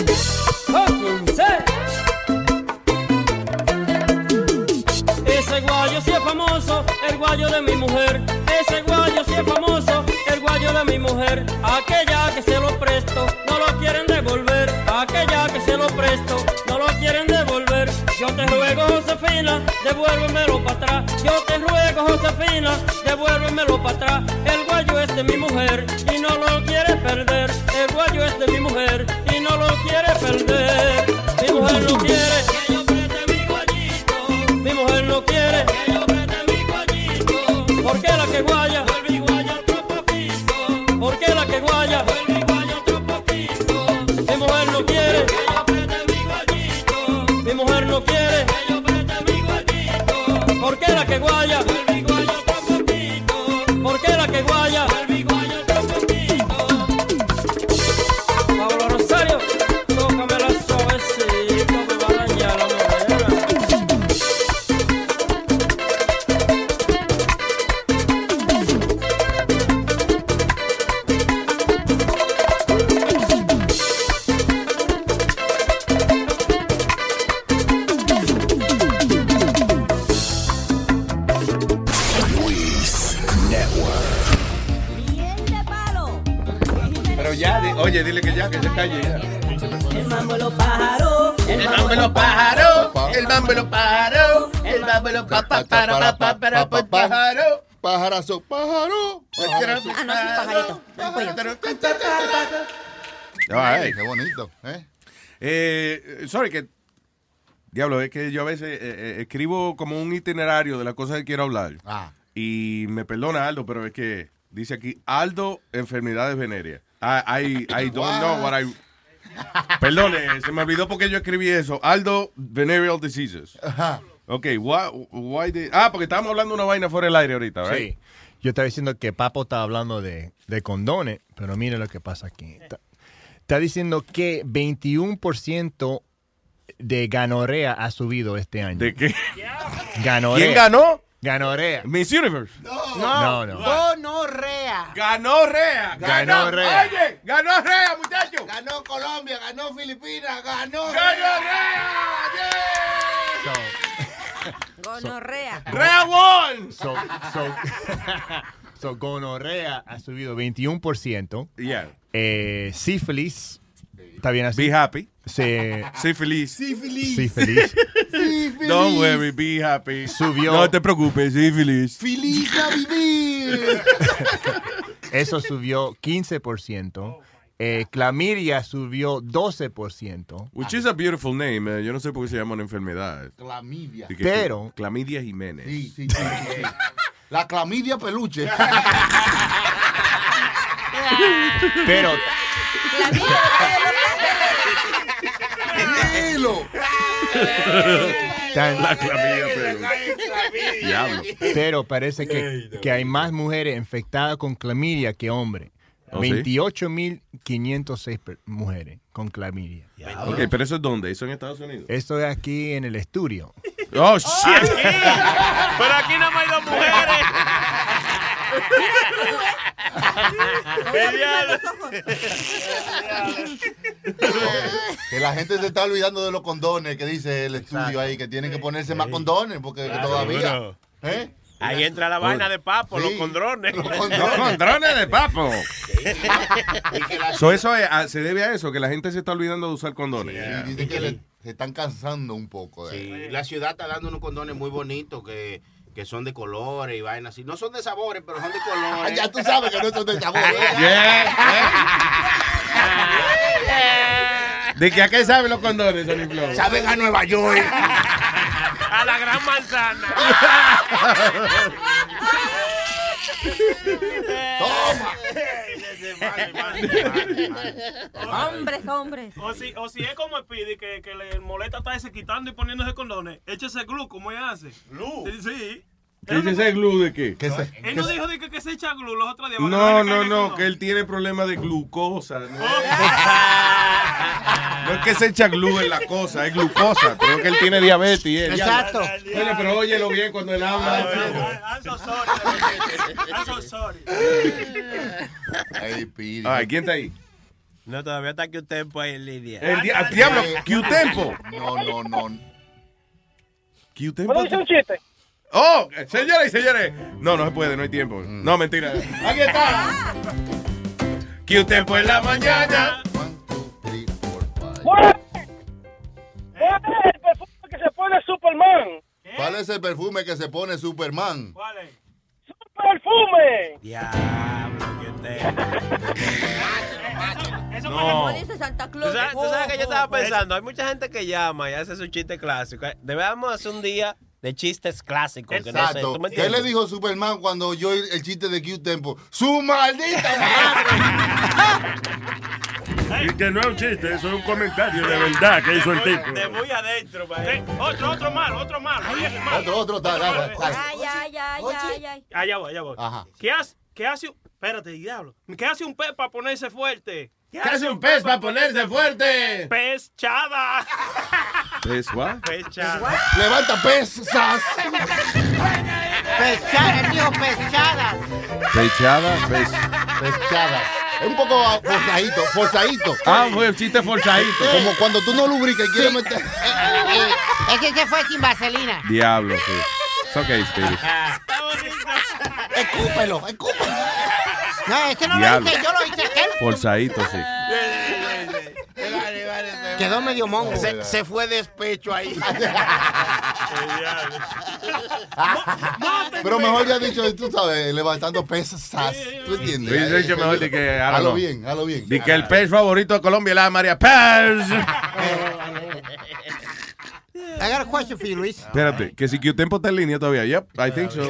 Ese guayo sí es famoso, el guayo de mi mujer. Ese guayo sí es famoso, el guayo de mi mujer. Aquella que se lo presto, no lo quieren devolver. Aquella que se lo presto, no lo quieren devolver. Yo te ruego, Josefina, devuélvemelo para atrás. Yo te ruego, Josefina, devuélvemelo para atrás. El guayo es de mi mujer y no lo quiere perder. El guayo es de mi mujer y no lo quiere perder. Mi mujer no quiere que yo preste mi guayito. Mi mujer no quiere que yo preste mi guayito. Porque la que guaya vuelve y guaya otro poquito. Porque la que guaya vuelve y guaya otro poquito. Mi mujer no quiere que yo preste mi guayito. Mi mujer no quiere que yo preste mi guayito. Porque la que guaya vuelve y guaya otro poquito. Porque la que guaya vuelve y guaya otro poquito. Pablo Rosario, tócame la suavecito, me va a dañar la morena. Pero ya, oye, dile que se calle ya. El mambo lo pájaro, El mambo lo pájaro, el mambo lo pájaro, el mambo lo pájaro. Pajarazo, pájaro. Ah, no, sí, pajarito. Ay, qué bonito. Sorry, que... Diablo, es que yo a veces escribo como un itinerario de las cosas que quiero hablar. Y me perdona, Aldo, pero es que dice aquí, Aldo, enfermedades venéreas. I don't know what I... Perdone, se me olvidó porque yo escribí eso. Aldo, venereal diseases. Ajá. Ok, why porque estábamos hablando de una vaina fuera del aire ahorita, ¿right? Sí. Yo estaba diciendo que Papo estaba hablando de condones, pero mire lo que pasa aquí. Está diciendo que 21% de ganorrea ha subido este año. ¿De qué? Ganorrea. ¿Quién ganó? Ganorrea. Miss Universe. No. Gonorrea. Ganó Rea. Ganorrea. Oye, ganó Rea, muchachos. Ganó Colombia, ganó Filipinas, ganó Gonorrea. Rea won. So gonorrea ha subido 21%. Yeah. Sífilis. ¿Está bien así? Be happy. Sífilis. Sífilis. Don't worry, be happy. Subió. No te preocupes, sífilis. ¡Feliz Navidad! Eso subió 15%. Clamidia subió 12%. Which is a beautiful name. Yo no sé por qué se llama una enfermedad. Clamidia. Pero... Clamidia Jiménez. Sí. La clamidia peluche. Pero... La clamidia peluche. Diablo. Pero parece que hay más mujeres infectadas con clamidia que hombres. ¿Oh, sí? 28.506 mujeres con clamidia. Ok, pero ¿eso es dónde? ¿Eso en Estados Unidos? Esto es aquí en el estudio. Oh, shit. Pero aquí no hay dos mujeres. Que la gente se está olvidando de los condones que dice el estudio ahí, que tienen que ponerse más condones porque todavía. Ahí entra la vaina de Papo, los condrones. Los condrones de Papo. Eso se debe a eso, que la gente se está olvidando de usar condones. Sí, dicen que se están cansando un poco. Sí, la ciudad está dando unos condones muy bonitos que son de colores y vainas así. No son de sabores, pero son de colores. Ya tú sabes que no son de sabores. ¿De que a qué saben los condones, Sony Flow? Saben a Nueva York. A la gran manzana. Toma. Hombres. O si es como Speedy que le molesta estarse quitando y poniéndose condones, échese glue como ella hace. ¿Glue? Sí. ¿Qué es ese glue de qué? Él no dijo que se echa glue los otros días. No, que él tiene problemas de glucosa. No es que se echa glue en la cosa, es glucosa. Creo que él tiene diabetes. Exacto. Bueno, pero óyelo bien cuando él habla. I'm so sorry. Ay, Piri. Ay, ¿quién está ahí? No, todavía está Q-Tempo ahí en línea. El diablo, Q-Tempo. No. ¿Q-Tempo? ¿Puedo decir un chiste? Oh, señoras y señores. No se puede, no hay tiempo. No, mentira. Aquí está. Q-Tempo en la mañana. ¿Cuál es el perfume que se pone Superman? ¿Cuál es el perfume que se pone Superman? ¿Cuál es? ¡Perfume! Diablo, Eso no. me dice Santa Claus. ¿Tú sabes que yo estaba pensando? Hay mucha gente que llama y hace su chiste clásico. Debemos hacer un día de chistes clásicos. Que no sé, ¿tú me ¿Qué entiendes? le dijo Superman cuando oyó el chiste de Q-Tempo? ¡Su maldita madre! Y que no es un chiste, eso es un comentario de verdad que hizo el tipo. De muy adentro, Otro malo. Otro, dale. Ay. Allá voy. Ajá. ¿Qué hace un... Espérate, diablo. ¿Qué hace un pez para ponerse fuerte? ¿Qué hace un pez para ponerse fuerte? Pezchada. ¿Pez what? Pezchada. Levanta pesas. Él dijo pechadas. Pechadas. Es un poco forzadito. Ah, fue el chiste forzadito. Como cuando tú no lubricas y quieres meter. Ese se fue sin vaselina. Diablo, sí. It's okay, Speedy. Escúpelo. No, este no Diablo. lo hice yo, lo hice aquel. Forzadito, sí. Quedó medio mongo. Se fue despecho ahí. Pero mejor ya dicho, tú sabes, levantando pesas. ¿Tú entiendes? Hubiese dicho mejor de que... Halo bien. De que el pez favorito de Colombia es la María Pez. I got a question for you, Luis. Espérate, que si Q-Tempo está en línea todavía. Yep, I think so.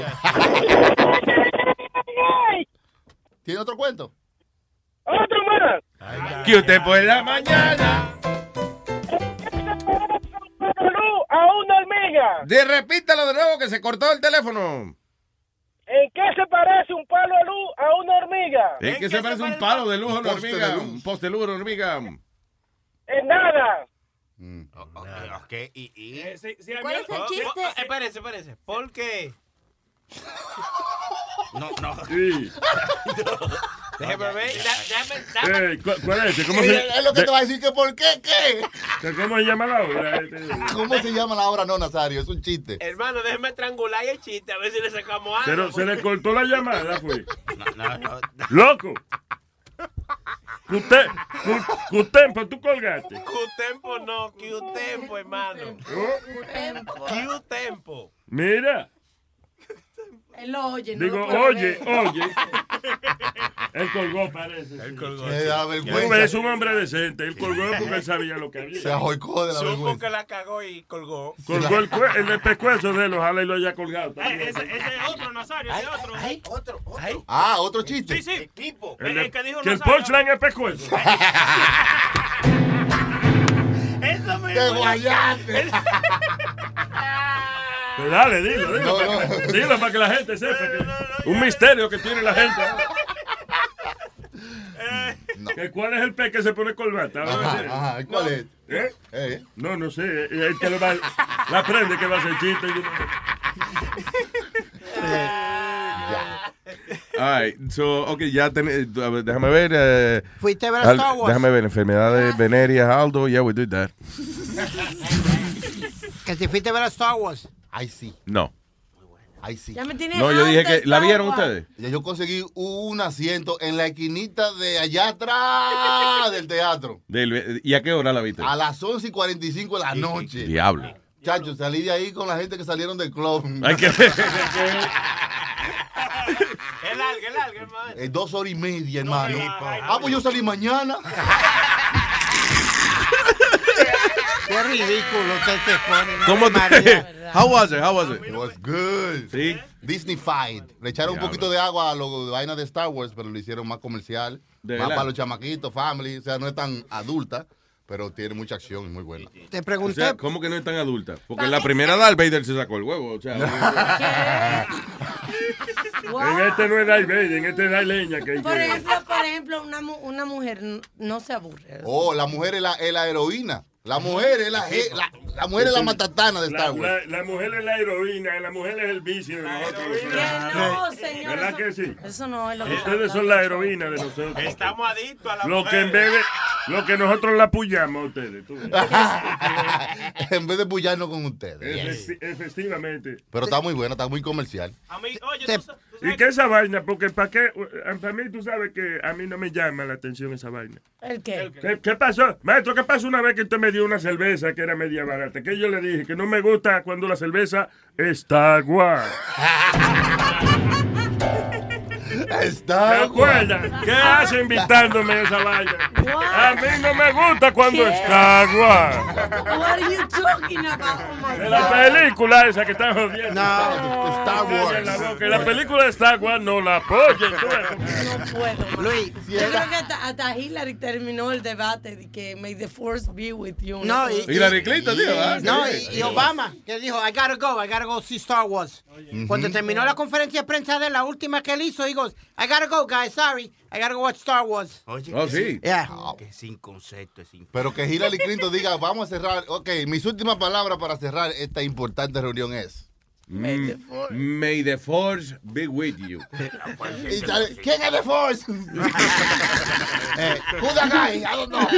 ¿Tiene otro cuento? ¡Otro más! Q-Tempo en la mañana. A una hormiga. Repítalo de nuevo que se cortó el teléfono. ¿En qué se parece un palo de luz a una hormiga? ¿En qué se parece un palo de luz a una hormiga? Un poste de luz a una hormiga. En nada. Ok. ¿Y? ¿Cuál es el chiste? Espérese. ¿Por qué? No. Sí. Déjame ver. Déjame. ¿Cuál es ese? Es lo que te va a decir que por qué, ¿Cómo se llama la obra? ¿Cómo se llama la obra? No, Nazario, es un chiste. Hermano, déjeme estrangular el chiste a ver si le sacamos algo. Pero se le cortó la llamada, fue. No. ¡Loco! Q-Tempo, tú colgaste. Q-Tempo no, Q-Tempo, hermano. Q-Tempo. Mira. Él lo oye, Digo, no lo puede oye. Él colgó, parece. Él colgó. Es un hombre decente. Él colgó porque él sabía lo que había. Se ajoicó de la vergüenza. Supo que la cagó y colgó. Colgó el pescuezo de él, ojalá y lo haya colgado. Ese es otro, Nazario, ese otro. Ah, otro chiste. Sí. Equipo. El que dijo Que el Nazario. punchline es pescuezo. Eso me ¡Te guayaste! Pues dale, dilo. Dilo para que la gente sepa. Un misterio que tiene la gente. ¿Que ¿Cuál es el pez que se pone corbata? Ajá, ¿cuál es? No sé. El que la aprende que va a hacer chiste. All right, so, okay, ya déjame ver. ¿Fuiste a ver a Star Wars? Déjame ver, enfermedades venéreas, Aldo. Yeah, we did that. Que te fuiste a ver a Star Wars. Ay, sí. No. Ay, sí. Ya me tiene No, yo dije harta que. ¿La Star vieron Wars. ustedes? Ya yo conseguí un asiento en la esquinita de allá atrás del teatro. ¿Y a qué hora la viste? A las 11:45 de la noche. Diablo. Chacho, salí de ahí con la gente que salieron del club. Hay que... Es larga, hermano. 2 horas y media, hermano. Pues yo salí mañana. Qué ridículo usted se pone. ¿Cómo te... How was it? It was good. Sí. Disneyfied. Le echaron un poquito de agua a lo de vaina de Star Wars, pero lo hicieron más comercial. Más verdad? para los chamaquitos, family. O sea, no es tan adulta, pero tiene mucha acción y muy buena. Te O pregunté. sea, ¿cómo que no es tan adulta? Porque en la primera Darth Vader se sacó el huevo. O sea, En este no es Darth Vader, en este es Darth Leña. Por ejemplo, una mujer no se aburre. La mujer es la heroína. La mujer es la mujer es la matatana de Star Wars. La mujer es la heroína, la mujer es el vicio de nosotros. No, señor. ¿Verdad que sí? Eso no es lo que Ustedes son la heroína de nosotros. Estamos adictos a la Lo que mujer. lo que nosotros la apoyamos a ustedes. Tú. En vez de pullarnos con ustedes. Efectivamente. Pero está muy buena, está muy comercial. ¿Y qué esa vaina? Porque para mí tú sabes que a mí no me llama la atención esa vaina. ¿El qué? ¿Qué pasó? Maestro, ¿qué pasó una vez que usted me dio una cerveza que era media barata? Que yo le dije que no me gusta cuando la cerveza está guay. ¿Te acuerdas? ¿Qué hace invitándome a esa vaina? A mí no me gusta cuando está guay. What are you talking about? Oh my De la película esa que están jodiendo. No, Star Wars. La película de Star Wars no la apoyen. No puedo. Luis, yo creo que hasta Hillary terminó el debate de que may the force be with you. No, Hillary Clinton, tío. No, y Obama, que dijo, I gotta go see Star Wars. Cuando terminó la conferencia de prensa de la última que él hizo, dijo, I gotta go, guys, sorry, I gotta go watch Star Wars. Oye, Oh, sí. Yeah. Que sin concepto, sin... Pero que Hillary Clinton diga, vamos a cerrar. Ok, mis últimas palabras para cerrar esta importante reunión es. May the force be with you. Y sale, ¿quién es the force? Who the guy? I don't know.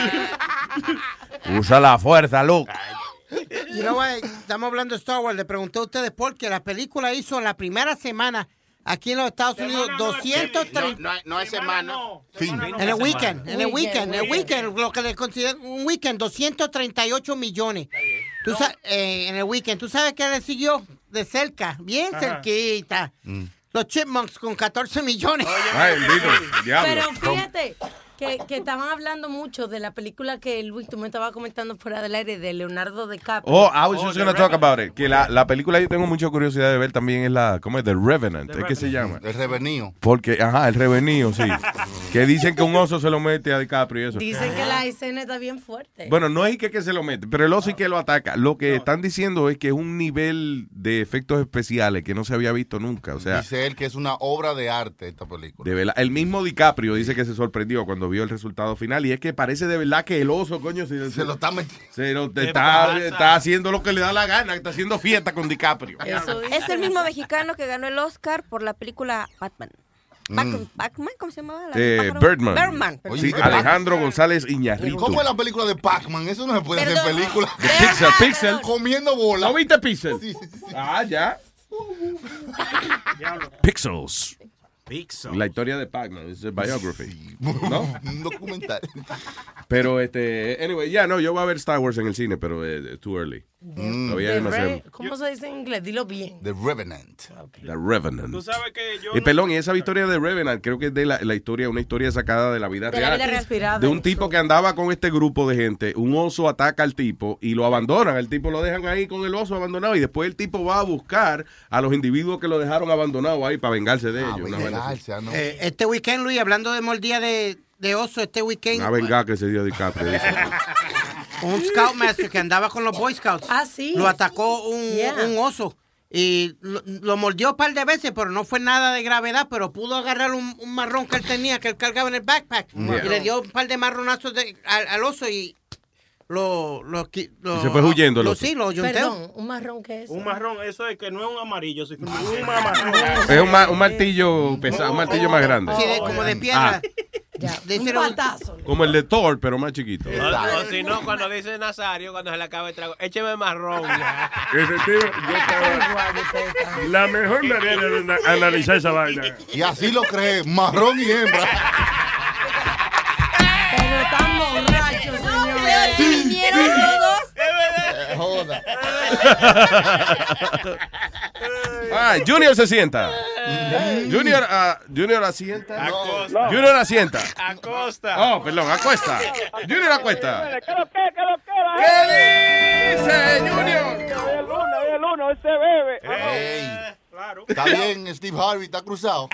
Usa la fuerza, Luke. You know what? Estamos hablando de Star Wars. Le pregunté a ustedes por qué la película hizo en la primera semana aquí en los Estados Unidos 230. No es semana. Fin. En el weekend, lo que le consideran un weekend, 238 millones. En el weekend, ¿tú sabes qué le siguió de cerca? Bien cerquita. Los Chipmunks con 14 millones. Ay, bendito, diablo. Pero fíjate que estaban hablando mucho de la película que Luis, tú me estabas comentando fuera del aire de Leonardo DiCaprio. Oh, I was just going to talk about it. Que la película yo tengo mucha curiosidad de ver también es la, ¿cómo es? The Revenant, ¿es que se llama? El Revenío. Porque, el Revenío, sí. Que dicen que un oso se lo mete a DiCaprio y eso. Dicen que la escena está bien fuerte. Bueno, no es que se lo mete, pero el oso sí que lo ataca. Lo que están diciendo es que es un nivel de efectos especiales que no se había visto nunca. O sea, dice él que es una obra de arte esta película. de verdad. El mismo DiCaprio dice que se sorprendió cuando vio el resultado final y es que parece de verdad que el oso, coño, se lo está metiendo. Está haciendo lo que le da la gana, está haciendo fiesta con DiCaprio. Es el mismo mexicano que ganó el Oscar por la película Batman. Batman, ¿cómo se llamaba? Birdman. Birdman. Sí, Alejandro González Iñárritu. ¿Cómo es la película de Pac-Man? Eso no se puede hacer película. Pixel. Comiendo bola. ¿No viste Pixel? Sí. Ya. Pixels. La historia de Pac-Man, es biography. ¿No? Un documental. Pero, anyway, yo voy a ver Star Wars en el cine, pero too early. Todavía es demasiado. ¿Cómo se dice en inglés? Dilo bien. The Revenant. The Revenant. Tú sabes que yo... Y pelón, y esa historia de Revenant, creo que es de la historia, una historia sacada de la vida real. De un tipo que andaba con este grupo de gente, un oso ataca al tipo y lo abandonan. El tipo lo dejan ahí con el oso abandonado y después el tipo va a buscar a los individuos que lo dejaron abandonado ahí para vengarse de ellos. Este weekend, Luis, hablando de mordida de oso, este weekend. Una vengada que se dio DiCaprio. Un Scoutmaster que andaba con los Boy Scouts. Sí. Lo atacó un oso. Y lo mordió un par de veces, pero no fue nada de gravedad. Pero pudo agarrar un marrón que él tenía, que él cargaba en el backpack. Y le dio un par de marronazos al oso y y se fue huyendo el oso. Sí, lo yunteó. Perdón, ¿un marrón qué es? Un marrón, eso es que no es un amarillo, sino un marrón. Es un martillo pesado, un martillo más grande. Sí, como de piedra. Un patazo. Como el de Thor, pero más chiquito. O si no, cuando dice Nazario, cuando se le acaba el trago, écheme marrón. La mejor manera de analizar esa vaina. Y así lo cree, marrón y hembra. Pero están borrachos, señores. ¿Vinieron todos? joda. Junior se sienta. Junior asienta. Acosta. Junior asienta. Acosta. Oh, perdón, acuesta. Junior acuesta. ¿Qué dice, Junior? Hoy el lunes, hoy se bebe. Claro. Está bien, Steve Harvey, está cruzado.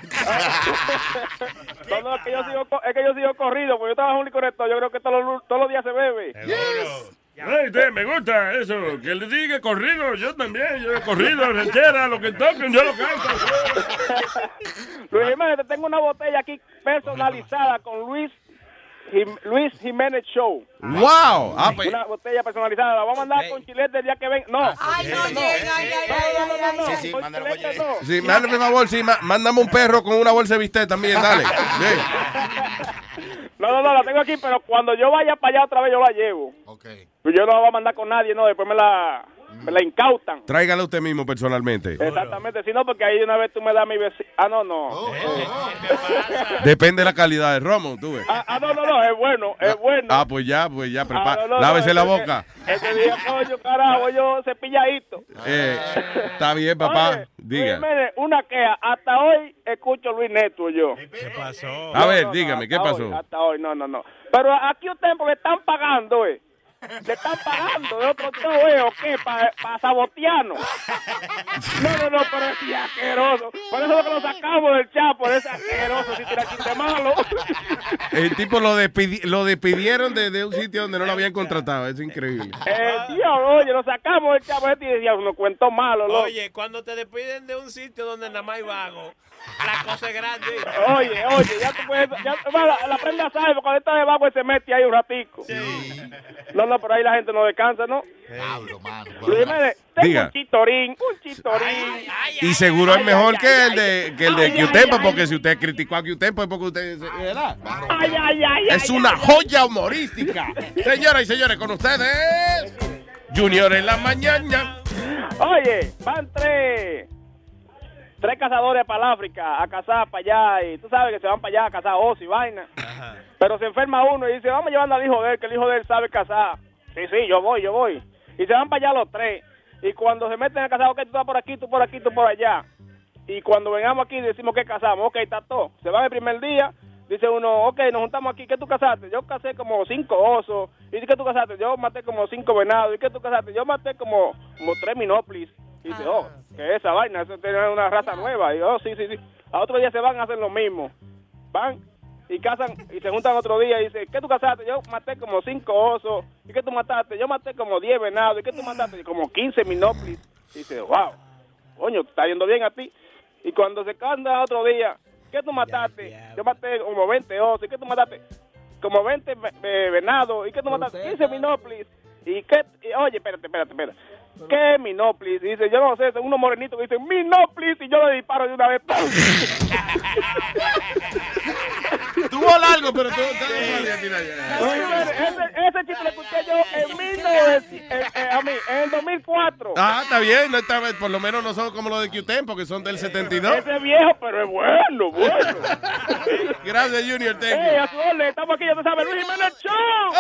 No, es que yo sigo corrido, porque yo trabajo en un licoreto, yo creo que todos los días se bebe. Me gusta eso, que le diga corrido, yo también, yo he corrido, ranchera, lo que toquen, yo lo canto. Luis Jiménez, te tengo una botella aquí personalizada con Luis Jiménez Show. ¡Wow! Una botella personalizada. La voy a mandar con chilete el día que venga. No. Ay, no llega. No. Sí, mándalo con chilete. Sí, mándame por favor, sí, mándame un perro con una bolsa de bistec también, dale. No, la tengo aquí, pero cuando yo vaya para allá otra vez yo la llevo. Okay. Yo no la voy a mandar con nadie, no, después me la incautan. Tráigala usted mismo personalmente. Exactamente, si no, porque ahí de una vez tú me das mi vecino. No. Depende de la calidad del romo, tú ves. No, es bueno. Pues ya, lávese la boca. Ese día, coño, carajo, yo cepilladito. Está bien, papá. Oye, diga. Mire, una queja. Hasta hoy escucho Luis Neto yo. ¿Qué pasó? A ver, dígame, ¿qué pasó? Hasta hoy, no. Pero aquí ustedes porque están pagando, le están pagando de otro show, ¿o qué? Para sabotearnos. No, pero es asqueroso. Por eso es que lo sacamos del chat, por ese asqueroso, si tira chiste malo. El tipo lo despidieron de un sitio donde no lo habían contratado, es increíble. Tío, oye, lo sacamos del chat, y decía, unos cuentos malos, loco. Oye, cuando te despiden de un sitio donde nada más hay vago, la cosa es grande. Oye, ya tú puedes, la prenda sabe, porque cuando está de vago se mete ahí un ratico. Sí. No, pero ahí la gente no descansa, ¿no? Diablo, mano. Diga. Un chistorín. Y seguro es mejor que el de Q-Tempo, porque si usted criticó a Q-Tempo es porque usted... ¿verdad? Es una joya humorística. Señoras y señores, con ustedes, Junior en la mañana. Oye, van tres cazadores para el África a cazar para allá, y tú sabes que se van para allá a cazar oso y vaina. Ajá. Pero se enferma uno y dice, vamos llevando al hijo de él, que el hijo de él sabe cazar. Sí, yo voy. Y se van para allá los tres. Y cuando se meten a cazar, ok, tú estás por aquí, tú por aquí, tú por allá. Y cuando vengamos aquí decimos que cazamos, ok, está todo. Se van el primer día, dice uno, ok, nos juntamos aquí, ¿qué tú cazaste? Yo cazé como 5 osos. ¿Y qué tú cazaste? Yo maté como 5 venados. ¿Y qué tú cazaste? Yo maté como 3 minópolis. Y dice, que esa vaina, eso tiene una raza nueva. Y sí. A otro día se van a hacer lo mismo. Van y cazan y se juntan otro día y dice, ¿qué tú cazaste? Yo maté como 5 osos. ¿Y qué tú mataste? Yo maté como 10 venados. ¿Y qué tú mataste? Como 15 minópolis. Y dice, wow, coño, está yendo bien a ti. Y cuando se cansa otro día, ¿qué tú mataste? Yo maté como 20 osos. ¿Y qué tú mataste? Como 20 venados. ¿Y qué tú mataste? 15 minópolis. ¿Y qué? Oye, espérate. ¿Qué minópolis? Dice, yo no sé, son unos morenitos que dicen minópolis y yo le disparo de una vez. Tuvo largo, pero tú... Ese chiste lo escuché yo en el 2004. Está bien, esta vez por lo menos no son como los de Q-Tempo, que son del 72. Ese es viejo, pero es bueno. Gracias, Junior, a su orden, estamos aquí, ya te sabes, Luis Jiménez Show.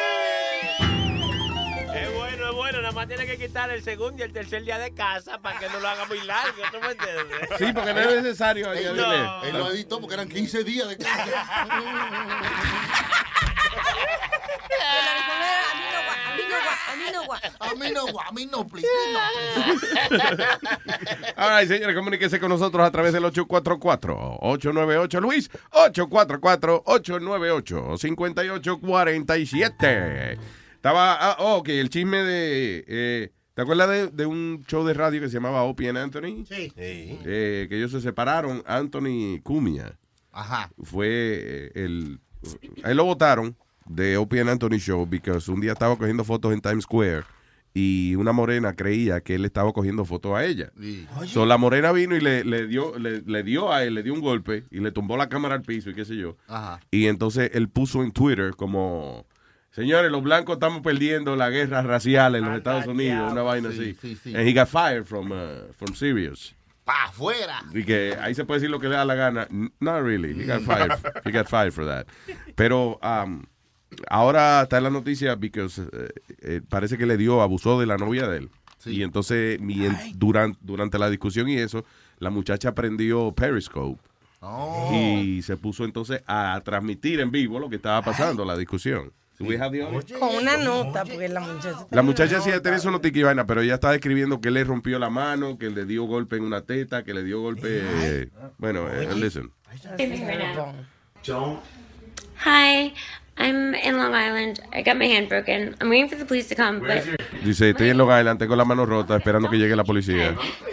Es bueno, nada más tiene que quitar el segundo y el tercer día de casa para que no lo haga muy largo, ¿tú me entiendes? Sí, porque no es necesario. Él lo editó porque eran 15 días de casa. A mí no, please. All right, señores, comuníquese con nosotros a través del 844-898-LUIS, 844-898-5847. Estaba, ok, el chisme de, ¿te acuerdas de un show de radio que se llamaba Opie and Anthony? Sí. Que ellos se separaron, Anthony Cumia. Ajá. Fue él lo votaron de Opie and Anthony Show porque un día estaba cogiendo fotos en Times Square y una morena creía que él estaba cogiendo fotos a ella. Sí. So, la morena vino y le dio a él, le dio un golpe y le tumbó la cámara al piso y qué sé yo. Ajá. Y entonces él puso en Twitter como... Señores, los blancos estamos perdiendo la guerra racial en los Estados Unidos, una vaina así. Sí. And he got fired from Sirius. ¡Pa' afuera! Y que ahí se puede decir lo que le da la gana. Not really. He got fired for that. Pero ahora está en la noticia because parece que abusó de la novia de él. Sí. Y entonces durante la discusión y eso, la muchacha prendió Periscope. Oh. Y se puso entonces a transmitir en vivo lo que estaba pasando, la discusión. Con una nota, porque la muchacha sí tenía su notica y vaina, pero ella estaba escribiendo que le rompió la mano, que le dio golpe en una teta, que le dio golpe... listen. Joan. Hi, I'm in Long Island. I got my hand broken. I'm waiting for the police to come. But... Dice, estoy en Long Island, tengo la mano rota, esperando que llegue la policía.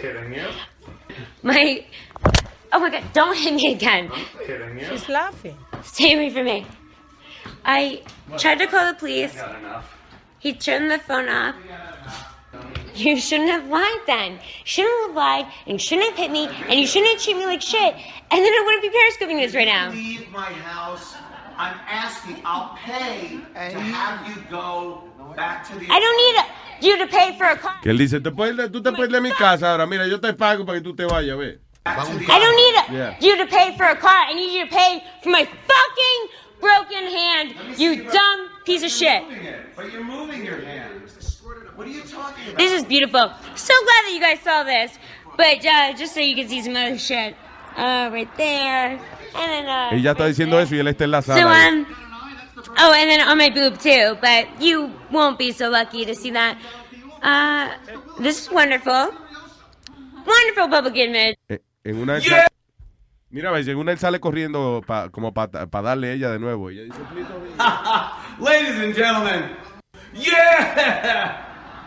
Oh my God, don't hit me again. She's laughing. Stay away from me. I tried to call the police. He turned the phone off. You shouldn't have lied then. You shouldn't have lied, and you shouldn't have hit me, and you shouldn't have treated me like shit. And then I wouldn't be periscoping this right now. Leave my house. I'm asking. I'll pay to have you go back to the... I don't need you to pay for a car. Que él dice, tú te puedes ir a mi casa ahora. Mira, yo te pago para que tú te vayas, ve. I don't need you to pay for a car. I need you to pay for my fucking broken hand, you dumb piece of shit. But you're moving your hand. What are you talking about? This is beautiful. So glad that you guys saw this. But just so you can see some other shit. Right there. And then, ella está diciendo eso y él está en la sala. So, and then on my boob too. But you won't be so lucky to see that. This is wonderful. Wonderful public image. En una... Mira, en una él sale corriendo como para darle a ella de nuevo. Ella dice, Ladies and gentlemen. Yeah!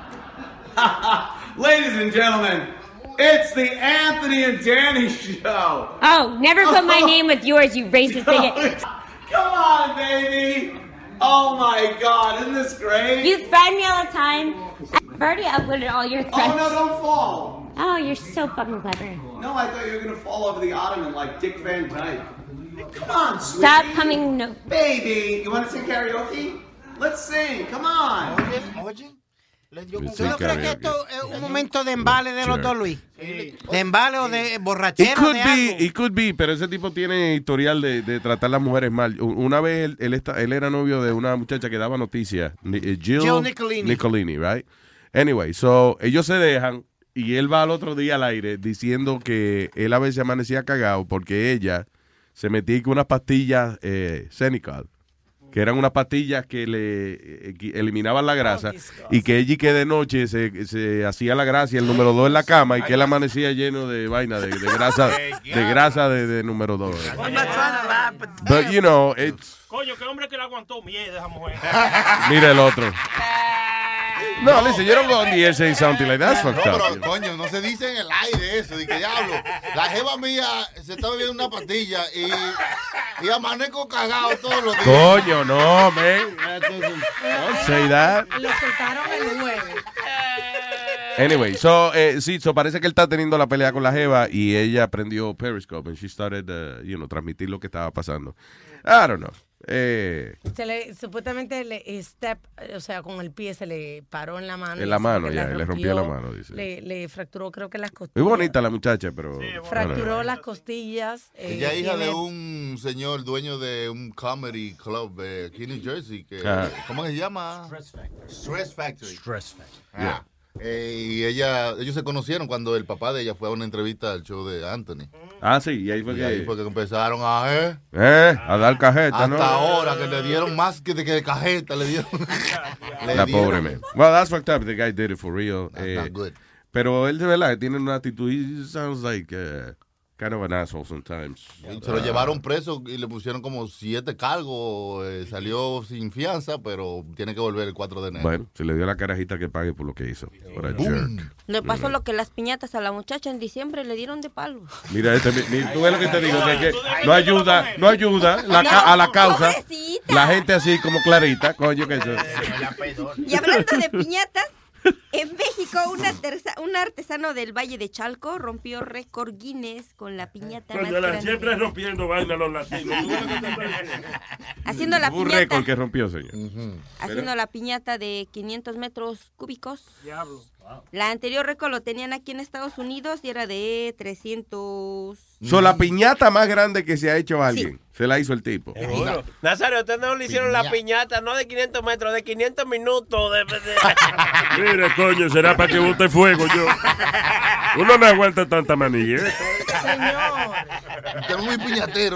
Ladies and gentlemen, it's the Anthony and Danny show. Oh, never put my name with yours, you racist bigot. Come on, baby. Oh my God, isn't this great? You threaten me all the time. I've already uploaded all your threats. Oh no, don't fall. Oh, you're so fucking clever. No, I thought you were gonna fall over the ottoman like Dick Van Dyke. Come on, sweetie. Stop coming. No. Baby, you want to sing karaoke? Let's sing. Come on. Oye. ¿Tú no crees que esto es un momento de embale de los dos, Luis? ¿De embale o de borrachera? It could be, pero ese tipo tiene historial de tratar a las mujeres mal. Una vez él era novio de una muchacha que daba noticias, Jill Nicolini, right? Anyway, so ellos se dejan y él va al otro día al aire diciendo que él a veces amanecía cagado porque ella se metía con unas pastillas Xenical, que eran unas pastillas que le eliminaban la grasa, y que ella y que de noche se hacía la grasa y el número 2 en la cama, y que él amanecía lleno de vaina, de grasa de número 2. But, you know, it's... Coño, qué hombre que le aguantó miedo a esa mujer. Mira el otro. No, listen, you don't go on the air saying something like that. That's fucked up. Pero, coño, no se dice en el aire eso. De que diablo, la jeva mía se estaba bebiendo una pastilla y amanezco cagado todos los días. Coño, no, man. Don't say that. Lo soltaron el 9. Anyway, so parece que él está teniendo la pelea con la jeva y ella aprendió Periscope and she started, transmitir lo que estaba pasando. I don't know. Supuestamente con el pie se le paró en la mano. En la mano, ya, le rompió la mano, dice. Le fracturó, creo que las costillas. Muy bonita la muchacha, pero... Sí, fracturó las costillas. Ella es hija de un señor dueño de un comedy club aquí en New Jersey. ¿Cómo se llama? Stress Factory. Yeah. Y ellos se conocieron cuando el papá de ella fue a una entrevista al show de Anthony. Ah, sí, y ahí fue que empezaron a dar cajeta, ¿no? Hasta ahora, que le dieron más que de cajeta, le dieron. La pobre man. Well, that's fucked up. The guy did it for real. That's not good. Pero él de verdad tiene una actitud. He sounds like kind of an asshole sometimes. Se lo llevaron preso y le pusieron como 7 cargos. Salió sin fianza, pero tiene que volver el 4 de enero. Bueno, se le dio la carajita que pague por lo que hizo. Por a jerk. Le pasó lo que las piñatas a la muchacha en diciembre le dieron de palo. Mira, tú ves lo que te digo, que no ayuda a la causa. Pobrecita. La gente así como clarita, coño, que eso. Y hablando de piñatas, en México, un artesano del Valle de Chalco rompió récord Guinness con la piñata más grande. Siempre rompiendo vaina los latinos. Haciendo la piñata. Un récord que rompió, señor. Haciendo la piñata de 500 metros cúbicos. Diablo. La anterior récord lo tenían aquí en Estados Unidos y era de 300. La piñata más grande que se ha hecho alguien, se la hizo el tipo. Seguro. Nazario, ustedes no le hicieron la piñata, no de 500 metros, de 500 minutos. Mira, coño, será para que bote fuego yo. Uno no aguanta tanta manilla. Señor. Usted es muy piñatero.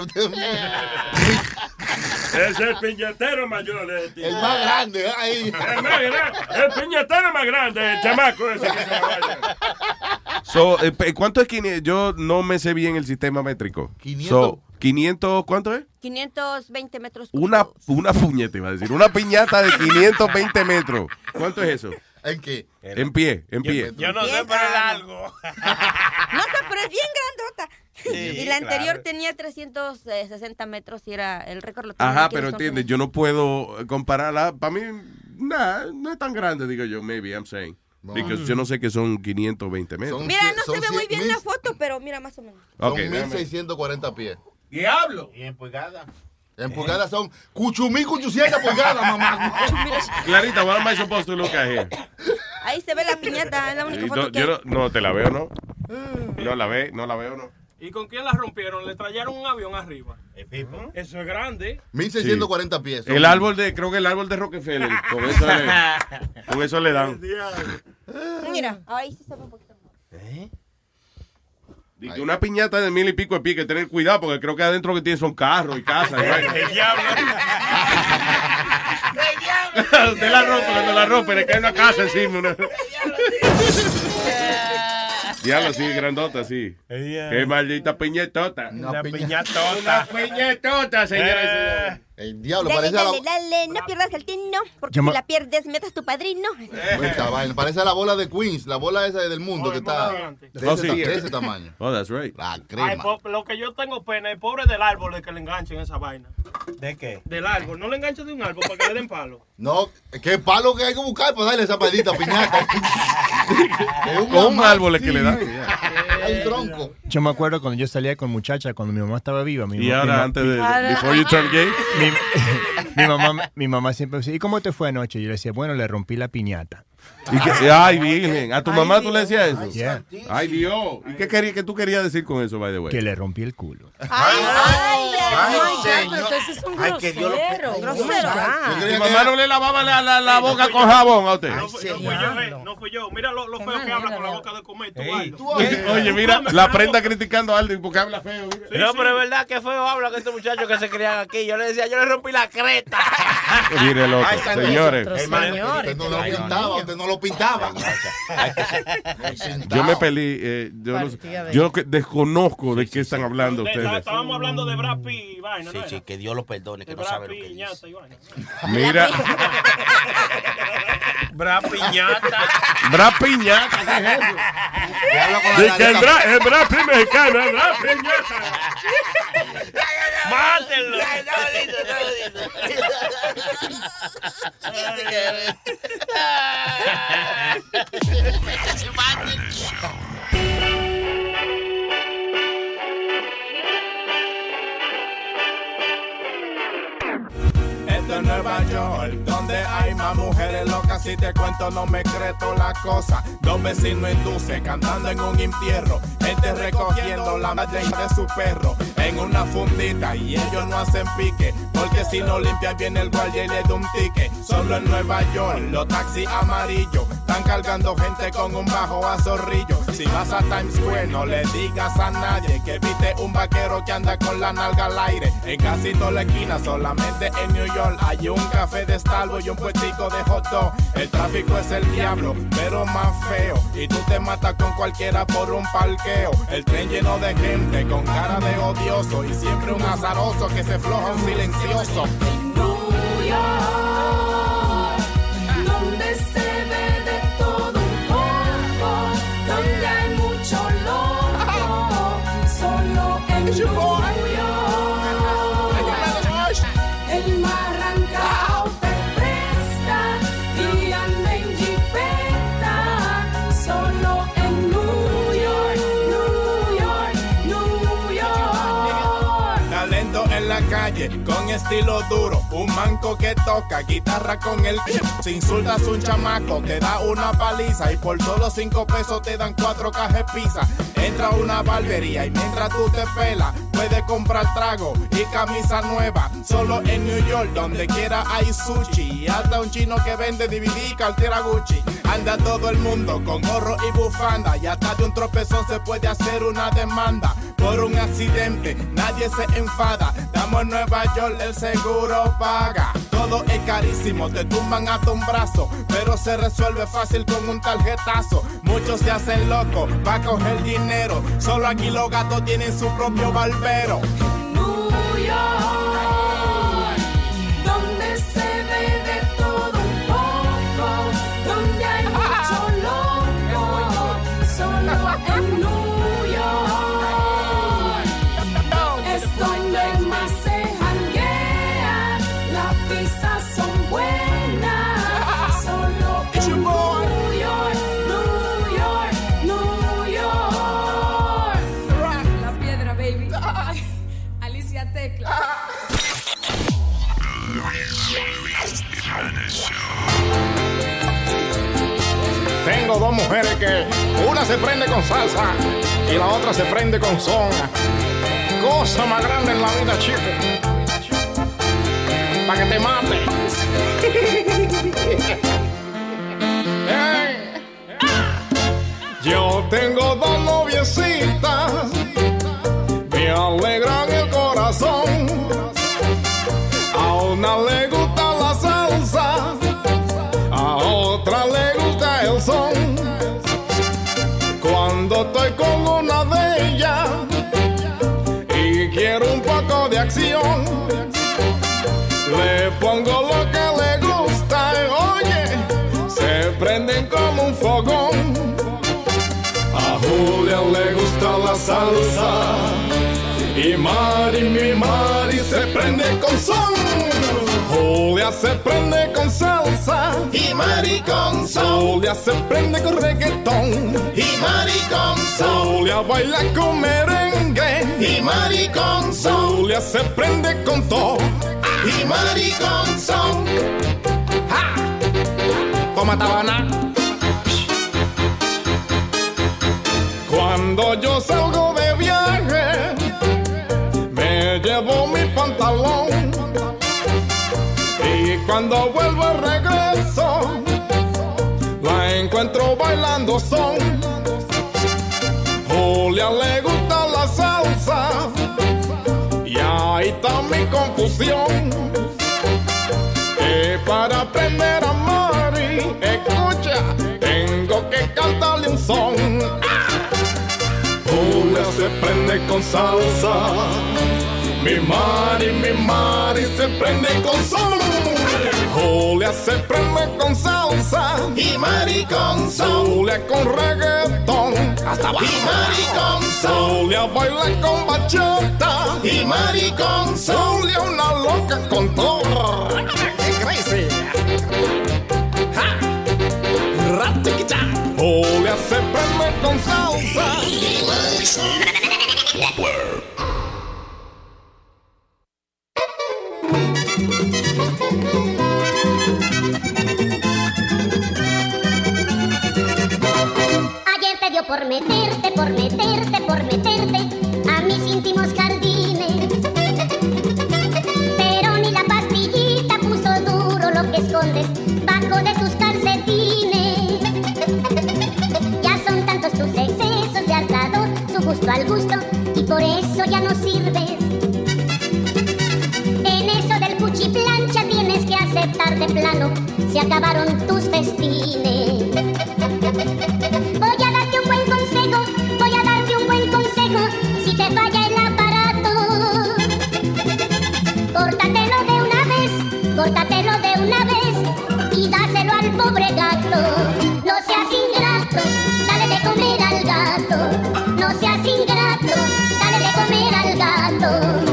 Es el piñatero mayor. El más grande. Ahí. El piñatero más grande, el chamaco ese que se vaya. ¿Cuánto es 500? Yo no me sé bien el sistema métrico. 500. 500, ¿cuánto es? 520 metros. Una puñeta, iba a decir. Una piñata de 520 metros. ¿Cuánto es eso? ¿En qué? En pie. Yo no sé, pero es largo. No sé, pero es bien grandota. Sí, y la anterior claro. tenía 360 metros y era el récord. Lo tenía Ajá, aquí en pero Estados entiendes, yo no puedo compararla. Para mí, no es tan grande, digo yo, maybe, I'm saying. Porque yo no sé que son 520 metros. Unidos. Mira, no se ve muy bien la foto, pero mira más o menos. Son 1640 pies. ¡Diablo! ¿Y en pulgadas? En pulgadas son 800 pulgadas, mamá. Clarita, what am I supposed to look at here? Ahí se ve la piñata, es la única foto que Yo no te la veo, ¿no? No la veo, ¿no? ¿Y con quién la rompieron? ¿Le trajeron un avión arriba? Eso es grande. 1640 pies. Creo que el árbol de Rockefeller. Con eso le dan. Mira, ahí sí se ve un poquito más. Y una piñata de 1000 y pico de pies, que tener cuidado, porque creo que adentro que tiene son carros y casas. El diablo. Usted la rompe, cuando la rompe, le cae una casa encima. Diablo, sí, grandota, sí. Qué maldita piñetota. Una piñetota, señores. El diablo, Dale, parece a la... no pierdas el tino, porque si la pierdes, metas tu padrino. Esta vaina, parece a la bola de Queens, la bola esa del mundo que está de ese tamaño. Oh, that's right. La Ay, crema. lo que yo tengo pena es pobre del árbol de que le enganchen esa vaina. ¿De qué? Del árbol. No le enganchan de un árbol para que le den palo. No, qué palo que hay que buscar para darle esa maldita piñata. Con un árbol es que le dan. Un tronco. Yo me acuerdo cuando yo salía con muchacha, cuando mi mamá estaba viva. Y ahora, antes de Before You Turn Gay. Mi mamá siempre decía, ¿y cómo te fue anoche? Yo le decía, bueno, le rompí la piñata. Ay, virgen. ¿A tu mamá tú le decías eso? Yeah. Ay, Dios. ¿Y qué tú querías decir con eso, by the way? Que le rompí el culo. Entonces es un grosero. que Dios lo Grosero. ¿Tu mamá no le lavaba la boca con jabón a usted? No fui yo. Mira lo feo que habla con la boca de comer. Oye, mira, la prenda criticando a alguien porque habla feo. No, pero es verdad que feo habla que estos muchachos que se crían aquí. Yo le decía, yo le rompí la creta. Mire, loco, señores. Usted no lo pintaba. Yo me peleé. Yo desconozco de qué están hablando ustedes. Estábamos hablando de Brad Pitt y vaina, ¿no? Sí, que Dios lo perdone, que no sabe lo que dice. Mira. Brad Piñata. Brad Piñata, ¿qué es eso? El Brad Pitt mexicano, el Brad Piñata. ¡Mátenlo! Esto es Nueva York, donde hay más mujeres locas. Si te cuento no me crees toda la cosa. Dos vecinos induce cantando en un entierro. Gente recogiendo la madre de su perro en una fundita y ellos no hacen pique, porque si no limpian viene el guardia y le da un ticket. Solo en Nueva York los taxis amarillos están cargando gente con un bajo a zorrillo. Si vas a Times Square no le digas a nadie que viste un vaquero que anda con la nalga al aire. En casi toda la esquina, solamente en New York hay un café de Starbucks y un puestico de hot dog. El tráfico es el diablo, pero más feo, y tú te matas con cualquiera por un parqueo. El tren lleno de gente con cara de odioso y siempre un azaroso que se floja un silencioso. New York, donde se ve de todo un poco, donde hay mucho loco, solo en New York. El marrancao te presta y anda en jipeta, solo en New York, New York, New York. Talento en la calle con estilo duro, un manco que toca guitarra con el si insultas a un chamaco te da una paliza y por solo 5 pesos te dan 4 cajas de pizza. Entra a una barbería y mientras tú te pelas puedes comprar trago y camisa nueva. Solo en New York donde quiera hay sushi y hasta un chino que vende DVD y cartera Gucci. Anda todo el mundo con gorro y bufanda y hasta de un tropezón se puede hacer una demanda. Por un accidente nadie se enfada, estamos en Nueva York, el seguro paga. Todo es carísimo, te tumban hasta un brazo, pero se resuelve fácil con un tarjetazo. Muchos se hacen locos pa' coger dinero, solo aquí los gatos tienen su propio barbero. New York, donde se ve de todo un poco, donde hay mucho loco, solo en New York es donde más se janguea, las pizzas son buenas, solo en New York, New York, New York. La piedra, baby. Alicia Tecla. Tengo 2 mujeres que una se prende con salsa y la otra se prende con son. Cosa más grande en la vida, chico. Pa' que te mate. Hey. Yo tengo 2 noviecitas, me alegran el corazón. A una le gusta la salsa, a otra le gusta el son. Cuando estoy con una de ellas y quiero un poco de acción, le pongo lo que le gusta y oye, se prenden como un fogón. A Julia le gusta la salsa y mi Mari se prende con son. Julia se prende con salsa y Mari con son. Julia se prende con reggaetón y Mari con son. Julia baila con merengue y Mari con son. Julia se prende con todo y Mari con son. ¡Ja! Toma tabana. Cuando yo salgo de viaje me llevo mi pantalón y cuando vuelvo regreso la encuentro bailando son. Julia le gusta la salsa y ahí está mi confusión. Que para aprender a Mari, escucha, tengo que cantarle un son. Julia se prende con salsa, mi Mari se prende con son. Julia se prende con salsa y Mari con son. Julia con reggaetón hasta abajo. Y Mari con son. Julia baila con bachata y Mari con son. Julia una loca con todo. ¡Qué crazy! ¡Ja! ¡Ratiquita! Julia se prende con salsa y Mari con Ayer te dio por meterte a mis íntimos jardines. Pero ni la pastillita puso duro lo que escondes bajo de tus calcetines. Ya son tantos tus excesos, te has dado su gusto al gusto y por eso ya no sirves. En eso del cuchiplancha tienes que aceptar de plano, se acabaron tus festines. Voy a darte un buen consejo, si te falla el aparato. Córtatelo de una vez y dáselo al pobre gato. No seas ingrato, dale de comer al gato. No seas ingrato, dale de comer al gato.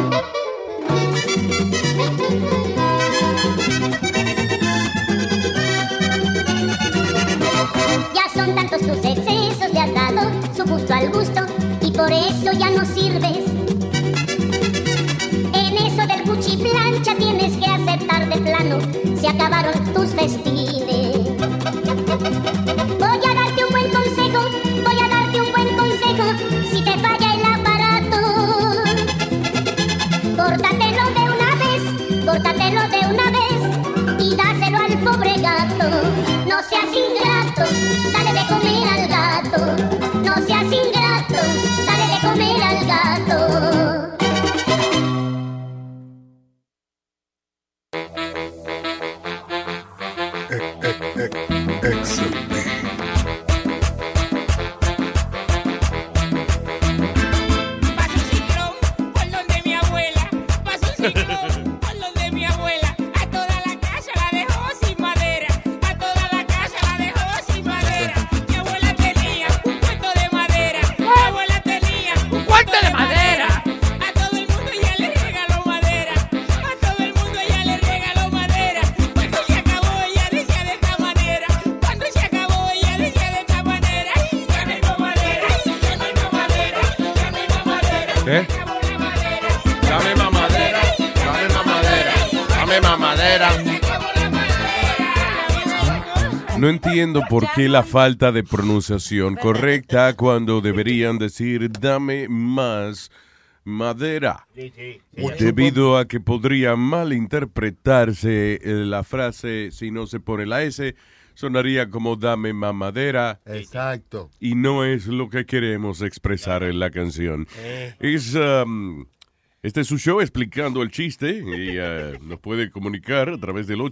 Ya son tantos tus excesos, le has dado su gusto al gusto y por eso ya no sirves. En eso del cuchiplancha tienes que aceptar de plano. Se acabaron tus festines. Voy a darte un buen consejo, voy a darte un buen consejo. Si te falla el aparato, córtatelo de una vez y dáselo al pobre gato. No seas ingrato, dale de comer al gato. No seas ingrato, dale de comer al gato. Paso un ciclón por donde mi abuela. Paso un ciclón por donde mi abuela. A toda la casa la dejó sin madera. A toda la casa la dejó sin madera. Mi abuela tenía un cuarto de madera. Mi abuela tenía un cuarto de madera. A todo el mundo ella le regaló madera. A todo el mundo ella le regaló madera. Cuando se acabó ella decía de esta manera. Cuando se acabó ella decía de esta manera. Ya no hay más madera. Ya no hay más madera. Ya no hay más madera. ¿Qué? Dame más madera, dame más madera, dame más madera. No entiendo por qué la falta de pronunciación correcta cuando deberían decir dame más madera. Debido a que podría malinterpretarse la frase si no se pone la S, sonaría como dame más madera. Exacto. Y no es lo que queremos expresar en la canción. Este es su show explicando el chiste y nos puede comunicar a través del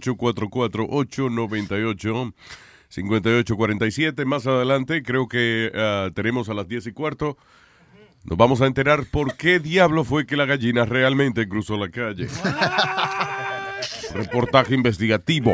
844-898-5847. Más adelante, creo que tenemos a las 10:15. Nos vamos a enterar por qué diablo fue que la gallina realmente cruzó la calle. Reportaje investigativo.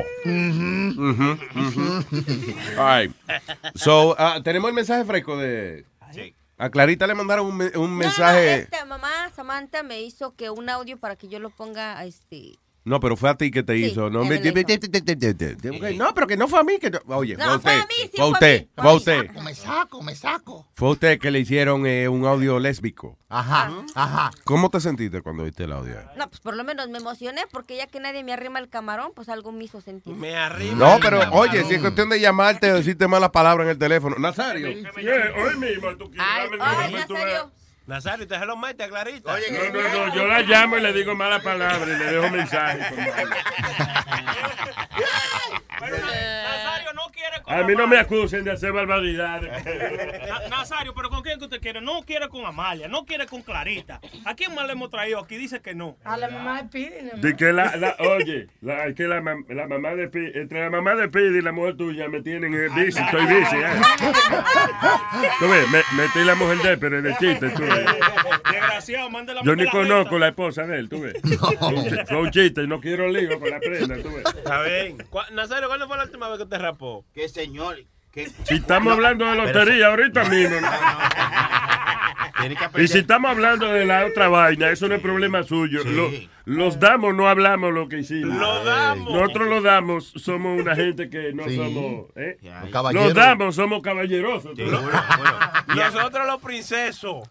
All right. So, tenemos el mensaje fresco de... A Clarita le mandaron un mensaje... Mamá Samantha me hizo que un audio para que yo lo ponga No, pero fue a ti que te hizo. No, no, pero que no fue a mí. Oye, No, fue a fue usted. a mí, sí, Fue a fue usted. a mí. Fue a usted. Me saco. Fue a usted que le hicieron un audio lésbico. Ajá. ¿Cómo te sentiste cuando viste el audio? No, pues por lo menos me emocioné porque ya que nadie me arrima el camarón, pues algo me hizo sentir. Me arrima. No, pero oye, si es cuestión de llamarte o decirte malas palabras en el teléfono. Nazario. Hoy mismo tú quieres. Nazario. Nazario, te se lo mete a Clarita. No, yo la llamo y le digo malas palabras y le dejo mensajes. Nazario no quiere con A mí no me acusen de hacer barbaridades. Nazario, pero ¿con quién que usted quiere? No quiere con Amalia, no quiere con Clarita. ¿A quién más le hemos traído aquí? Dice que no. A la mamá de Pidi. De que que la mamá de Pidi, entre la mamá de Pidi y la mujer tuya me tienen bici, estoy bici. Tú ves, metí la mujer de él, pero en el chiste, tú ves. Desgraciado, mándela. Yo ni conozco la esposa de él, tú ves. Fue un chiste y no quiero lío con la prenda, tú ves. Está bien. Nazario, ¿cuándo fue la última vez que te rapó? ¿Qué señor? Si estamos hablando de lotería ahorita mismo. Y si estamos hablando de la otra vaina, eso no es problema suyo. Los damos, no hablamos lo que hicimos. Lo damos. Nosotros lo damos, somos una gente que no somos... Caballeros. Los damos, somos caballerosos. Nosotros los princesos.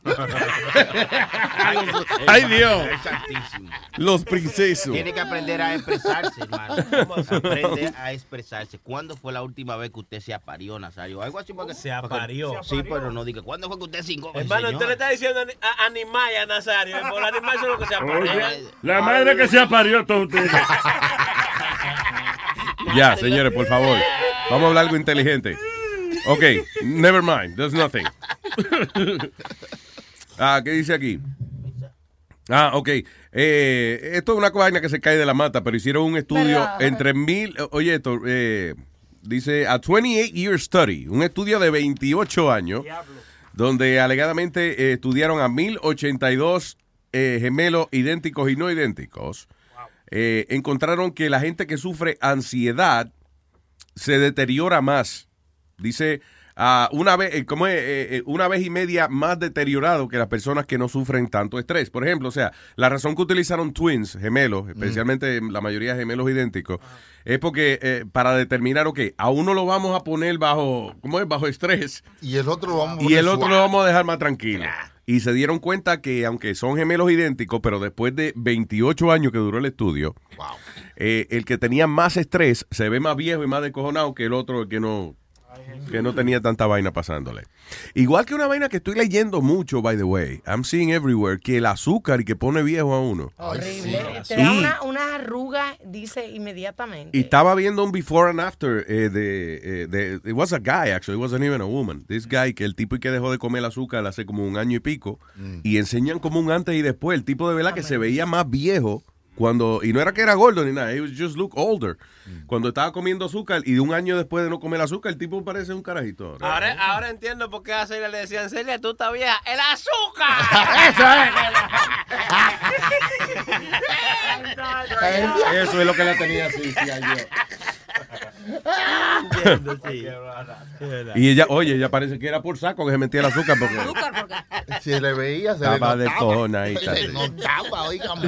Ay, Dios. Exactísimo. Los princesos. Tiene que aprender a expresarse, hermano. Aprende a expresarse. ¿Cuándo fue la última vez que usted se aparió, Nazario? Algo así porque se aparió. Sí, pero no diga. ¿Cuándo fue que usted cingó? Hermano, usted le está diciendo animal a Nazario. Por animal eso es lo que se aparea. La madre que se aparió todos ustedes. Ya, señores, por favor. Vamos a hablar algo inteligente. Ok, never mind. There's nothing. ¿Qué dice aquí? Ok. Esto es una vaina que se cae de la mata, pero hicieron un estudio entre Oye, esto, dice, a 28-year study, un estudio de 28 años, donde alegadamente estudiaron a 1082 gemelos idénticos y no idénticos. Encontraron que la gente que sufre ansiedad se deteriora más. Dice, una vez y media más deteriorado que las personas que no sufren tanto estrés. Por ejemplo, o sea, la razón que utilizaron twins, gemelos, especialmente la mayoría de gemelos idénticos, es porque para determinar, a uno lo vamos a poner bajo estrés. Y el otro lo vamos a Y el otro lo vamos a dejar más tranquilo. y se dieron cuenta que aunque son gemelos idénticos, pero después de 28 años que duró el estudio, el que tenía más estrés se ve más viejo y más descojonado que el otro, el que no tenía tanta vaina pasándole. Igual que una vaina que estoy leyendo mucho, by the way, I'm seeing everywhere, que el azúcar y que pone viejo a uno. Horrible. Te da una arruga, dice inmediatamente. Y estaba viendo un before and after it was a guy, actually, it wasn't even a woman. This guy, que el tipo y que dejó de comer el azúcar hace como un año y pico, y enseñan como un antes y después. El tipo de verdad que se veía más viejo y no era que era gordo ni nada, he was just look older. Cuando estaba comiendo azúcar y de un año después de no comer azúcar, el tipo parece un carajito. Ahora entiendo por qué a Celia le decían, Celia, tú estás vieja. ¡El azúcar! Eso es lo que la tenía así, ayer. Entiendo, sí. Y ella parece que era por saco que se metía el azúcar porque se le veía, se estaba le de cojona y Se le notaba, oígame.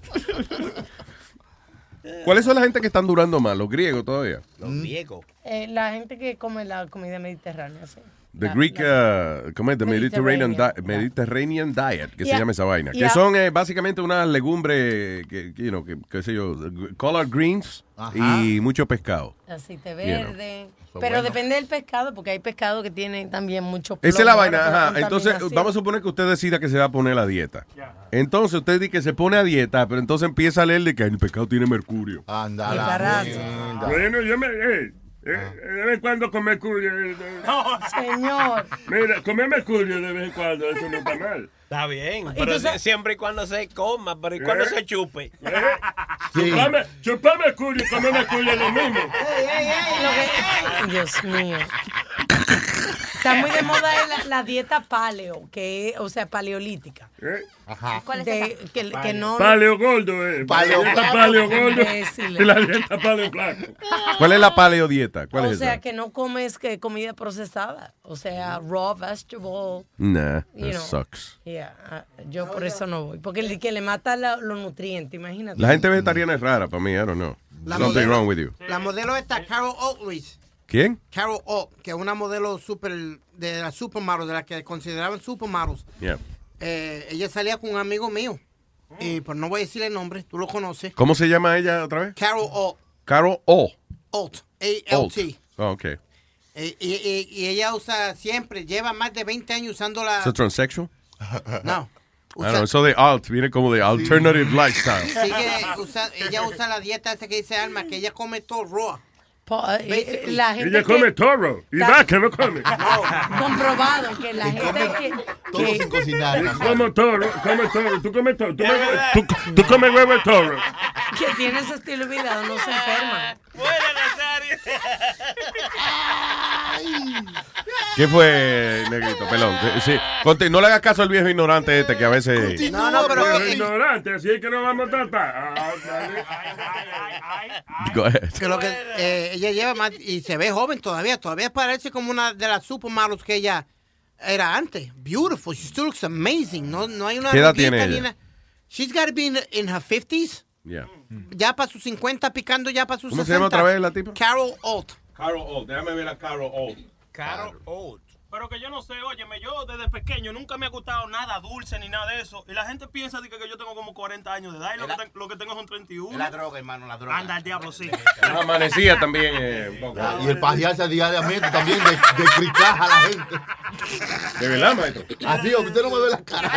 ¿Cuáles son la gente que están durando más? ¿Los griegos todavía? Los griegos. La gente que come la comida mediterránea, sí. The Greek, the Mediterranean Diet, que se llama esa vaina. Que son básicamente unas legumbres, qué sé yo, collard greens y mucho pescado. Aceite verde. Pero depende del pescado, porque hay pescado que tienen también mucho plomo. Esa es la vaina, Entonces, vamos a suponer que usted decida que se va a poner a dieta. Entonces, usted dice que se pone a dieta, pero entonces empieza a leerle que el pescado tiene mercurio. Anda. Bueno, yo me... de vez en cuando comer mercurio. No, señor. Mira, comer mercurio de vez en cuando, eso no está mal. Está bien, pero siempre y cuando se coma, pero y cuando se chupe. Sí. Chupar mercurio y comer mercurio es lo mismo. Dios mío. Está muy de moda la dieta paleo, o sea, paleolítica. Ajá. ¿Cuál es esa? Que no... Paleo gordo, Paleo gordo y la dieta paleo flaco. ¿Cuál es la paleo dieta? ¿Cuál es esa? O sea, que no comes comida procesada. O sea, raw vegetable. Nah, that sucks. Yo por eso no voy. Porque el que le mata los nutrientes, imagínate. La gente vegetariana es rara para mí, I don't know. Something wrong with you. La modelo está Carol Oatley. ¿Quién? Carol Oak, que es una modelo de la supermodel, de la que consideraban supermodels. Yeah. Ella salía con un amigo mío. Y pues no voy a decir el nombre, tú lo conoces. ¿Cómo se llama ella otra vez? Carol Oak. Carol O. Alt. A-L-T. Oh, ok. Y ella lleva más de 20 años usando la... ¿Es transsexual? No. Eso de alt viene como de alternative lifestyle. Ella usa la dieta esa que dice Alma, que ella come todo raw. La gente ella come toro y vaca no come. Comprobado que la gente que todo sin cocinar. Como toro, tú comes toro, tú comes huevo de toro. Que tiene ese estilo de vida no se enferma. Buena, Nazario. ¿Qué fue, negrito? Pelón. Sí. No le hagas caso al viejo ignorante que a veces... No, pero... ignorante, así es que no vamos a tratar. Go ahead. Que lo que ella lleva más y se ve joven todavía parece como una de las supermodels que ella era antes. Beautiful, she still looks amazing. No hay una... ¿Qué edad tiene ella? She's got to be in her 50s. Yeah. Ya para sus 50, picando ya para sus 60. ¿Cómo se llama otra vez la tipa? Carol Oat. Carol Oat, déjame ver a Carol Oat. Carol Oat. Pero que yo no sé, óyeme, yo desde pequeño nunca me ha gustado nada dulce ni nada de eso. Y la gente piensa que yo tengo como 40 años de edad y lo que tengo son 31. Es la droga, hermano, la droga. Anda, el diablo, sí. Amanecía también un poco. Y el pajearse diariamente también de cricar a la gente. ¿De verdad, maestro? Así, usted no me ve la cara.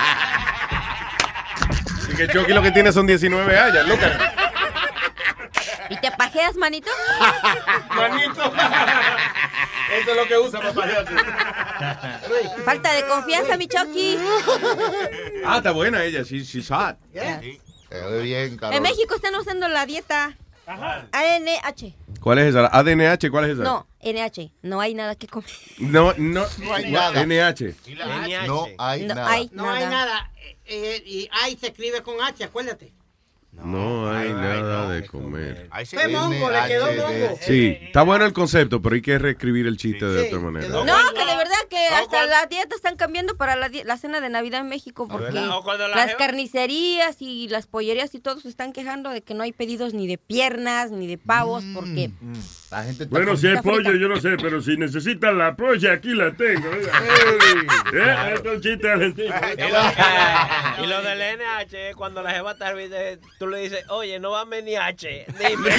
Y que Chucky lo que tiene son 19 años, Lucas. ¿Y te pajeas, manito? Manito. Eso es lo que usa para pajearse. Falta de confianza, mi Chucky. Está buena ella. She's hot. Yeah. Bien, Carol. En México están usando la dieta ANH. ¿Cuál es esa? ¿ADNH? ¿Cuál es esa? No, NH. No hay nada que comer. No hay nada. NH. No hay nada. No hay nada. Y I se escribe con H, acuérdate. No hay nada de comer. ¡Qué mongo! Le quedó mongo. Sí, está bueno el concepto, pero hay que reescribir el chiste de otra manera. No, que de verdad que hasta la dieta están cambiando para la cena de Navidad en México, porque las carnicerías y las pollerías y todos se están quejando de que no hay pedidos ni de piernas ni de pavos, porque la gente está bueno, si hay pollo, yo no sé, pero si necesitan la polla, aquí la tengo. Esto es un chiste argentino. Y lo del NH, cuando la jeva está tú le dices, oye, no va a venir H. Dime.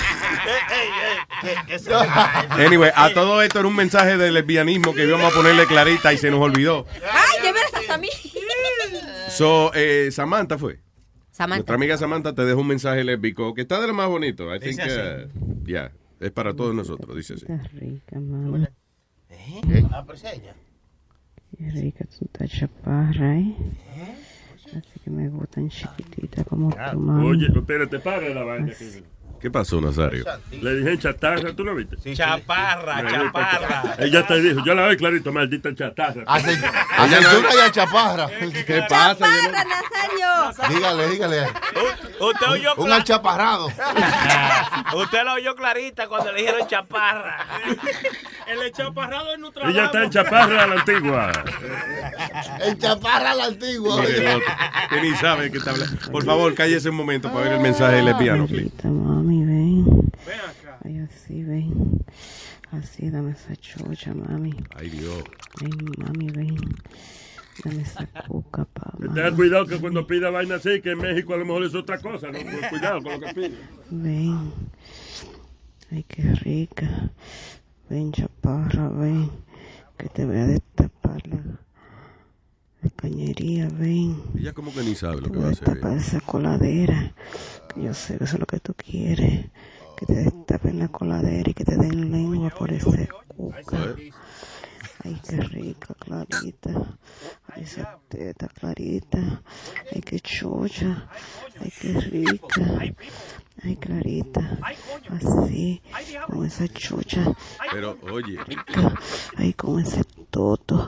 Anyway, a todo esto era un mensaje de lesbianismo que íbamos a ponerle Clarita y se nos olvidó. ¡Ay, de veras hasta a mí! So, Samantha fue. Samantha. Nuestra amiga Samantha te deja un mensaje lésbico que está de lo más bonito. I think, Dice así. es para todos nosotros, dice así. Está rica, mamá. Ah, pues ella. Qué rica, tú estás chaparra, ¿eh? Así que me gustan chiquititas como tu mamá. Oye, espérate, para la vaina. ¿Qué pasó, Nazario? Le dije chatarra, ¿tú lo viste? Sí, chaparra. Ella te dijo, yo la veo clarito, maldita chatarra. Aceituna y a chaparra. ¿Qué pasa? ¡Chaparra, Nazario! Dígale. Usted oyó Un achaparrado. Usted lo oyó clarita cuando le dijeron chaparra. El chaparrado es nuestra. Ella está en chaparra a la antigua. En chaparra a la antigua. Mire el otro, que ni sabe que está hablando. Por favor, cállese un momento para ver el mensaje lesbiano, please. Mami, ven. Ay, así, ven. Así, dame esa chocha, mami. Ay, Dios. Ven, mami, ven. Dame esa cuca, mamá. Ten cuidado que cuando pida vaina así, que en México a lo mejor es otra cosa, ¿no? Pues cuidado con lo que pide. Ven. Ay, qué rica. Ven, chaparra, ven. Que te voy a destapar la cañería, ven. Ella como que ni sabe lo Te que voy va a a hacer. destapar esa coladera. Que yo sé que eso es lo que tú quieres. Que te destapen la coladera y que te den lengua por ese cuca. Ay, qué rica, Clarita. Ay, esa teta, Clarita. Ay, qué chocha. Ay, qué rica. Ay, Clarita. Así, con esa chocha. Pero, oye. Ay, con ese toto.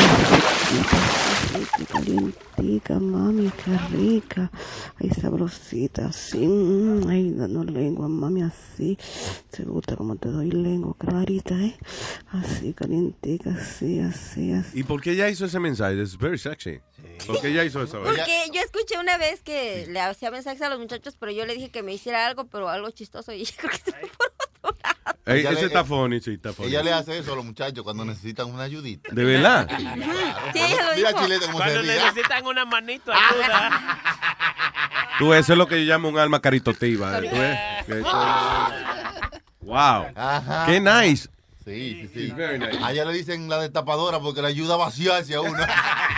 Ay, calientica, mami, qué rica. Ay, sabrosita, así. Ay, dando lengua, mami, así. Se gusta como te doy lengua, Clarita, ¿eh? Así, calientica, así. ¿Y por qué ella hizo ese mensaje? Es very sexy. ¿Por qué ella hizo eso? Porque yo escuché una vez que le hacía mensajes a los muchachos, pero yo le dije que me hiciera algo, pero algo chistoso, y yo creo que se fue por otro lado. Ese está funny, sí, está funny. Ella le hace eso a los muchachos cuando necesitan una ayudita. ¿De verdad? Sí, ella lo Mira, dijo. Chilete, cómo Cuando se ríe. necesitan una manito, ayuda. Tú, eso es lo que yo llamo un alma caritativa. ¿Tú ves? Wow. Ajá. Qué nice. Sí. Very nice. A ella le dicen la destapadora porque le ayuda a vaciarse a una.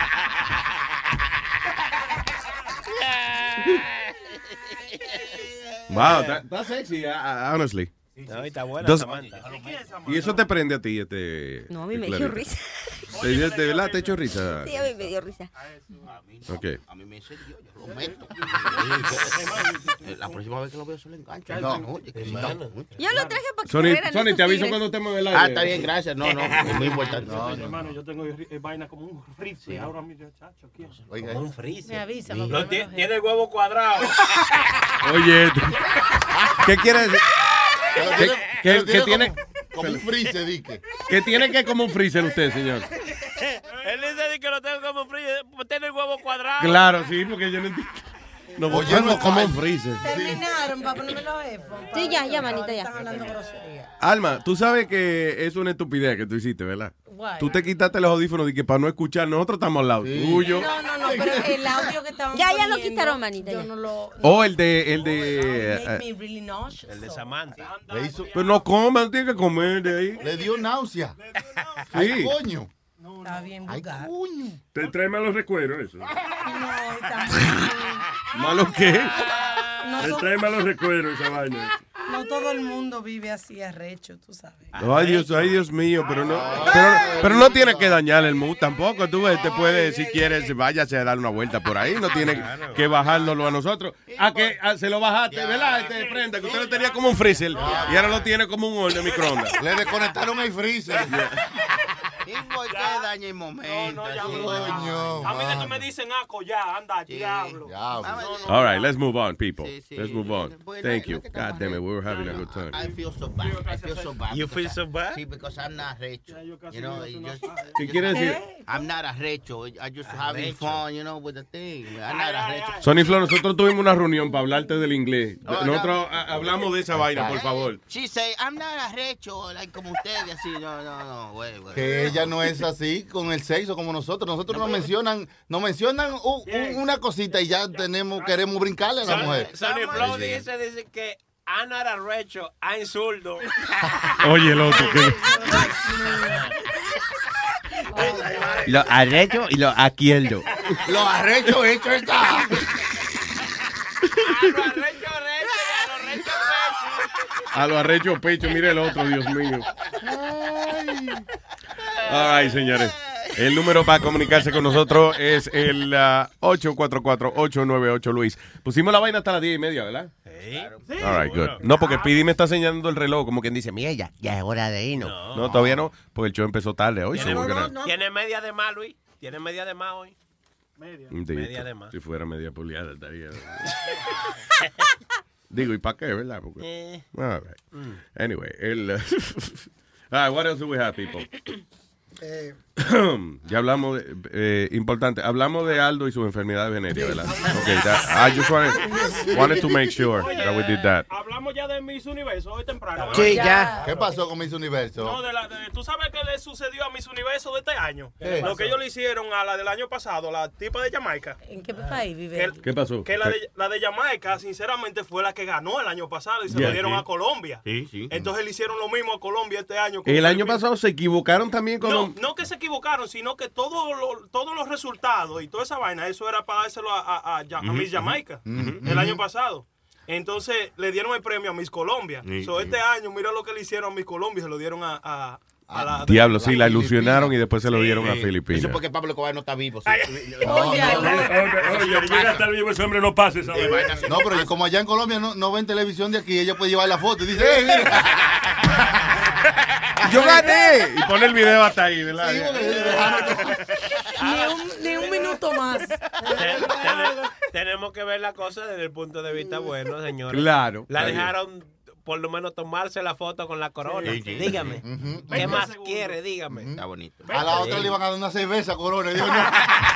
Wow, that's sexy, honestly. No, está buena, Dos- Samantha. ¿Y eso te prende a ti? No, a mí me dio risa. ¿De verdad te echó risa? Sí, a mí me dio risa. Ok. A mí me encendió, yo lo meto. La próxima vez que lo veo se lo engancho. No. Yo lo traje para que Sony, corrieran Sony, esos te aviso tigres. cuando estemos en el aire. Ah, está bien, gracias. No, es muy importante. Hermano, yo tengo vaina como un fritz. Ahora mismo, chacho, ¿quién? Como un freezer. Me avisa. Tiene el huevo cuadrado. Oye, ¿qué quiere decir? ¿Qué tiene? Como un freezer, dique. ¿Qué tiene que como un freezer usted, señor? Él dice que lo tengo como un freezer. Tiene el huevo cuadrado. Claro, sí, porque yo no entiendo. No, Oye, no como un freezer. Terminaron para ponerme los headphones. Sí, ya, manita, ya. Están hablando grosería. Alma, tú sabes que es una estupidez que tú hiciste, ¿verdad? Guay. Tú te quitaste los audífonos y que para no escuchar, nosotros estamos al lado tuyo. No, pero el audio que estaban Ya lo poniendo, quitaron, manita. Yo ya. no lo... O el de... Make me really nauseous. El de Samantha. Le hizo- Pero no coma, tiene que comer de ahí. Le dio náusea. Sí. Ay, coño. Está bien Ay, vulgar. coño. Te trae malos recuerdos eso. No, está ¿Malo qué? no, Te trae malos recuerdos esa vaina. no todo el mundo vive así arrecho, tú sabes. Ay, Dios mío, pero no tiene que dañar el mood tampoco. Tú te puedes, si quieres, váyase a dar una vuelta por ahí. No tiene que bajárnoslo a nosotros. A que se lo bajaste, ¿verdad? Prenda, que usted lo tenía como un freezer y ahora lo tiene como un horno de microondas. Le desconectaron el freezer. ¿por qué daña el momento? No, ya, así? coño, a mí de que me dicen aco, ya, anda, diablo. All right, let's move on, people. Let's move on. Thank you. God damn it, we were having a good time. I feel so bad. I feel so bad. You feel so bad? Sí, because I'm not recho. You know, ¿Qué quiere decir? I'm not arrecho. I just having fun, you know, with the thing. I'm not arrecho. Sonny Flow, nosotros tuvimos una reunión para hablarte del inglés. Nosotros hablamos de esa vaina, por favor. She say, I'm not arrecho, like como ustedes, así. No, güey. Que ella no es así con el sexo como nosotros. Nosotros nos mencionan una cosita y ya queremos brincarle a la mujer. Sonny Flow dice que I'm not arrecho, I'm zurdo. Oye, el otro. Lo arrecho y lo izquierdo. Lo arrecho hecho está. A lo arrecho pecho, mire el otro, Dios mío. Ay, señores. El número para comunicarse con nosotros es el 844-898-Luis. Pusimos la vaina hasta las 10:30, ¿verdad? Sí. All right, good. No, porque Speedy me está señalando el reloj, como quien dice, mira, ya es hora de irnos. No, todavía no, porque el show empezó tarde hoy. ¿Tiene media de más, Luis? ¿Tiene media de más hoy? Media de más. Si fuera media pulgada, estaría. Digo, ¿y para qué, verdad? Porque... All right. Anyway, all right, what else do we have, people? Ya hablamos de, importante, hablamos de Aldo y sus enfermedades venéreas, ¿verdad? Okay, I just wanted to make sure that we did that. Hablamos ya de Miss Universo hoy temprano. Sí, ya. ¿Qué pasó con Miss Universo? No, ¿tú sabes qué le sucedió a Miss Universo de este año? Lo que ellos le hicieron a la del año pasado, la tipa de Jamaica. ¿En qué país vive? ¿Qué pasó? Que la de Jamaica, sinceramente, fue la que ganó el año pasado y se lo dieron a Colombia. Sí. Entonces le hicieron lo mismo a Colombia este año. El año pasado se equivocaron también con... No que se equivocaron, sino que todos los resultados y toda esa vaina, eso era para dárselo a Miss Jamaica el año pasado. Entonces le dieron el premio a Miss Colombia. Este año, mira lo que le hicieron a Miss Colombia, se lo dieron a la... Diablo, sí, la ilusionaron y después se lo dieron a Filipinas. Eso porque Pablo Escobar no está vivo. Oye, llega a estar vivo ese hombre, no pase esa vaina. No, pero como allá en Colombia no ven televisión de aquí, ella puede llevar la foto y dice, mira. ¡Yo gané! Y pone el video hasta ahí, ¿verdad? Ni un minuto más. Tenemos que ver la cosa desde el punto de vista bueno, señores. Claro. La dejaron por lo menos tomarse la foto con la corona. Sí. Dígame. ¿Qué más quiere? Dígame. Está bonito. A la otra le iban a dar una cerveza, corona. Digo, no.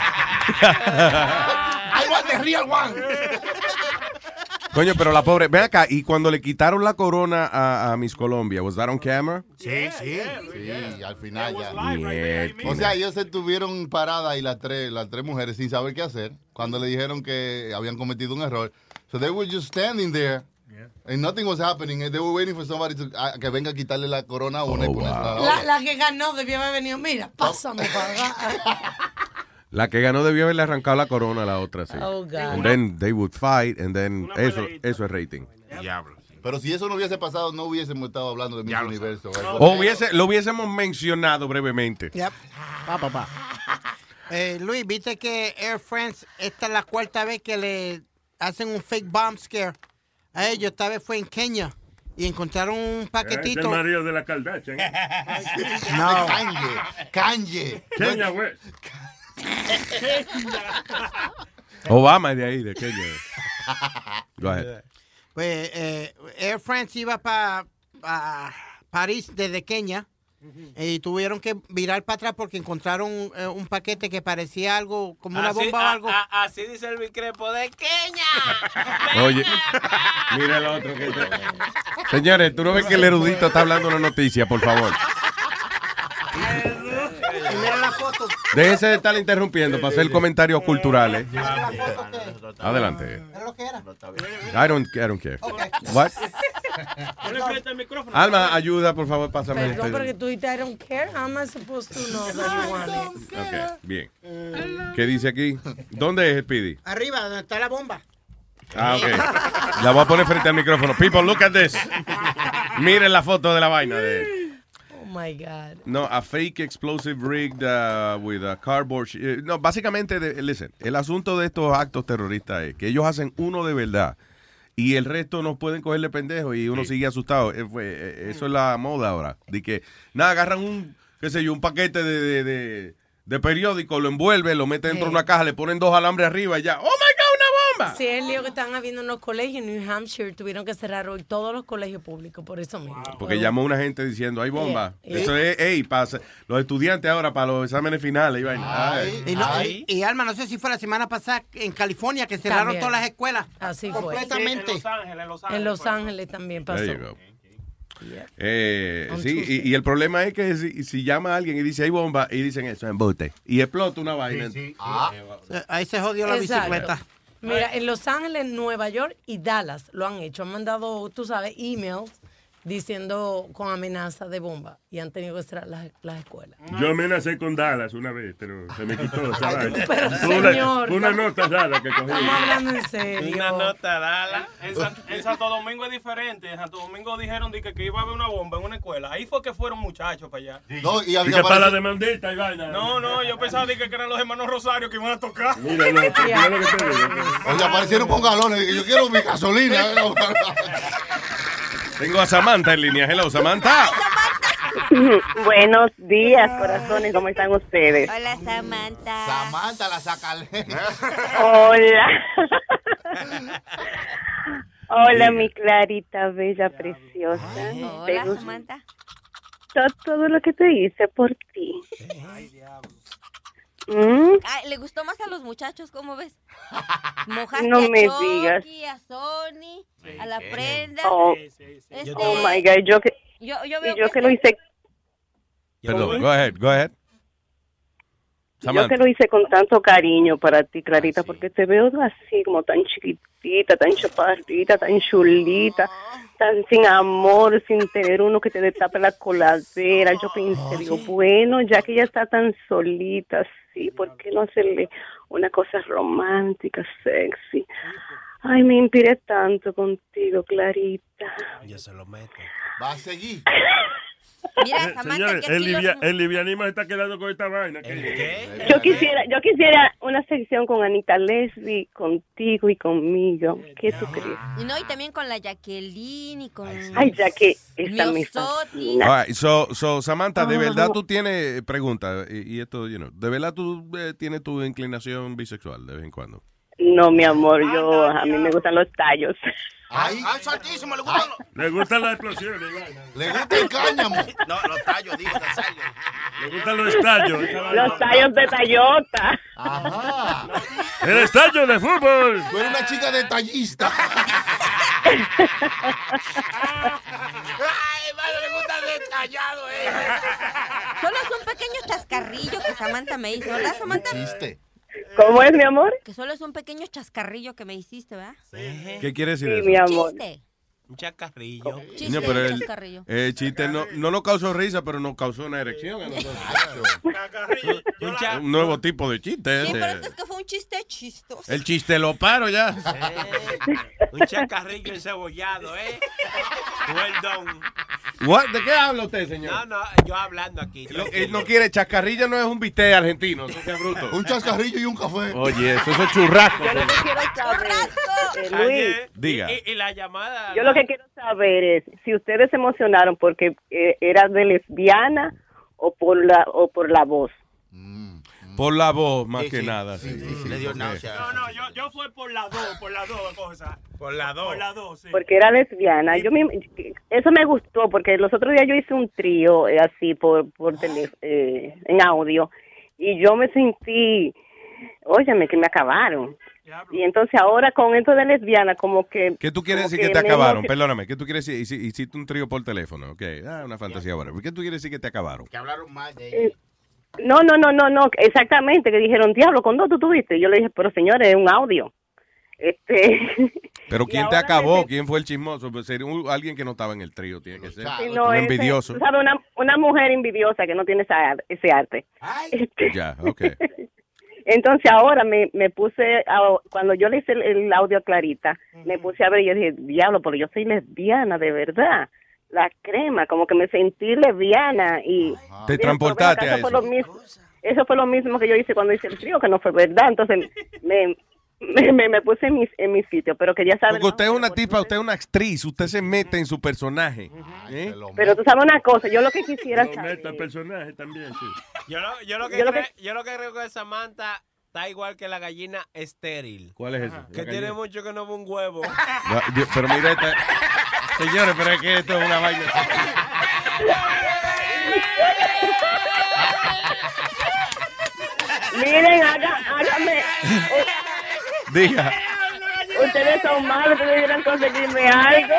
I want the real one. Coño, pero la pobre, ven acá, y cuando le quitaron la corona a Miss Colombia, ¿was that on camera? Sí, al final ya. Mierda. O sea, ellos se estuvieron paradas y las tres mujeres sin saber qué hacer cuando le dijeron que habían cometido un error. So they were just standing there and nothing was happening. They were waiting for somebody que venga a quitarle la corona a una y ponerse a la otra. La que ganó debió haber venido, mira, pásame para acá. La que ganó debió haberle arrancado la corona a la otra, sí. Oh, God. And then they would fight, and then eso es rating. Diablo. Pero si eso no hubiese pasado, no hubiésemos estado hablando de Miss Universo. O lo hubiésemos mencionado brevemente. Yep. Luis, viste que Air France, esta es la cuarta vez que le hacen un fake bomb scare a ellos. Esta vez fue en Kenia y encontraron un paquetito. Es el marido de la Kardashian. No. Kanye. Kenya West. Obama es de ahí, de Kenia. Go ahead. Pues Air France iba para París desde Kenia y tuvieron que virar para atrás porque encontraron un paquete que parecía algo como una bomba o algo. Así dice el Micrepo de Kenia. Oye, mira el otro que Señores, tú no ves que el erudito está hablando una noticia, por favor. Mira la foto. Déjense de estar interrumpiendo para hacer comentarios culturales. Adelante. ¿Era lo que era? I don't care. Okay. What? Ponle el micrófono. Alma, ayuda, por favor, pásame. Perdón, porque tú dijiste I don't care. How am I supposed to know that you want it? Ok, bien. ¿Qué dice aquí? ¿Dónde es, Speedy? Arriba, donde está la bomba. Ok. La voy a poner frente al micrófono. People, look at this. Miren la foto de la vaina de él. Oh my God. No, a fake explosive rigged with a cardboard. No, básicamente, listen, el asunto de estos actos terroristas es que ellos hacen uno de verdad y el resto nos pueden cogerle pendejo y uno sigue asustado. Eso es la moda ahora. De que, nada, agarran qué sé yo, un paquete de periódico, lo envuelve, lo mete dentro de una caja, le ponen 2 alambres arriba y ya. ¡Oh, my God, una bomba! Sí, es el lío que están habiendo en los colegios. En New Hampshire tuvieron que cerrar hoy todos los colegios públicos por eso mismo. Porque llamó una gente diciendo, hay bomba. Eso es, pasa. Los estudiantes ahora para los exámenes finales. Y Alma, no sé si fue la semana pasada en California que cerraron También. todas las escuelas. Así fue. Completamente. En Los Ángeles también pasó. There you go. Sí, y el problema es que si llama a alguien y dice hay bomba y dicen eso, embuste, y explota una vaina. Ahí se jodió la Exacto. bicicleta. Mira, en Los Ángeles, Nueva York y Dallas lo han hecho. Han mandado, tú sabes, emails diciendo con amenaza de bomba y han tenido que cerrar las escuelas. Yo amenacé con Dallas una vez, pero se me quitó esa vaina. Pero, Fue señor, una nota rara que cogí. Estamos hablando en serio. Una nota dala. En Santo Domingo es diferente. En Santo Domingo dijeron que iba a haber una bomba en una escuela. Ahí fue que fueron muchachos para allá. No, y que para la demandita y vaina. No, yo pensaba que eran los hermanos Rosario que iban a tocar. Mira, no, mira lo que te digo. Oye, aparecieron con galones. Yo quiero mi gasolina. Tengo a Samantha en línea. Hello, Samantha. Buenos días, corazones. ¿Cómo están ustedes? Hola, Samantha. Samantha, la sacale. Hola. Hola, mi Clarita, bella, preciosa. Hola, Samantha. Todo lo que te hice por ti. Ay, ¿le gustó más a los muchachos? ¿Cómo ves? Mojaste No a me Chucky, digas. a Sony, a la Prenda. Oh, oh my God, yo veo que lo hice. Perdón, go ahead. Yo Samantha. que lo hice con tanto cariño para ti, Clarita, porque te veo así como tan chiquitita, tan chaparrita, tan chulita, tan sin amor, sin tener uno que te destape la coladera. Yo pensé, digo, bueno, ya que ella está tan solita, sí, ¿por qué no hacerle una cosa romántica, sexy? Ay, me inspiré tanto contigo, Clarita. Ya se lo mete. Va a seguir. Mira, Samantha, Señores, que aquí el livianismo está quedando con esta vaina. Yo quisiera una sección con Anita Leslie, contigo y conmigo. ¿Qué tú crees? Y también con la Jacqueline y con... Ay, ya que esta me Miosotti. All right, so Samantha, ¿de verdad tú tienes, pregunta, y esto, ¿de verdad tú tienes tu inclinación bisexual de vez en cuando? No, mi amor, a mí me gustan los tallos. Ay, santísimo, Le gustan las explosiones. Le gusta el cáñamo. No, los tallos, digo, los tallos. Le gustan los estallos. Los tallos de Tayota. Ajá. El estallo de fútbol. Tú eres una chica detallista. Ay, madre, le gusta el detallado, Solo es un pequeño chascarrillo que Samantha me hizo, ¿verdad, Samantha? Chiste. ¿Cómo es, mi amor? Que solo es un pequeño chascarrillo que me hiciste, ¿verdad? ¿Qué quiere decir Sí, eso? mi amor. Chiste. Un chacarrillo. Chiste, No, pero chascarrillo. el chiste no nos causó risa, pero nos causó una erección a nosotros. Un nuevo tipo de chiste. Sí, ese. pero es que fue un chiste chistoso. El chiste lo paro ya. Un chacarrillo encebollado, Well done. ¿De qué habla usted, señor? No, yo hablando aquí. Él no quiere, chascarrillo no es un bistec argentino, eso sea bruto. Un chascarrillo y un café. Oye, eso es churrasco. Yo lo que quiero saber, Luis, Diga. Y la llamada. yo lo que quiero saber es si ustedes se emocionaron porque era de lesbiana o por la voz. Por la voz, más que nada. Sí, Le dio náusea. No, yo fui por las dos cosas. Por las dos. Por las dos, sí. Porque era lesbiana. Eso me gustó porque los otros días yo hice un trío así en audio y yo me sentí, óyeme, que me acabaron. Y entonces ahora con esto de lesbiana como que... ¿Qué tú quieres como decir que te me acabaron? emocion- Perdóname, ¿qué tú quieres decir? Hiciste un trío por teléfono, ok. Una fantasía buena. ¿Qué tú quieres decir que te acabaron? Que hablaron mal de ella. No, exactamente, que dijeron, diablo, ¿con dos tú tuviste? Yo le dije, pero señores, es un audio. Pero Y ¿quién te ahora acabó? ¿Quién fue el chismoso? Pues sería alguien que no estaba en el trío, tiene que ser. Sí, no, un ese- envidioso. tú sabes, una mujer envidiosa que no tiene ese arte. Ya, ok. Entonces ahora me puse, cuando yo le hice el audio a Clarita, me puse a ver y yo dije, diablo, pero yo soy lesbiana, de verdad. La crema, como que me sentí lesbiana y... Te transportaste a Eso fue lo mismo que yo hice cuando hice el trío, que no fue verdad. Entonces me puse en mi sitio, pero quería saber. Porque usted es una tipa, usted es una actriz, usted se mete en su personaje. Pero tú sabes una cosa, yo lo que quisiera saber. Meta personaje también, sí. Yo lo que creo que Samantha está igual que la gallina estéril. ¿Cuál es eso? Que tiene mucho que no ve un huevo. No, pero mira esta. Señores, pero es que esto es una vaina. Miren, hágame. Diga. Ustedes son malos, ustedes debieran conseguirme algo.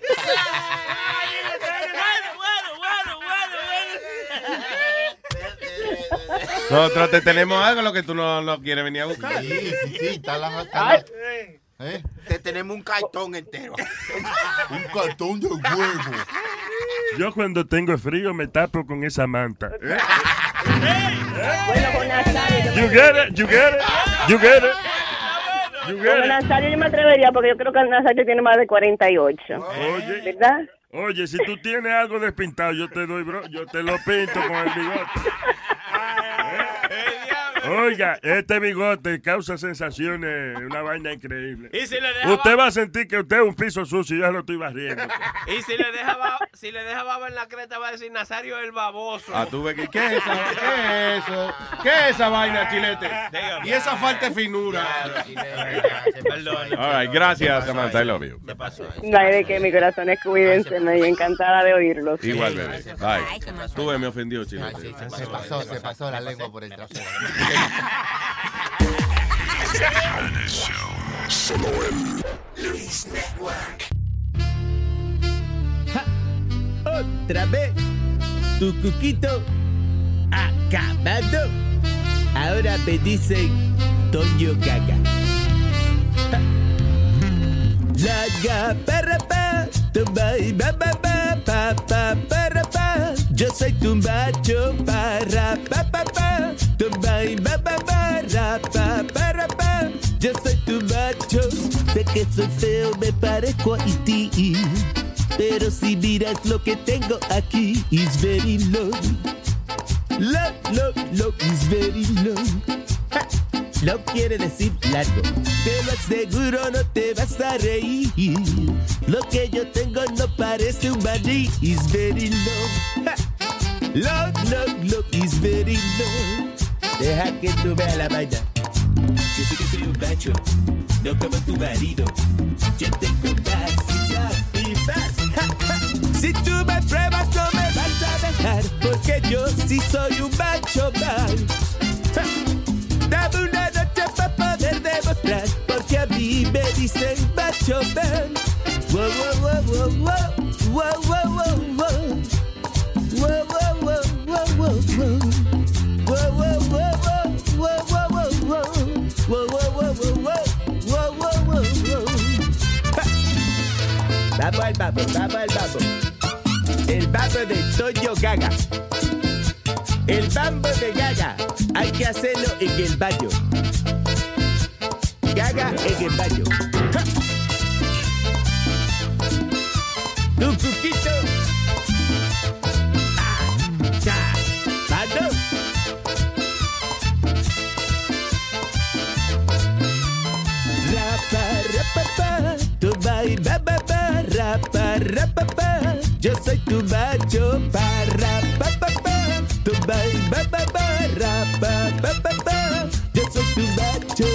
Nosotros te tenemos algo, lo que tú no quieres venir a buscar. Sí, está la... Te tenemos un cartón entero. Un cartón de huevo. Yo cuando tengo frío me tapo con esa manta. Bueno, con Nazario. You get it, you get it, you get it. You get Con it. Nazario yo me atrevería porque yo creo que Nazario tiene más de 48. Oye. ¿Verdad? Oye, si tú tienes algo despintado, yo te doy, bro. Yo te lo pinto con el bigote. Oiga, este bigote causa sensaciones, una vaina increíble. ¿Y si le deja usted va a sentir que usted es un piso sucio y yo lo estoy barriendo. Y si le deja baba en la creta, va a decir Nazario el baboso. Ah, tú ves que ¿qué es eso? ¿Qué es esa vaina, Chilete? Dígame. Y esa falta de finura. Perdón. All right, gracias, Samantha. I love you. ¿Qué pasó? No hay de que mis corazones cuídense, me encantada de oirlos. Igual, bebé. Bye. Tú me ofendió, Chilete. Se pasó la lengua por el trasero. Solo en Luis Network. Otra vez, tu cuquito acabado. Ahora me dicen Toño Gaga. Laga para pa, tumba y ba ba ba pa pa para pa. Yo soy tu macho para pa pa pa, tumba y ba ba ba ra pa para pa. Yo soy tu macho, sé que soy feo, me parezco a ti, pero si miras lo que tengo aquí, is very low. Low is very low. Low quiere decir largo. Te lo aseguro, no te vas a reír. Lo que yo tengo no parece un maní. Is very low. Low is very low. Deja que tú veas la vaina. Yo sé que soy un macho, no como tu marido. Yo tengo más y más. Si tú me pruebas no me vas a dejar, porque yo sí soy un macho mal. Dame una noche para poder demostrar, porque a mí me dicen macho man. Wow, wow, wow, wow, wow, wow, wow, wow. Wow, wow, wow, wow, wow, wow. Wow, wow, wow, wow, wow, wow, wow, wow. Wow, wow, wow, wow, wow, wow, wow, wow. Vamos al babo, vamos al babo. El babo de Toño Gaga. El bambo de Gaga, hay que hacerlo en el baño. Gaga en el baño. ¡Ja! Tu cuquito. ¡Mando! Rapa, rapapa, tu bai, bababa, rapa, rapapa. Yo soy tu macho, para, papapa. Tu bai, bababa, rapa, papapa. Yo soy tu macho.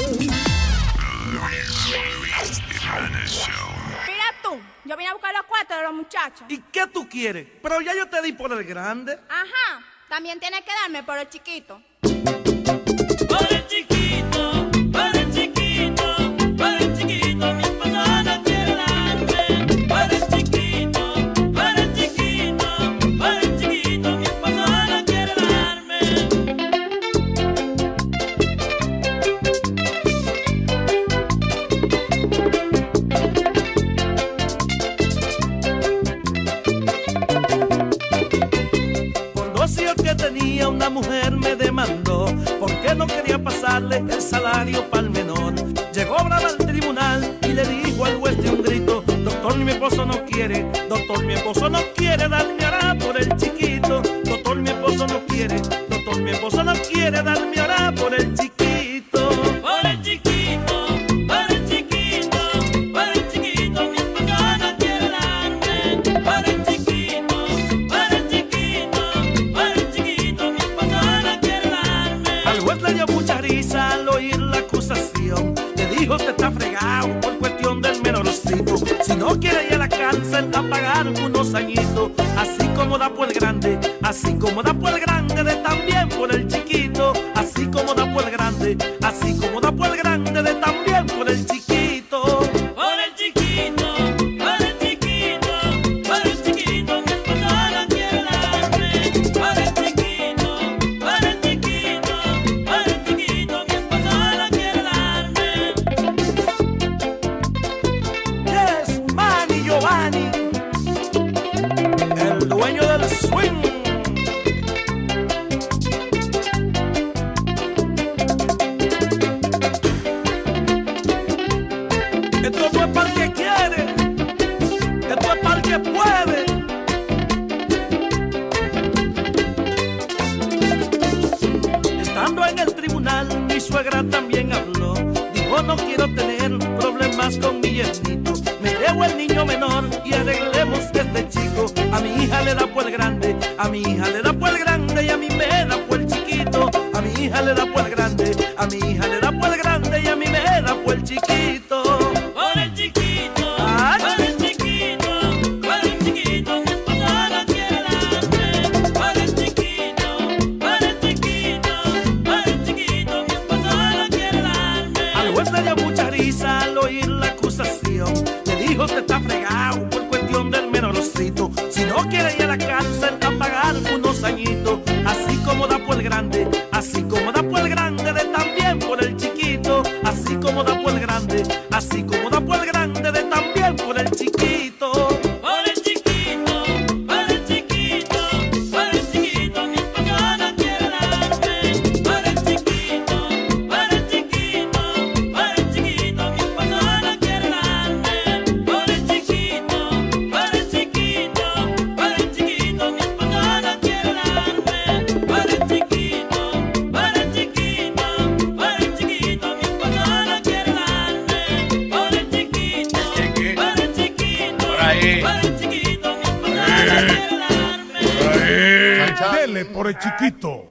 Mira tú, yo vine a buscar los cuartos de los muchachos. ¿Y qué tú quieres? Pero ya yo te di por el grande. Ajá, también tienes que darme por el chiquito. Por el chiquito, por el chiquito, por el chiquito, mi esposo no quiere darme. Por el chiquito, por el chiquito, por el chiquito, mi esposo no quiere darme. Por 2 hijos que tenía una mujer me demandó, porque no quería pasarle el salario para el menor. Llegó brava al tribunal y le dijo al juez de un grito: doctor, mi esposo no quiere, doctor, mi esposo no quiere darme ahora por el chiquito. Doctor, mi esposo no quiere, doctor, mi esposo no quiere darme ahora por el chiquito. Por el chiquito, dijo usted está fregado por cuestión del menorcito. Si no quiere ir a la cárcel a pagar unos añitos, así como da por el grande, así como da por el grande, de también por el chiquito, así como da por el grande, así como da por el grande, de también por el chiquito. Por el chiquito, por el chiquito, por el chiquito, mi esposa no quiere darme. Por el chiquito, por el chiquito, por el chiquito, mi esposa no quiere darme. Yes, Manny Giovanni, el dueño del swing. Esto no es para el que quiere, esto es para el que puede. Estando en el tribunal, mi suegra también habló. Dijo, no quiero tener problemas con mi yernito. Me llevo el niño menor y arreglemos este chico. A mi hija le da por el grande, a mi hija le da por el grande, y a mí me da por el chiquito. A mi hija le da por el grande, a mi hija le da por el grande, y a mí me da por el chiquito. Por el chiquito, por el chiquito, por el chiquito, mi esposa no quiere darme. Por el chiquito, por el chiquito, por el chiquito, mi esposa no quiere darme. Al juez le dio mucha risa al oír la acusación. Le dijo, usted está fregado por cuestión del menorcito. Si no quiere ir a la cárcel a pagar unos añitos, así como da por el grande, así como da por el grande, de también por el chiquito, así como da por el grande, así como da por el grande, de también por el chiquito. Por el chiquito, por el chiquito, por el chiquito, mi esposa no quiere darme. Por el chiquito, por el chiquito, por el chiquito, mi esposa no quiere darme. Por el chiquito, por el chiquito, por el chiquito, mi esposa no quiere darme. Por el chiquito, por el chiquito, por el chiquito, mi esposa no quiere darme. Por el chiquito, por el chiquito, Por ahí. por el chiquito, mi esposa no quiere darme. Dele por el chiquito.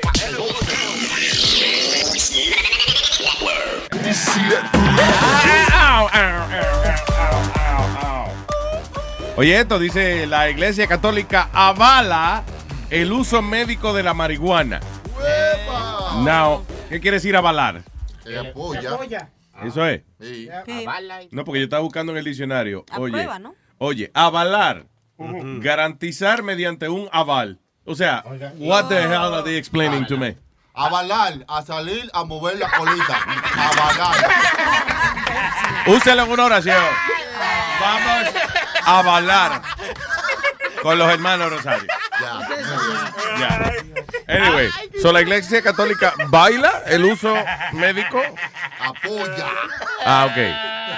Oye, esto dice, la Iglesia Católica avala el uso médico de la marihuana. Now, ¿qué quiere decir avalar? Que apoya. ¿Eso es? Sí. No, porque yo estaba buscando en el diccionario. Aprueba, ¿no? Oye, avalar. Garantizar mediante un aval. O sea, what the hell are they explaining to me? Avalar, a salir a mover la colita. Avalar. Úselo en una oración. Vamos a avalar con los hermanos Rosario. Ya. Anyway, so la Iglesia Católica baila el uso médico. Apoya. Ah, ok.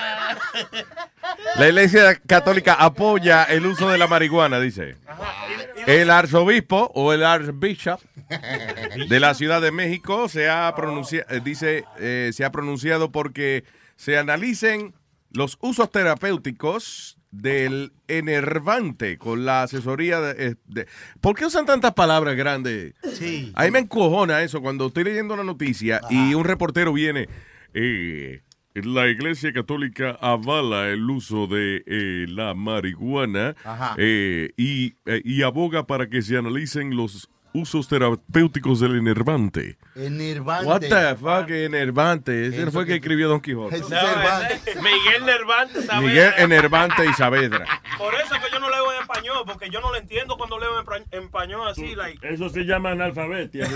La Iglesia Católica apoya el uso de la marihuana, dice. El arzobispo o el archbishop de la Ciudad de México se ha pronunciado porque se analicen los usos terapéuticos del enervante con la asesoría de... ¿Por qué usan tantas palabras grandes? Sí. A mí me encojona eso cuando estoy leyendo la noticia y un reportero viene... la Iglesia Católica avala el uso de la marihuana y aboga para que se analicen los usos terapéuticos del enervante. Enervante. What the fuck, enervante. Ese fue el que escribió Don Quijote. Miguel Nervante Saavedra. Miguel Enervante y Saavedra. Por eso que yo no leo en español, porque yo no lo entiendo cuando leo en español así. Eso se llama analfabetia.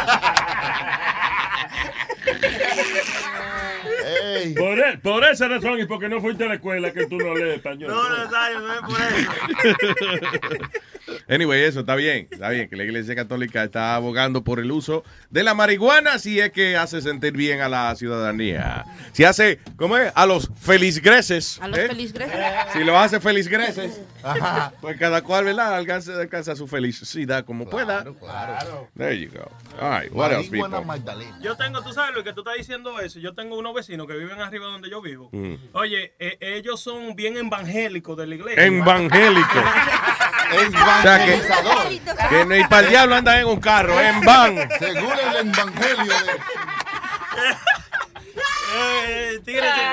Por esa razón y porque no fuiste a la escuela que tú no lees español. No es por eso. Anyway, eso está bien que la Iglesia Católica está abogando por el uso de la marihuana si es que hace sentir bien a la ciudadanía. Si hace, ¿cómo es? A los feligreses. A los feligreses. Si lo hace feligreses, pues cada cual, ¿verdad? Alcanza su felicidad como pueda. Claro. There you go. All right, what else, people? Yo tengo, tú sabes lo que tú estás diciendo eso. Yo tengo unos vecinos que viven arriba donde yo vivo. Oye, ellos son bien evangélicos de la iglesia. Evangélicos. O sea, que ni para el diablo andan en un carro, en van. Según el evangelio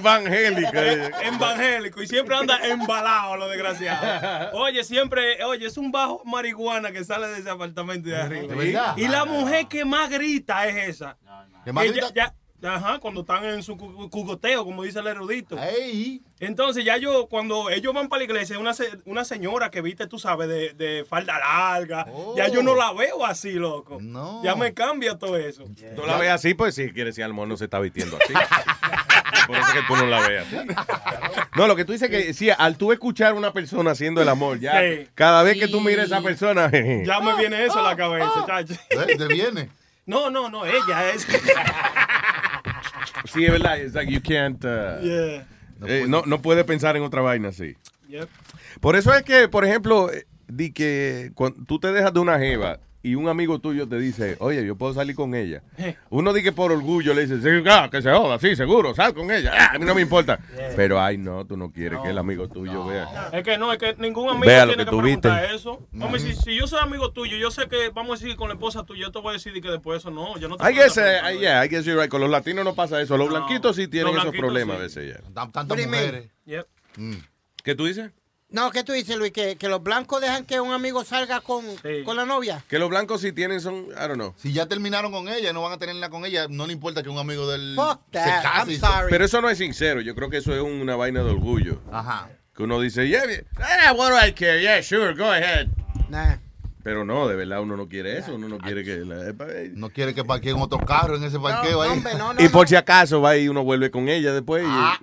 Evangélico. Evangélico. Y siempre anda embalado, lo desgraciado. Oye, es un bajo marihuana que sale de ese apartamento de arriba. verdad? Y la mujer que más grita es esa. ¿Que más grita? Ajá, cuando están en su cugoteo, como dice el erudito. Ey. Entonces ya cuando ellos van para la iglesia, una señora que viste, tú sabes, de falda larga, ya yo no la veo así, loco. No. Ya me cambia todo eso. Tú la ves así, pues sí, quiere decir, al mono no se está vistiendo así. Por eso es que tú no la veas así. No, lo que tú dices que, sí, al tú escuchar a una persona haciendo el amor, ya, Sí. cada vez que tú mires a esa persona, Ya me viene eso a la cabeza, chacho. ¿Te viene? No, ella es. sí, es verdad, it's like you can't, no puedes pensar en otra vaina así. Yep. Por eso es que, por ejemplo, di que cuando tú te dejas de una jeva y un amigo tuyo te dice, oye, yo puedo salir con ella. Uno dice que por orgullo le dice, sí, que se joda, sí, seguro, sal con ella. A mí no me importa. Pero, ay, no, tú no quieres que el amigo tuyo vea. Es que ningún amigo Vea lo tiene que que tú preguntar viste. eso. Hombre, si yo soy amigo tuyo, yo sé que vamos a decir con la esposa tuya, yo te voy a decir que después eso no. Yo no te I puedo guess, preguntar I guess you're right. Con los latinos no pasa eso. Los blanquitos sí tienen los esos blanquitos problemas sí. a veces ya. Tantas mujeres. Yep. ¿Qué tú dices? No, ¿qué tú dices, Luis? ¿Que los blancos dejan que un amigo salga con la novia? Que los blancos sí tienen son, I don't know. Si ya terminaron con ella, no van a tenerla con ella, no le importa que un amigo del Fuck se that, case. I'm sorry. Pero eso no es sincero. Yo creo que eso es una vaina de orgullo. Ajá. Que uno dice, yeah, what do I care? Yeah, sure, go ahead. Nah. Pero no, de verdad uno no quiere eso. Uno no quiere que... No quiere que parqueen otro carro en ese parqueo ahí. hombre, no, y por si acaso va y uno vuelve con ella después.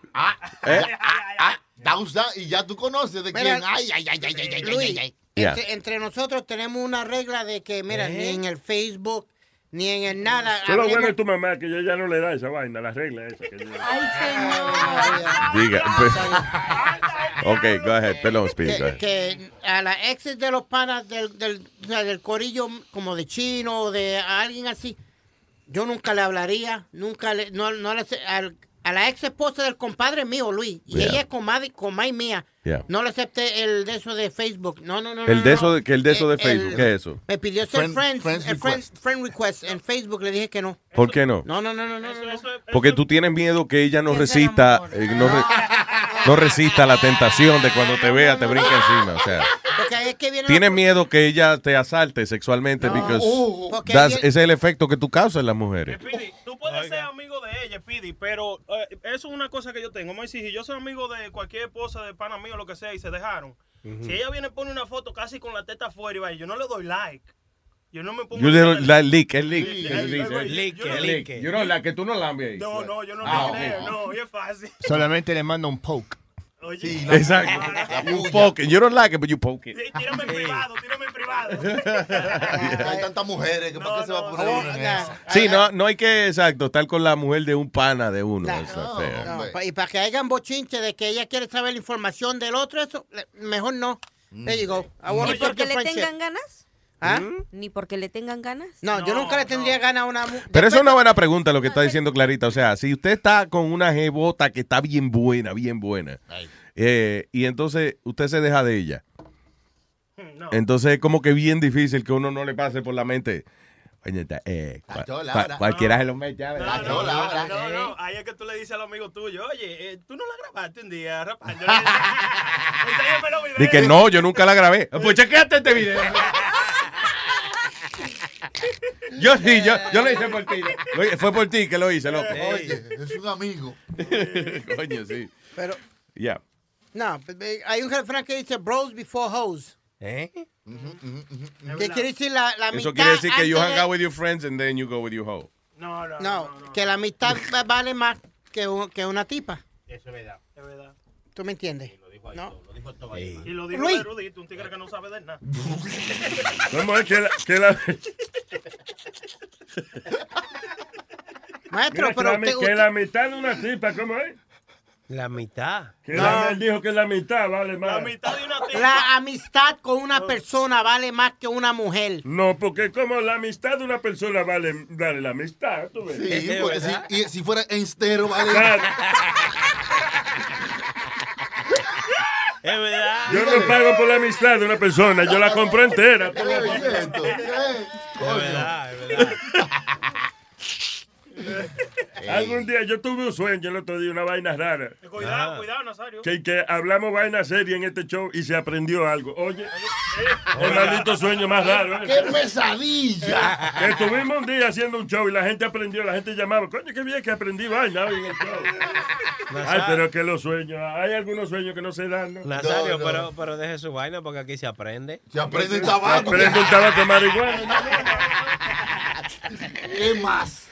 Y ya tú conoces de Mira, quién. Ay. Luis, Yeah. entre nosotros tenemos una regla de que, mira, ni en el Facebook, ni en el nada. Solo bueno hablemos- es tu mamá, que ella no le da esa vaina, la regla esa. Que Diga. Ok, go ahead. Perdón, Speedy, go ahead. que a las exes de los panas o sea, del corillo, como de chino o de alguien así, yo nunca le hablaría, nunca le, no le, a la ex esposa del compadre mío, Luis, y Yeah. ella es comay mía. Yeah. No le acepté el de eso de Facebook. No. El de eso de Facebook, ¿qué es eso? Me pidió ser Friend friend request en Facebook, le dije que no. ¿Por qué no? No. Porque tú tienes miedo que ella no resista, no resista la tentación de cuando te vea te brinca encima. O sea, Porque es que viene tienes miedo que ella te asalte sexualmente porque ese es el efecto que tú causas en las mujeres. Speedy, tú puedes ser amigo de ella, Speedy, pero eso es una cosa que yo tengo. Vamos a decir, si yo soy amigo de cualquier esposa de pana mío, lo que sea, y se dejaron. Si ella viene y pone una foto casi con la teta afuera y va, yo no le doy like. Yo no me pongo... Yo le like. Leak. Yo no, la que tú no lambies ahí. No, yo no okay. no, es fácil. Solamente le mando un poke. Oye, Exacto. You poke it. You don't like it, but you poke it. Tírame en privado. Hay tantas mujeres que para qué se va a poner uno en eso. Sí, no hay que, exacto, estar con la mujer de un pana de uno. Eso es feo. Y para que hagan bochinche de que ella quiere saber la información del otro, eso, mejor no. There you go. ¿Ni porque le tengan ganas? ¿Ah? ¿Ni porque le tengan ganas? No, yo nunca le tendría ganas a una mujer. Pero eso es una buena pregunta lo que está diciendo Clarita. O sea, si usted está con una jebota que está bien buena, y entonces usted se deja de ella. Entonces es como que bien difícil que uno no le pase por la mente. Oye, cualquiera se lo mete. No. Ahí es que tú le dices al amigo tuyo, oye, tú no la grabaste un día, rapaz. Dice que no, yo nunca la grabé. Pues chequeate este video. Yo lo hice por ti. Fue por ti que lo hice, loco. Oye, es un amigo. Coño, sí. Pero, ya. No, hay un refrán que dice bros before hoes. ¿Qué quiere decir la mitad? Eso quiere decir que you antes hang de- out with your friends and then you go with your hoe. No, que la mitad vale más que una tipa. Eso es verdad. ¿Tú me entiendes? ¿No? Y lo dijo Luis. el erudito, un tigre que no sabe de nada. ¿Cómo es que la... Maestro, Mira, pero que la mitad de una tipa, ¿cómo es? La mitad. Que él dijo que la mitad vale más. La mitad de una tipa. la amistad con una persona vale más que una mujer. No, porque como la amistad de una persona vale la amistad, ¿tú ves? Sí, porque si fuera entero, vale. Claro. Es verdad. Yo no pago por la amistad de una persona, yo la compro entera. ¿tú ves? Es verdad. Algún día yo tuve un sueño el otro día, una vaina rara. Cuidado, cuidado, Nazario. Que hablamos vaina seria en este show y se aprendió algo. Oye, el maldito sueño más raro. ¡Qué pesadilla! Que estuvimos un día haciendo un show y la gente aprendió, la gente llamaba, coño, qué bien que aprendí vaina hoy en el show. Ay, pero que los sueños, hay algunos sueños que no se dan, ¿no? Nazario, pero deje su vaina porque aquí se aprende. Se aprende el tabaco. Aprende un tabaco de marihuana. ¿Qué más?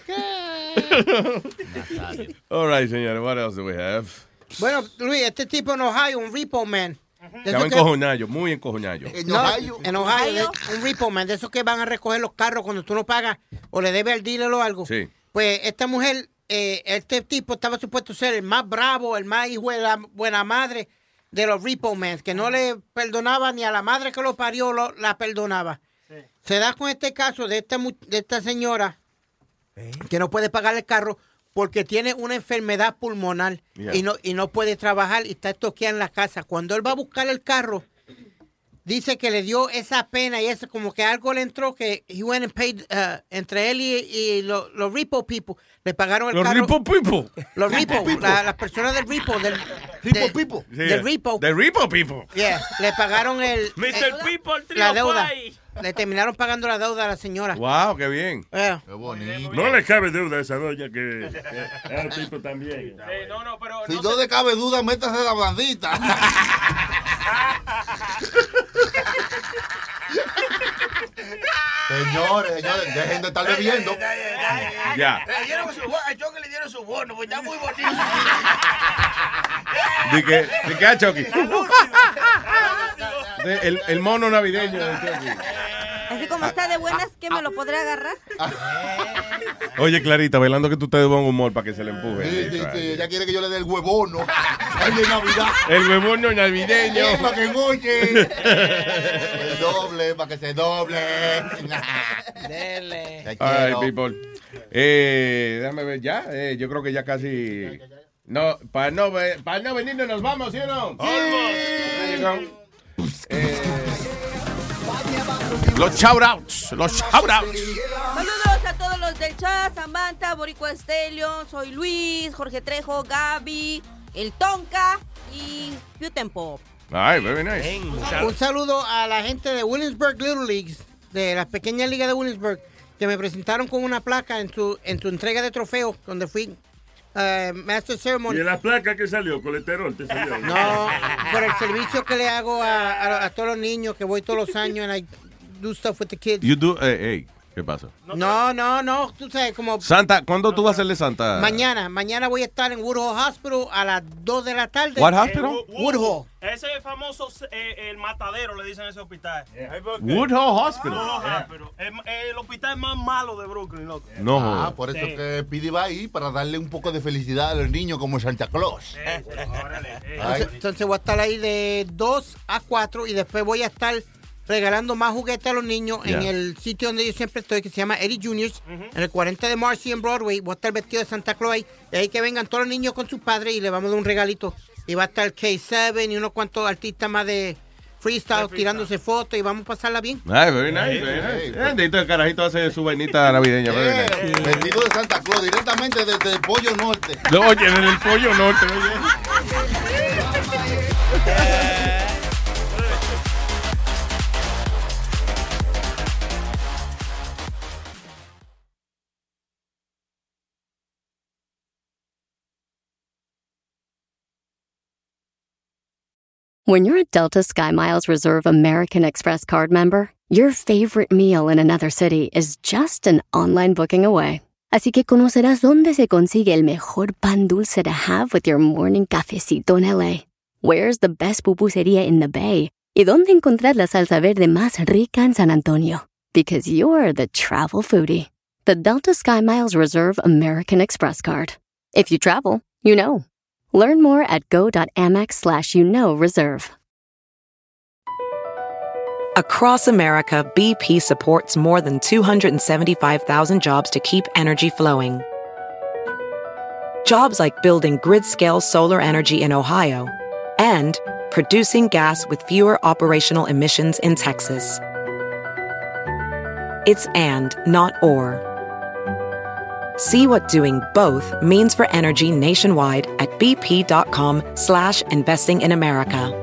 All right, señores, what else do we have? Bueno, Luis, este tipo en Ohio, un repo man. Estaba encojonado, muy encojonado. En Ohio, un repo man, de esos que van a recoger los carros cuando tú no pagas o le debes al dealer o algo. Sí. Pues esta mujer, este tipo estaba supuesto ser el más bravo, el más hijo de la buena madre de los repo men, que no le perdonaba ni a la madre que lo parió, la perdonaba. Sí. Se da con este caso de esta señora que no puede pagar el carro porque tiene una enfermedad pulmonar y no puede trabajar y está estoqueada en la casa. Cuando él va a buscar el carro, dice que le dio esa pena y eso, como que algo le entró, que he went and paid, entre él y los repo people, le pagaron el carro. ¿Los repo people? Los repo, las personas del repo. Del repo. The repo people. Yeah, le pagaron Mr. People, la deuda. Le terminaron pagando la deuda a la señora. Wow, qué bien. Yeah. Qué bonito. No le cabe duda a esa doña que el tipo también. Pero si no le cabe duda, métase la blandita. Señores, dejen de estar bebiendo. Ya. Le dieron su bono, pues está muy bonito. ¿De qué, Chucky? El mono navideño de Chucky. Así como está de buenas, ¿qué me lo podré agarrar? Oye, Clarita, bailando que tú te de buen humor para que se le empuje. Sí. Ella quiere que yo le dé el huevono. El de Navidad. El huevono navideño. Sí, para que engoche. El doble, para que se doble. Dele. All right, people. Déjame ver ya. Yo creo que ya casi... No, para no venirnos nos vamos, ¿sí o no? Los shoutouts. Saludos a todos los del chat, Samantha, Borico Estelio, soy Luis, Jorge Trejo, Gaby, el Tonka y Tempo. Ay, very nice. Un saludo a la gente de Williamsburg Little Leagues, de las pequeñas ligas de Williamsburg, que me presentaron con una placa en su entrega de trofeos, donde fui Master Ceremony. ¿Y en la placa que salió? ¿Colesterol te salió? No, por el servicio que le hago a todos los niños, que voy todos los años and I do stuff with the kids. You do, ¿qué pasa? No, tú sabes, como... Santa, ¿cuándo tú vas a hacerle Santa? Mañana voy a estar en Woodhull Hospital a las 2 de la tarde. What hospital? Woodhull. Ese famoso, el matadero, le dicen a ese hospital. Woodhull Hospital. El hospital más malo de Brooklyn, loco. No. Por eso que Pidi va ahí, para darle un poco de felicidad a los niños como Santa Claus. Entonces voy a estar ahí de 2 a 4 y después voy a estar regalando más juguetes a los niños en el sitio donde yo siempre estoy, que se llama Eddie Juniors, en el 40 de Marcy en Broadway. Voy a estar vestido de Santa Claus ahí, y ahí que vengan todos los niños con sus padres y le vamos a dar un regalito. Y va a estar K7 y unos cuantos artistas más de freestyle tirándose fotos y vamos a pasarla bien. Ay, very nice. Bendito el carajito hace su vainita navideña. Vestido de Santa Claus, directamente desde el Pollo Norte. Oye, desde el Pollo Norte. When you're a Delta SkyMiles Reserve American Express card member, your favorite meal in another city is just an online booking away. Así que conocerás dónde se consigue el mejor pan dulce to have with your morning cafecito en LA. Where's the best pupusería in the Bay? Y dónde encontrar la salsa verde más rica en San Antonio. Because you're the travel foodie. The Delta SkyMiles Reserve American Express card. If you travel, you know. Learn more at go.amex/reserve. Across America, BP supports more than 275,000 jobs to keep energy flowing. Jobs like building grid-scale solar energy in Ohio and producing gas with fewer operational emissions in Texas. It's and, not or. See what doing both means for energy nationwide at bp.com/investing in America.